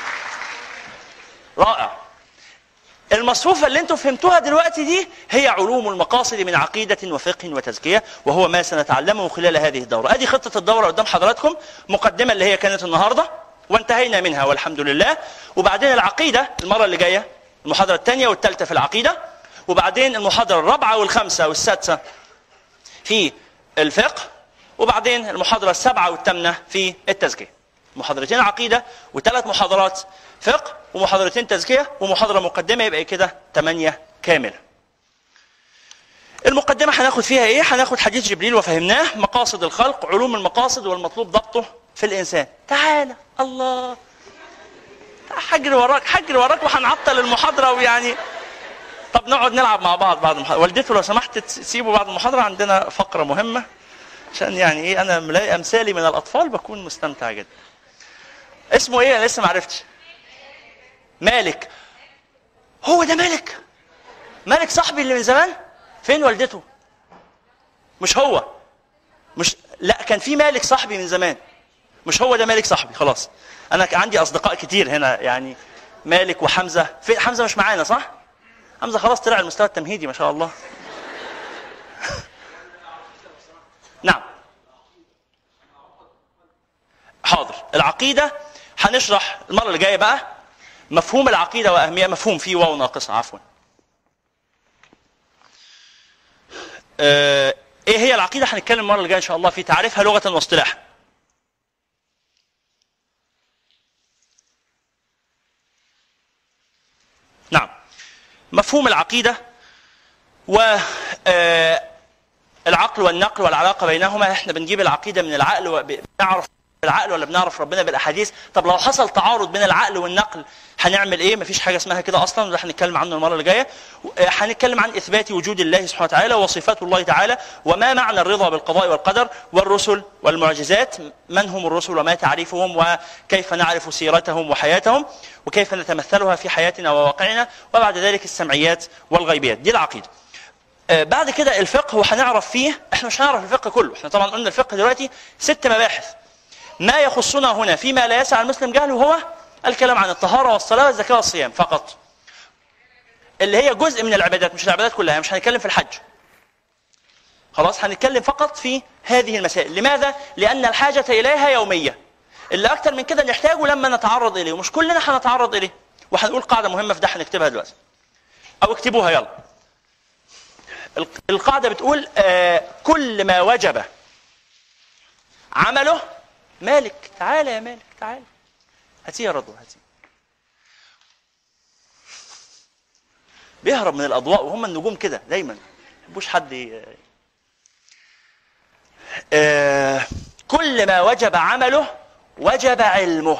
A: رائع. المصفوفة اللي انتم فهمتوها دلوقتي دي هي علوم المقاصد من عقيدة وفقه وتزكية، وهو ما سنتعلمه خلال هذه الدورة. ادي خطة الدورة قدام حضراتكم، مقدمة اللي هي كانت النهاردة وانتهينا منها والحمد لله، وبعدين العقيدة المرة اللي جاية، المحاضرة الثانية والثالثة في العقيدة، وبعدين المحاضرة الرابعة والخامسة والسادسة في الفقه، وبعدين المحاضرة السابعة والثامنة في التزكية. محاضرتين عقيدة وثلاث محاضرات فقه ومحاضرتين تزكية ومحاضرة مقدمة، يبقى كده 8 كاملة. المقدمة هناخد فيها ايه؟ هناخد حديث جبريل وفهمناه، مقاصد الخلق، علوم المقاصد والمطلوب ضبطه في الإنسان. تعالى الله، حجر وراك وهنعطل المحاضرة ويعني. طب نقعد نلعب مع بعض بعد المحاضرة. والدته لو سمحت تسيبوا بعد المحاضرة، عندنا فقرة مهمة، عشان يعني ايه انا ملاقي امثالي من الأطفال بكون مستمتع جدا. اسمه ايه؟ انا لسه ما عرفتش. مالك. هو ده مالك صاحبي اللي من زمان؟ فين والدته؟ مش هو، مش، لا كان في مالك صاحبي من زمان، مش هو ده مالك صاحبي. خلاص انا عندي اصدقاء كتير هنا، يعني مالك وحمزة. فين حمزة؟ مش معانا صح؟ حمزة خلاص طلع المستوى التمهيدي ما شاء الله. نعم حاضر. العقيدة هنشرح المرة اللي جاية بقى مفهوم العقيدة وأهمية، مفهوم فيه واو ناقصة عفوا. ايه هي العقيدة؟ هنتكلم المرة اللي جاية ان شاء الله في تعريفها لغة واصطلاحا. نعم، مفهوم العقيدة والعقل والنقل والعلاقة بينهما. احنا بنجيب العقيدة من العقل وبنعرف بالعقل ولا بنعرف ربنا بالأحاديث؟ طب لو حصل تعارض بين العقل والنقل هنعمل ايه؟ مفيش حاجة اسمها كده اصلا، وده هنتكلم عنه المرة اللي جاية. هنتكلم عن اثبات وجود الله سبحانه وتعالى وصفات الله تعالى، وما معنى الرضا بالقضاء والقدر، والرسل والمعجزات، من هم الرسل وما تعريفهم وكيف نعرف سيرتهم وحياتهم وكيف نتمثلها في حياتنا وواقعنا، وبعد ذلك السمعيات والغيبيات. دي العقيدة. بعد كده الفقه، وهنعرف فيه، احنا مش هنعرف الفقه كله، احنا طبعا قلنا الفقه دلوقتي 6 مباحث. ما يخصنا هنا فيما لا يسع المسلم جهله هو الكلام عن الطهارة والصلاة والزكاة والصيام فقط، اللي هي جزء من العبادات، مش العبادات كلها. مش هنتكلم في الحج، خلاص هنتكلم فقط في هذه المسائل. لماذا؟ لأن الحاجة إليها يومية، اللي أكتر من كده نحتاجه لما نتعرض إليه، ومش كلنا هنتعرض إليه. وهنقول قاعدة مهمة في ده هنكتبها دلوقتي، أو اكتبوها يلا. القاعدة بتقول كل ما وجب عمله. مالك تعالى يا مالك، تعالى هاتيه يا رضوى، هاتيه. بيهرب من الأضواء وهم النجوم كده دايما، ما يحبوش حد كل ما وجب عمله وجب علمه.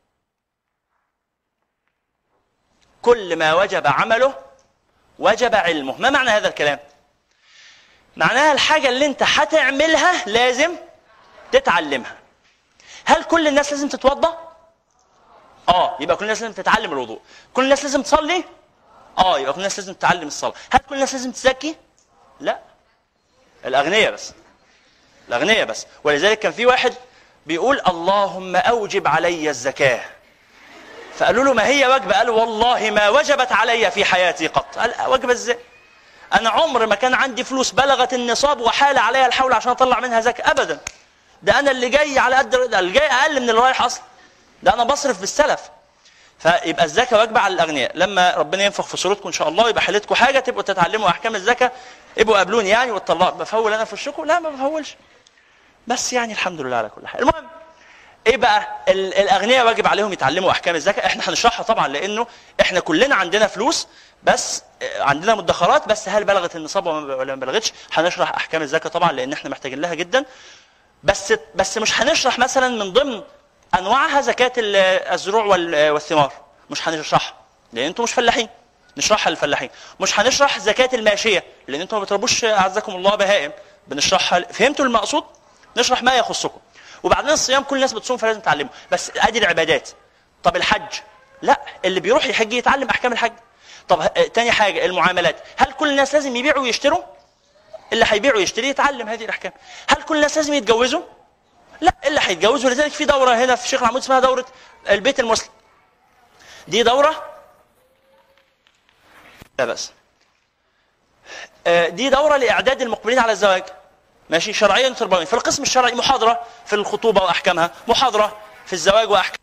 A: كل ما وجب عمله وجب علمه. ما معنى هذا الكلام؟ معناها الحاجة اللي انت هتعملها لازم تتعلمها. هل كل الناس لازم تتوضا؟ يبقى كل الناس لازم تتعلم الوضوء. كل الناس لازم تصلي؟ يبقى كل الناس لازم تتعلم الصلاة. هل كل الناس لازم تزكي؟ لا، الأغنياء بس. ولذلك كان في واحد بيقول اللهم أوجب علي الزكاة. فقالوا له ما هي واجبة؟ قال والله ما وجبت علي في حياتي قط. قال واجبة ازاي؟ أنا عمر ما كان عندي فلوس بلغت النصاب وحال عليها الحول عشان أطلع منها زكاة أبدا. ده أنا اللي جاي على قد اللي جاي أقل من اللي رايح أصلا. ده أنا بصرف بالسلف. فيبقى الزكاة واجبة على الأغنياء. لما ربنا ينفخ في صورتكم إن شاء الله يبقى حالتكم حاجة تبقوا تتعلموا أحكام الزكاة، يبقوا قابلوني يعني وتطلعوا. بفول أنا في وشكم؟ لا ما بفولش، بس يعني الحمد لله على كل حال. المهم ايه بقى؟ الاغنياء واجب عليهم يتعلموا احكام الزكاه. احنا هنشرحها طبعا لانه احنا كلنا عندنا فلوس، بس عندنا مدخرات، بس هل بلغت النصاب ولا ما بلغتش؟ هنشرح احكام الزكاه طبعا لان احنا محتاجين لها جدا. بس مش هنشرح مثلا من ضمن انواعها زكاه الزروع والثمار، مش هنشرحها لان انتم مش فلاحين، نشرحها للفلاحين. مش هنشرح زكاه الماشيه لان انتم ما بتربوش اعزكم الله بهائم، بنشرحها. فهمتوا المقصود؟ نشرح ما يخصكم. وبعدين الصيام كل الناس بتصوم فلازم تعلمه، بس ادي العبادات. طب الحج؟ لا، اللي بيروح يحج يتعلم احكام الحج. طب تاني حاجه المعاملات، هل كل الناس لازم يبيعوا ويشتروا؟ اللي هيبيع ويشتري يتعلم هذه الاحكام. هل كل الناس لازم يتجوزوا؟ لا، اللي هيتجوزوا. لذلك في دوره هنا في الشيخ العمود اسمها دوره البيت المسلم. دي دوره لا بس دي دوره لاعداد المقبلين على الزواج، ماشي، شرعيا وتربويا. في القسم الشرعي محاضره في الخطوبه واحكامها، محاضره في الزواج واحكام.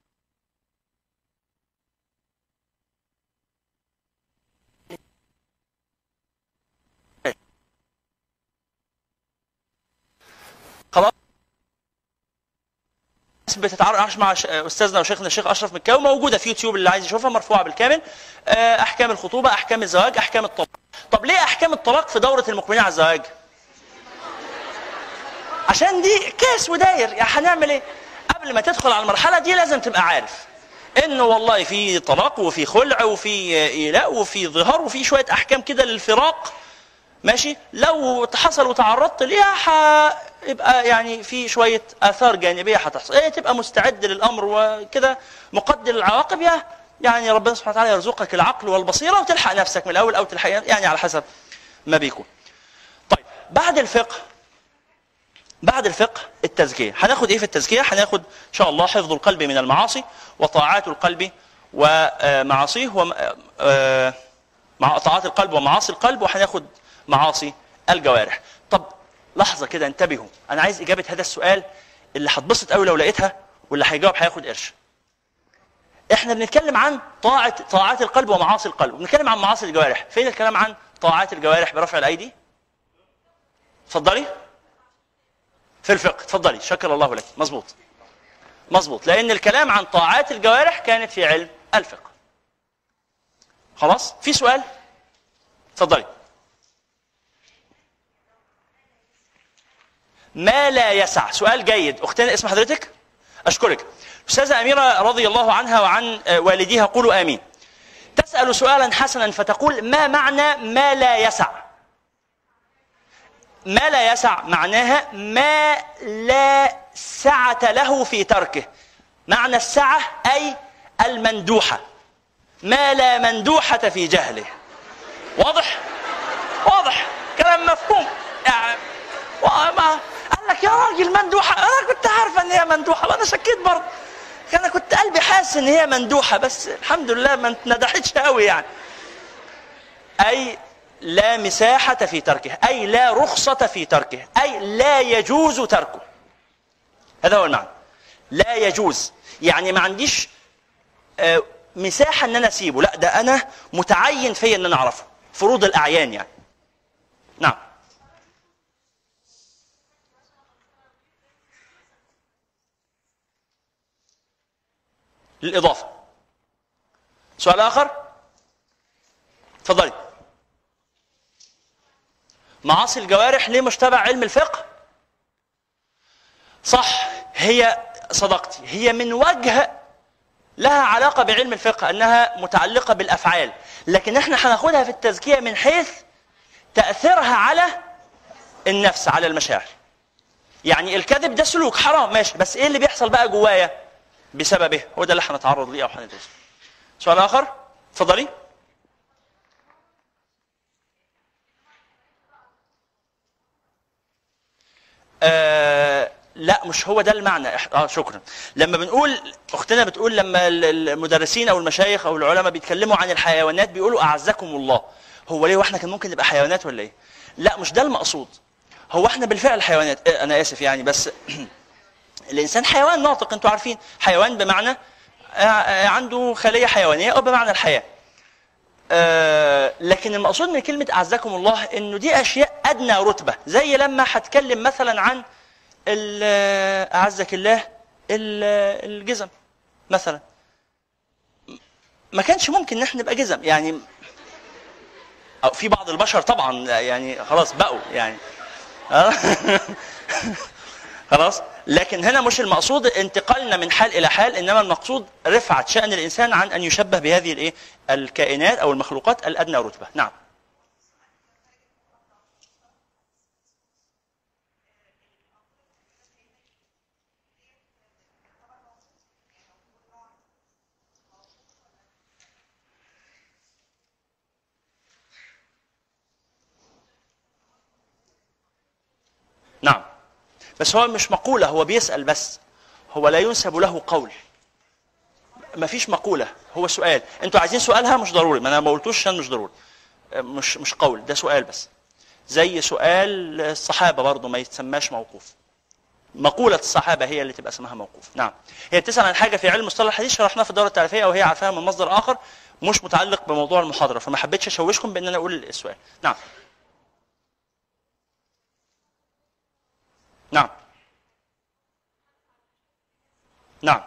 A: خلاص بتتعرض مع استاذنا وشيخنا الشيخ اشرف مكاوي، موجوده في يوتيوب اللي عايز يشوفها، مرفوعه بالكامل. احكام الخطوبه، احكام الزواج، احكام الطلاق. طب ليه احكام الطلاق في دوره المقبلين على الزواج؟ عشان دي كاس وداير. يعني هنعمل ايه؟ قبل ما تدخل على المرحله دي لازم تبقى عارف انه والله في طلاق وفي خلع وفي ايلاء وفي ظهار وفي شويه احكام كده للفراق، ماشي. لو حصل وتعرضت ليها يبقى يعني في شويه اثار جانبيه هتحصل. ايه، تبقى مستعد للامر وكده مقدر العواقب. يعني ربنا سبحانه وتعالى يرزقك العقل والبصيره وتلحق نفسك من الاول او تلحق يعني على حسب ما بيكون. طيب بعد الفقه التزكيه. هناخد ايه في التزكيه؟ هناخد ان شاء الله حفظ القلب من المعاصي وطاعات القلب ومعاصيه مع طاعات القلب ومعاصي القلب، وهناخد معاصي الجوارح. طب لحظه كده انتبهوا، انا عايز اجابه هذا السؤال اللي هتبسط قوي لو لقيتها، واللي هيجاوب هياخد قرش. احنا بنتكلم عن طاعات القلب ومعاصي القلب، وبنتكلم عن معاصي الجوارح. فين الكلام عن طاعات الجوارح برفع الايدي؟ اتفضلي. في الفقه، اتفضلي. شكر الله لك. مظبوط، لان الكلام عن طاعات الجوارح كانت في علم الفقه. خلاص، في سؤال؟ اتفضلي. ما لا يسع. سؤال جيد. اختنا اسم حضرتك؟ اشكرك. استاذه اميره رضي الله عنها وعن والديها، قولوا امين. تسال سؤالا حسنا فتقول ما معنى ما لا يسع؟ ما لا يسع معناها ما لا سعة له في تركه. معنى السعة أي المندوحة، ما لا مندوحة في جهله. واضح كلام مفهوم. يعني قال لك يا راجل مندوحة، أنا كنت عارفة إن هي مندوحة، أنا شكيت برضه، أنا كنت قلبي حاسس إن هي مندوحة، بس الحمد لله ما ندحتش قوي يعني. أي لا مساحة في تركه، أي لا رخصة في تركه، أي لا يجوز تركه. هذا هو المعنى. لا يجوز يعني ما عنديش مساحة أن أنا أسيبه، لا، ده أنا متعين فيا أن أنا أعرفه، فروض الأعيان يعني. نعم. للإضافة. سؤال آخر؟ تفضلي. معاصي الجوارح ليه مش تبع علم الفقه؟ صح، هي صدقتي، هي من وجه لها علاقة بعلم الفقه أنها متعلقة بالأفعال، لكن احنا هناخدها في التزكية من حيث تأثيرها على النفس، على المشاعر. يعني الكذب ده سلوك حرام ماشي، بس ايه اللي بيحصل بقى جوايا بسببه؟ هو ده اللي هنتعرض ليه او هندرسه. سؤال آخر؟ اتفضلي. لا مش هو ده المعنى. شكرا. لما بنقول اختنا بتقول لما المدرسين او المشايخ او العلماء بيتكلموا عن الحيوانات بيقولوا اعزكم الله، هو ليه واحنا كان ممكن نبقى حيوانات ولا ايه؟ لا مش ده المقصود. هو احنا بالفعل حيوانات، انا اسف يعني، بس الانسان حيوان ناطق، انتوا عارفين حيوان بمعنى عنده خليه حيوانيه او بمعنى الحياه. لكن المقصود من كلمه اعزكم الله انه دي اشياء ادنى رتبه، زي لما هتكلم مثلا عن اعزك الله الجزم مثلا، ما كانش ممكن ان احنا نبقى جزم يعني، أو في بعض البشر طبعا يعني خلاص بقوا يعني خلاص. لكن هنا مش المقصود انتقالنا من حال الى حال، انما المقصود رفعه شأن الانسان عن ان يشبه بهذه الايه الكائنات او المخلوقات الادنى رتبه. نعم. نعم، بس هو مش مقولة، هو بيسأل بس، هو لا ينسب له قول، ما فيش مقولة، هو سؤال. انتوا عايزين سؤالها مش ضروري، ما انا ما قلتوش عشان مش ضروري، مش قول، ده سؤال بس. زي سؤال الصحابة برضو ما يتسماش موقوف، مقولة الصحابة هي اللي تبقى اسمها موقوف. نعم، هي بتسأل عن حاجة في علم مصطلح الحديث شرحناها في الدورة التعريفية، او هي عارفاها من مصدر آخر مش متعلق بموضوع المحاضرة، فما حبيتش اشوشكم بان انا اقول السؤال. نعم. نعم. نعم.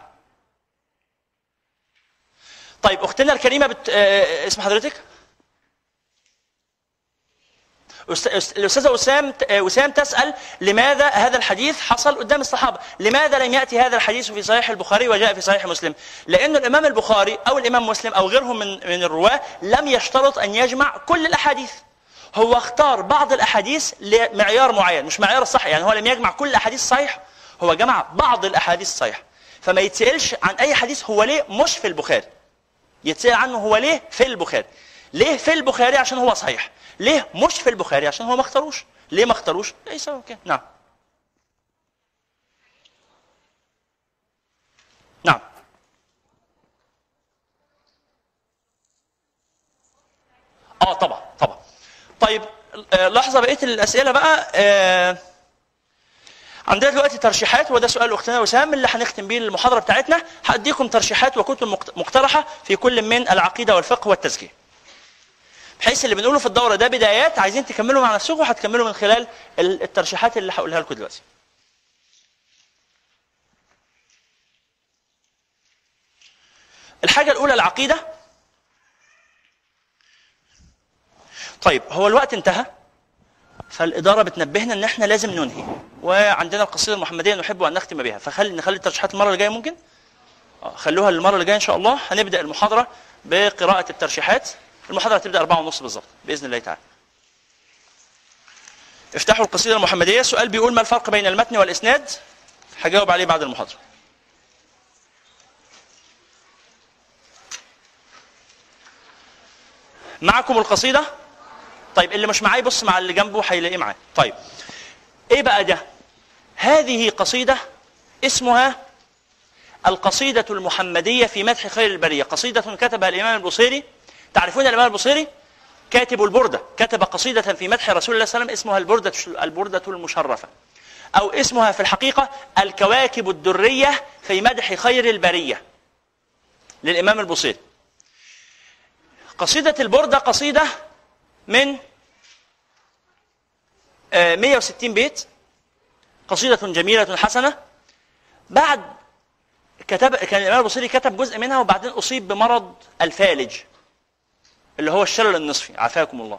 A: طيب اختنا الكريمه اسم حضرتك؟ الاستاذه وسام تسال لماذا هذا الحديث حصل قدام الصحابه؟ لماذا لم ياتي هذا الحديث في صحيح البخاري وجاء في صحيح مسلم؟ لان الامام البخاري او الامام مسلم او غيرهم من الرواه لم يشترط ان يجمع كل الاحاديث، هو اختار بعض الاحاديث لمعيار معين، مش معيار الصح، يعني هو لم يجمع كل الاحاديث الصحيحه، هو جمع بعض الاحاديث الصحيحه. فما يتسالش عن اي حديث هو ليه مش في البخاري، يتسال عنه هو ليه في البخاري. ليه في البخاري؟ عشان هو صحيح. ليه مش في البخاري؟ عشان هو ما اختاروش. ليه ما اختاروش؟ ليس اوكي. نعم. نعم. طبعا طبعا. طيب لحظه، بقيه الاسئله بقى. عندنا دلوقتي ترشيحات، وده سؤال اختنا وسام اللي هنختم بيه المحاضره بتاعتنا. هاديكم ترشيحات وكتب مقترحه في كل من العقيده والفقه والتزكيه، بحيث اللي بنقوله في الدوره ده بدايات عايزين تكملوا مع نفسكم، وهتكملوا من خلال الترشيحات اللي هقولها لكم دلوقتي. الحاجه الاولى العقيده. طيب هو الوقت انتهى، فالإدارة بتنبهنا إن إحنا لازم ننهي، وعندنا القصيدة المحمدية نحب أن نختم بها، نخلي الترشيحات المرة اللي جاية ممكن؟ خلوها للمرة اللي جاية إن شاء الله. هنبدأ المحاضرة بقراءة الترشيحات، المحاضرة هتبدأ 4:30 بالظبط بإذن الله تعالى. افتحوا القصيدة المحمدية. سؤال بيقول: ما الفرق بين المتن والإسناد؟ هجاوب عليه بعد المحاضرة. معكم القصيدة؟ طيب اللي مش معاه يبص مع اللي جنبه هيلاقيه معاه. طيب ايه بقى ده؟ هذه قصيدة اسمها القصيدة المحمدية في مدح خير البرية، قصيدة كتبها الإمام البوصيري. تعرفون الإمام البوصيري كاتب البردة، كتب قصيدة في مدح رسول الله صلى الله عليه وسلم اسمها البردة المشرفة، أو اسمها في الحقيقة الكواكب الدرية في مدح خير البرية للإمام البوصيري. قصيدة البردة قصيدة من 160 بيت، قصيدة جميلة حسنة. بعد كان الإمام البوصيري كتب جزء منها وبعدين أصيب بمرض الفالج اللي هو الشلل النصفي، عافاكم الله.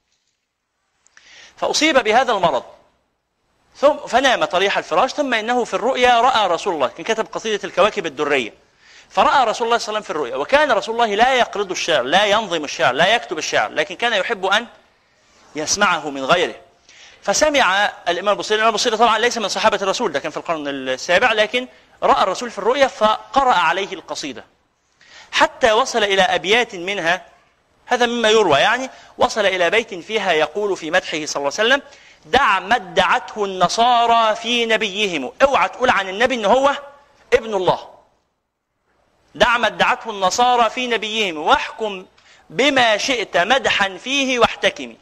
A: فأصيب بهذا المرض فنام طريح الفراش، ثم إنه في الرؤيا رأى رسول الله. كان كتب قصيدة الكواكب الدرية، فرأى رسول الله صلى الله عليه وسلم في الرؤيا. وكان رسول الله لا يقرض الشعر، لا ينظم الشعر، لا يكتب الشعر، لكن كان يحب أن يسمعه من غيره. فسمع الإمام البوصيري طبعا ليس من صحابة الرسول، ده كان في القرن السابع، لكن رأى الرسول في الرؤيا فقرأ عليه القصيدة حتى وصل إلى أبيات منها، هذا مما يروى يعني، وصل إلى بيت فيها يقول في مدحه صلى الله عليه وسلم: دع ما ادعته النصارى في نبيهم. اوعى تقول عن النبي ان هو ابن الله. دع ما ادعته النصارى في نبيهم واحكم بما شئت مدحا فيه واحتكمي.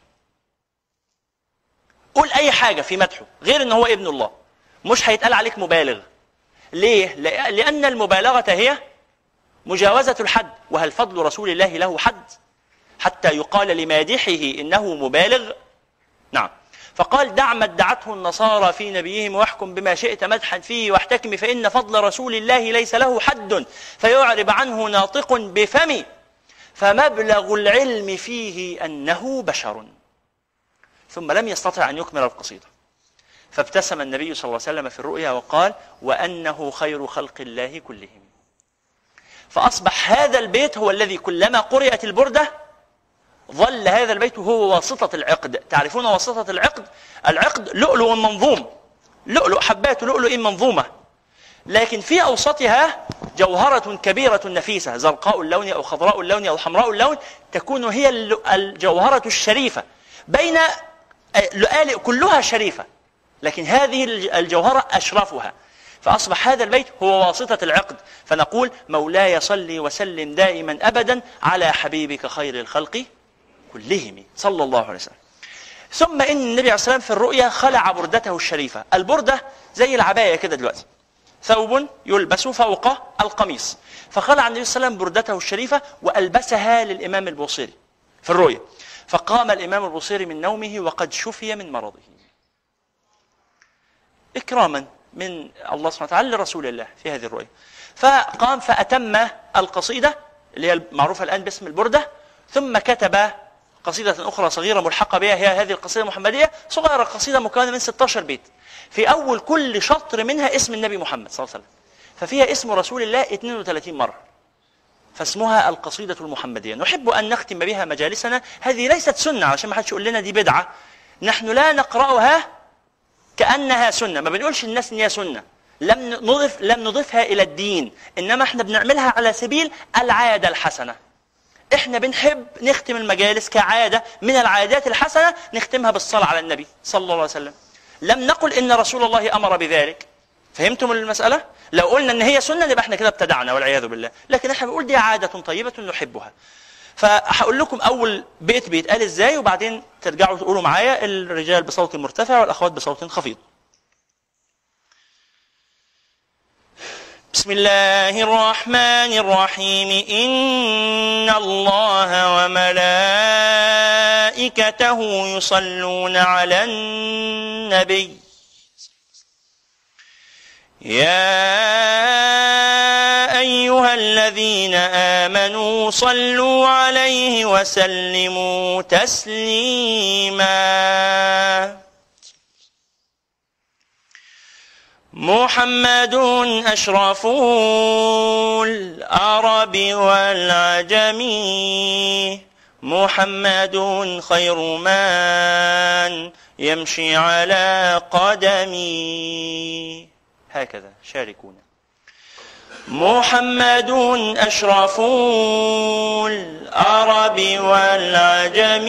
A: قول اي حاجة في مدحه غير ان هو ابن الله، مش هيتقال عليك مبالغ. ليه؟ لأن المبالغة هي مجاوزة الحد. وهل فضل رسول الله له حد حتى يقال لمادحه إنه مبالغ؟ نعم. فقال دع ما ادعته النصارى في نبيهم واحكم بما شئت مدحا فيه واحتكم، فإن فضل رسول الله ليس له حد فيعرب عنه ناطق بفمي، فمبلغ العلم فيه أنه بشر. ثم لم يستطع أن يكمل القصيدة، فابتسم النبي صلى الله عليه وسلم في الرؤيا وقال وأنه خير خلق الله كلهم. فأصبح هذا البيت هو الذي كلما قرأت البردة ظل هذا البيت هو واسطة العقد. تعرفون واسطة العقد؟ العقد لؤلؤ منظوم، لؤلؤ حبات لؤلؤ منظومة، لكن في أوسطها جوهرة كبيرة نفيسة زرقاء اللون أو خضراء اللون أو حمراء اللون، تكون هي الجوهرة الشريفة. بين لؤالئ كلها شريفة، لكن هذه الجوهرة أشرفها. فأصبح هذا البيت هو واسطة العقد. فنقول مولاي صلي وسلم دائما أبدا على حبيبك خير الخلق كلهم صلى الله عليه وسلم. ثم إن النبي عليه الصلاة والسلام في الرؤيا خلع بردته الشريفة. البردة زي العباية كده دلوقتي، ثوب يلبس فوق القميص. فخلع النبي صلى الله عليه وسلم بردته الشريفة وألبسها للإمام البوصيري في الرؤيا. فقام الإمام البوصيري من نومه وقد شفي من مرضه، إكراما من الله سبحانه وتعالى لرسول الله في هذه الرؤيا. فقام فأتم القصيدة اللي هي معروفة الآن باسم البردة، ثم كتب قصيدة أخرى صغيرة ملحقة بها، هي هذه القصيدة المحمدية، صغيرة قصيدة مكونة من 16 بيت. في أول كل شطر منها اسم النبي محمد صلى الله عليه وسلم، ففيها اسم رسول الله 32 مرة، فاسمها القصيدة المحمدية. نحب أن نختم بها مجالسنا. هذه ليست سنة عشان ما حدش يقول لنا دي بدعة، نحن لا نقرأها كأنها سنة، ما بنقولش الناس إن هي سنة، لم نضيفها إلى الدين، إنما احنا بنعملها على سبيل العادة الحسنة. احنا بنحب نختم المجالس كعادة من العادات الحسنة، نختمها بالصلاة على النبي صلى الله عليه وسلم. لم نقل إن رسول الله أمر بذلك. فهمتم المسألة؟ لو قلنا إن هي سنة نبقى احنا كده ابتدعنا والعياذ بالله، لكن احنا بنقول دي عادة طيبة نحبها. فهقول لكم أول بيت بيتقال إزاي، وبعدين ترجعوا تقولوا معايا، الرجال بصوت مرتفع والأخوات بصوت خفيض. بسم الله الرحمن الرحيم. إن الله وملائكته يصلون على النبي يا أيها الذين آمنوا صلوا عليه وسلموا تسليما. محمد أشرف العرب والعجم، محمد خير من يمشي على قدمي. هكذا شاركونا. محمد أشرف العرب والعجم،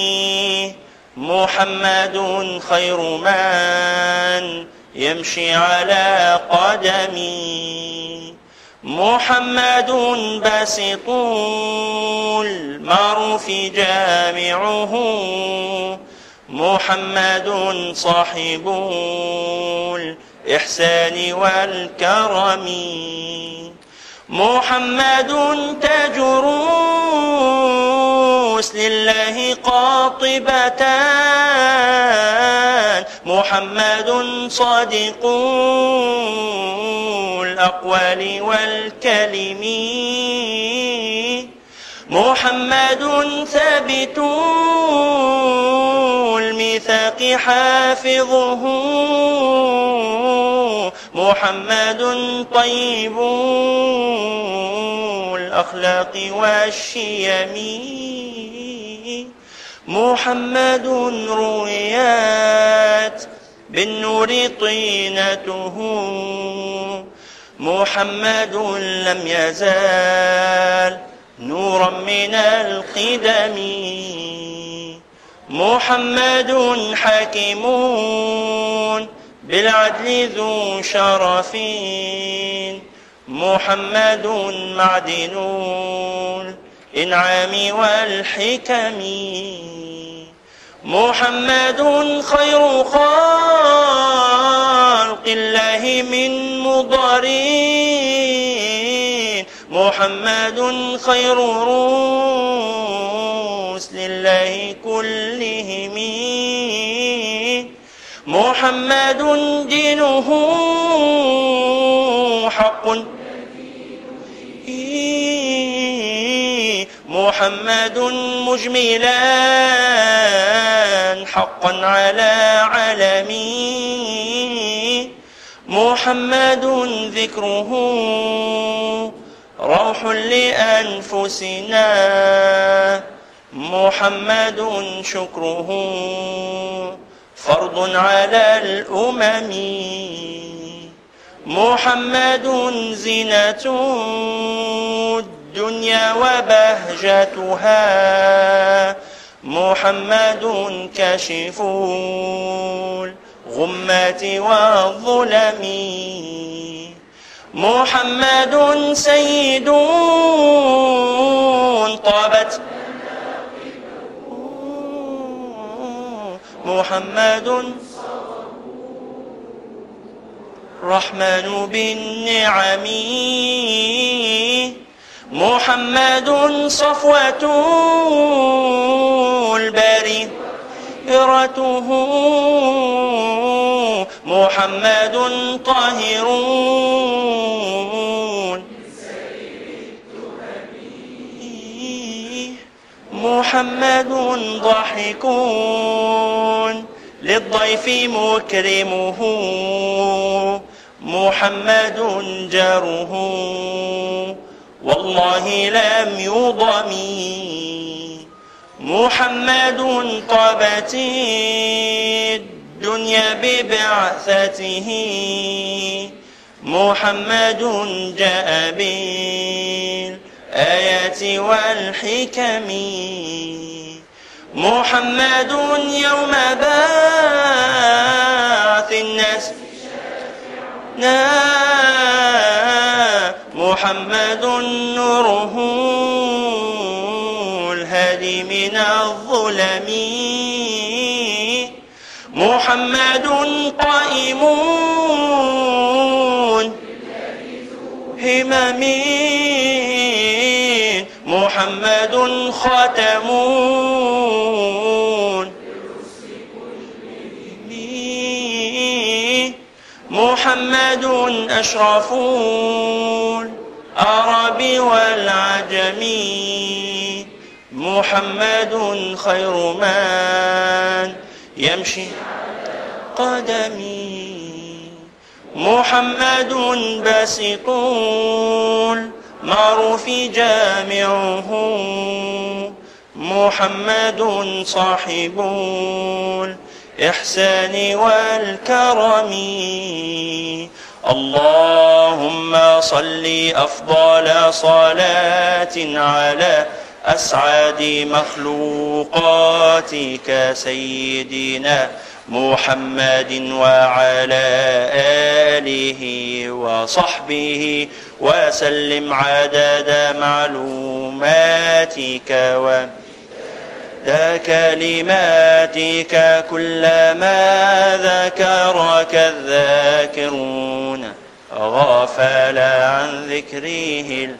A: محمد خير من يمشي على قدمي. محمد باسط المعروف جامعه، محمد صاحب الإحسان والكرم. محمد تاج رؤوس لله قاطبتان، محمد صادق الأقوال والكلم. محمد ثابت الميثاق حافظه، محمد طيب الأخلاق والشيم. محمد رويات بالنور طينته، محمد لم يزال نورا من القدم. محمد حكيم بالعدل ذو شرف محمد معدن الإنعام والحكم محمد خير خلق الله من مضر محمد خير رسل الله كلهم محمد دينه حق محمد مجملا حقا على علمي محمد ذكره روح لأنفسنا محمد شكره فرض على الأمم محمد زينة الدنيا وبهجتها محمد كاشف الغمات والظلم محمد سيد طابت محمد رحمن بالنعم محمد صفوة البريرته محمد طاهر محمد ضاحك للضيف مكرمه محمد جاره والله لم يضم محمد طابت الدنيا ببعثته محمد جاء بالآيات والحكم محمد يوم بعث الناس محمد نوره الهادي من الظلم محمد قائم همم محمد خاتم محمد أشرف العرب والعجم محمد خير من يمشي قدمي محمد باسط المعروف جامعه محمد صاحب الإحسان والكرم اللهم صل أفضل صلاة على أسعد مخلوقاتك سيدنا محمد وعلى آله وصحبه وسلم عدد معلوماتك كلماتك كلما ذكرك الذاكرون غافل عن ذكره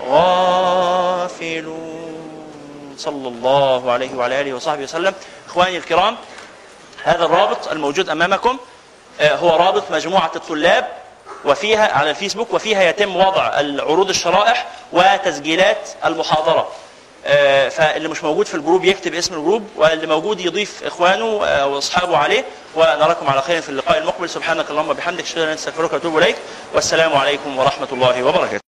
A: الغافلون صلى الله عليه وعلى آله وصحبه وسلم. إخواني الكرام، هذا الرابط الموجود أمامكم هو رابط مجموعة الطلاب وفيها على الفيسبوك، وفيها يتم وضع العروض الشرائح وتسجيلات المحاضرة. فاللي مش موجود في الجروب يكتب اسم الجروب، واللي موجود يضيف إخوانه وأصحابه عليه. ونراكم على خير في اللقاء المقبل. سبحانك اللهم وبحمدك، أشهد أن لا إله إلا أنت، أستغفرك وأتوب إليك، والسلام عليكم ورحمة الله وبركاته.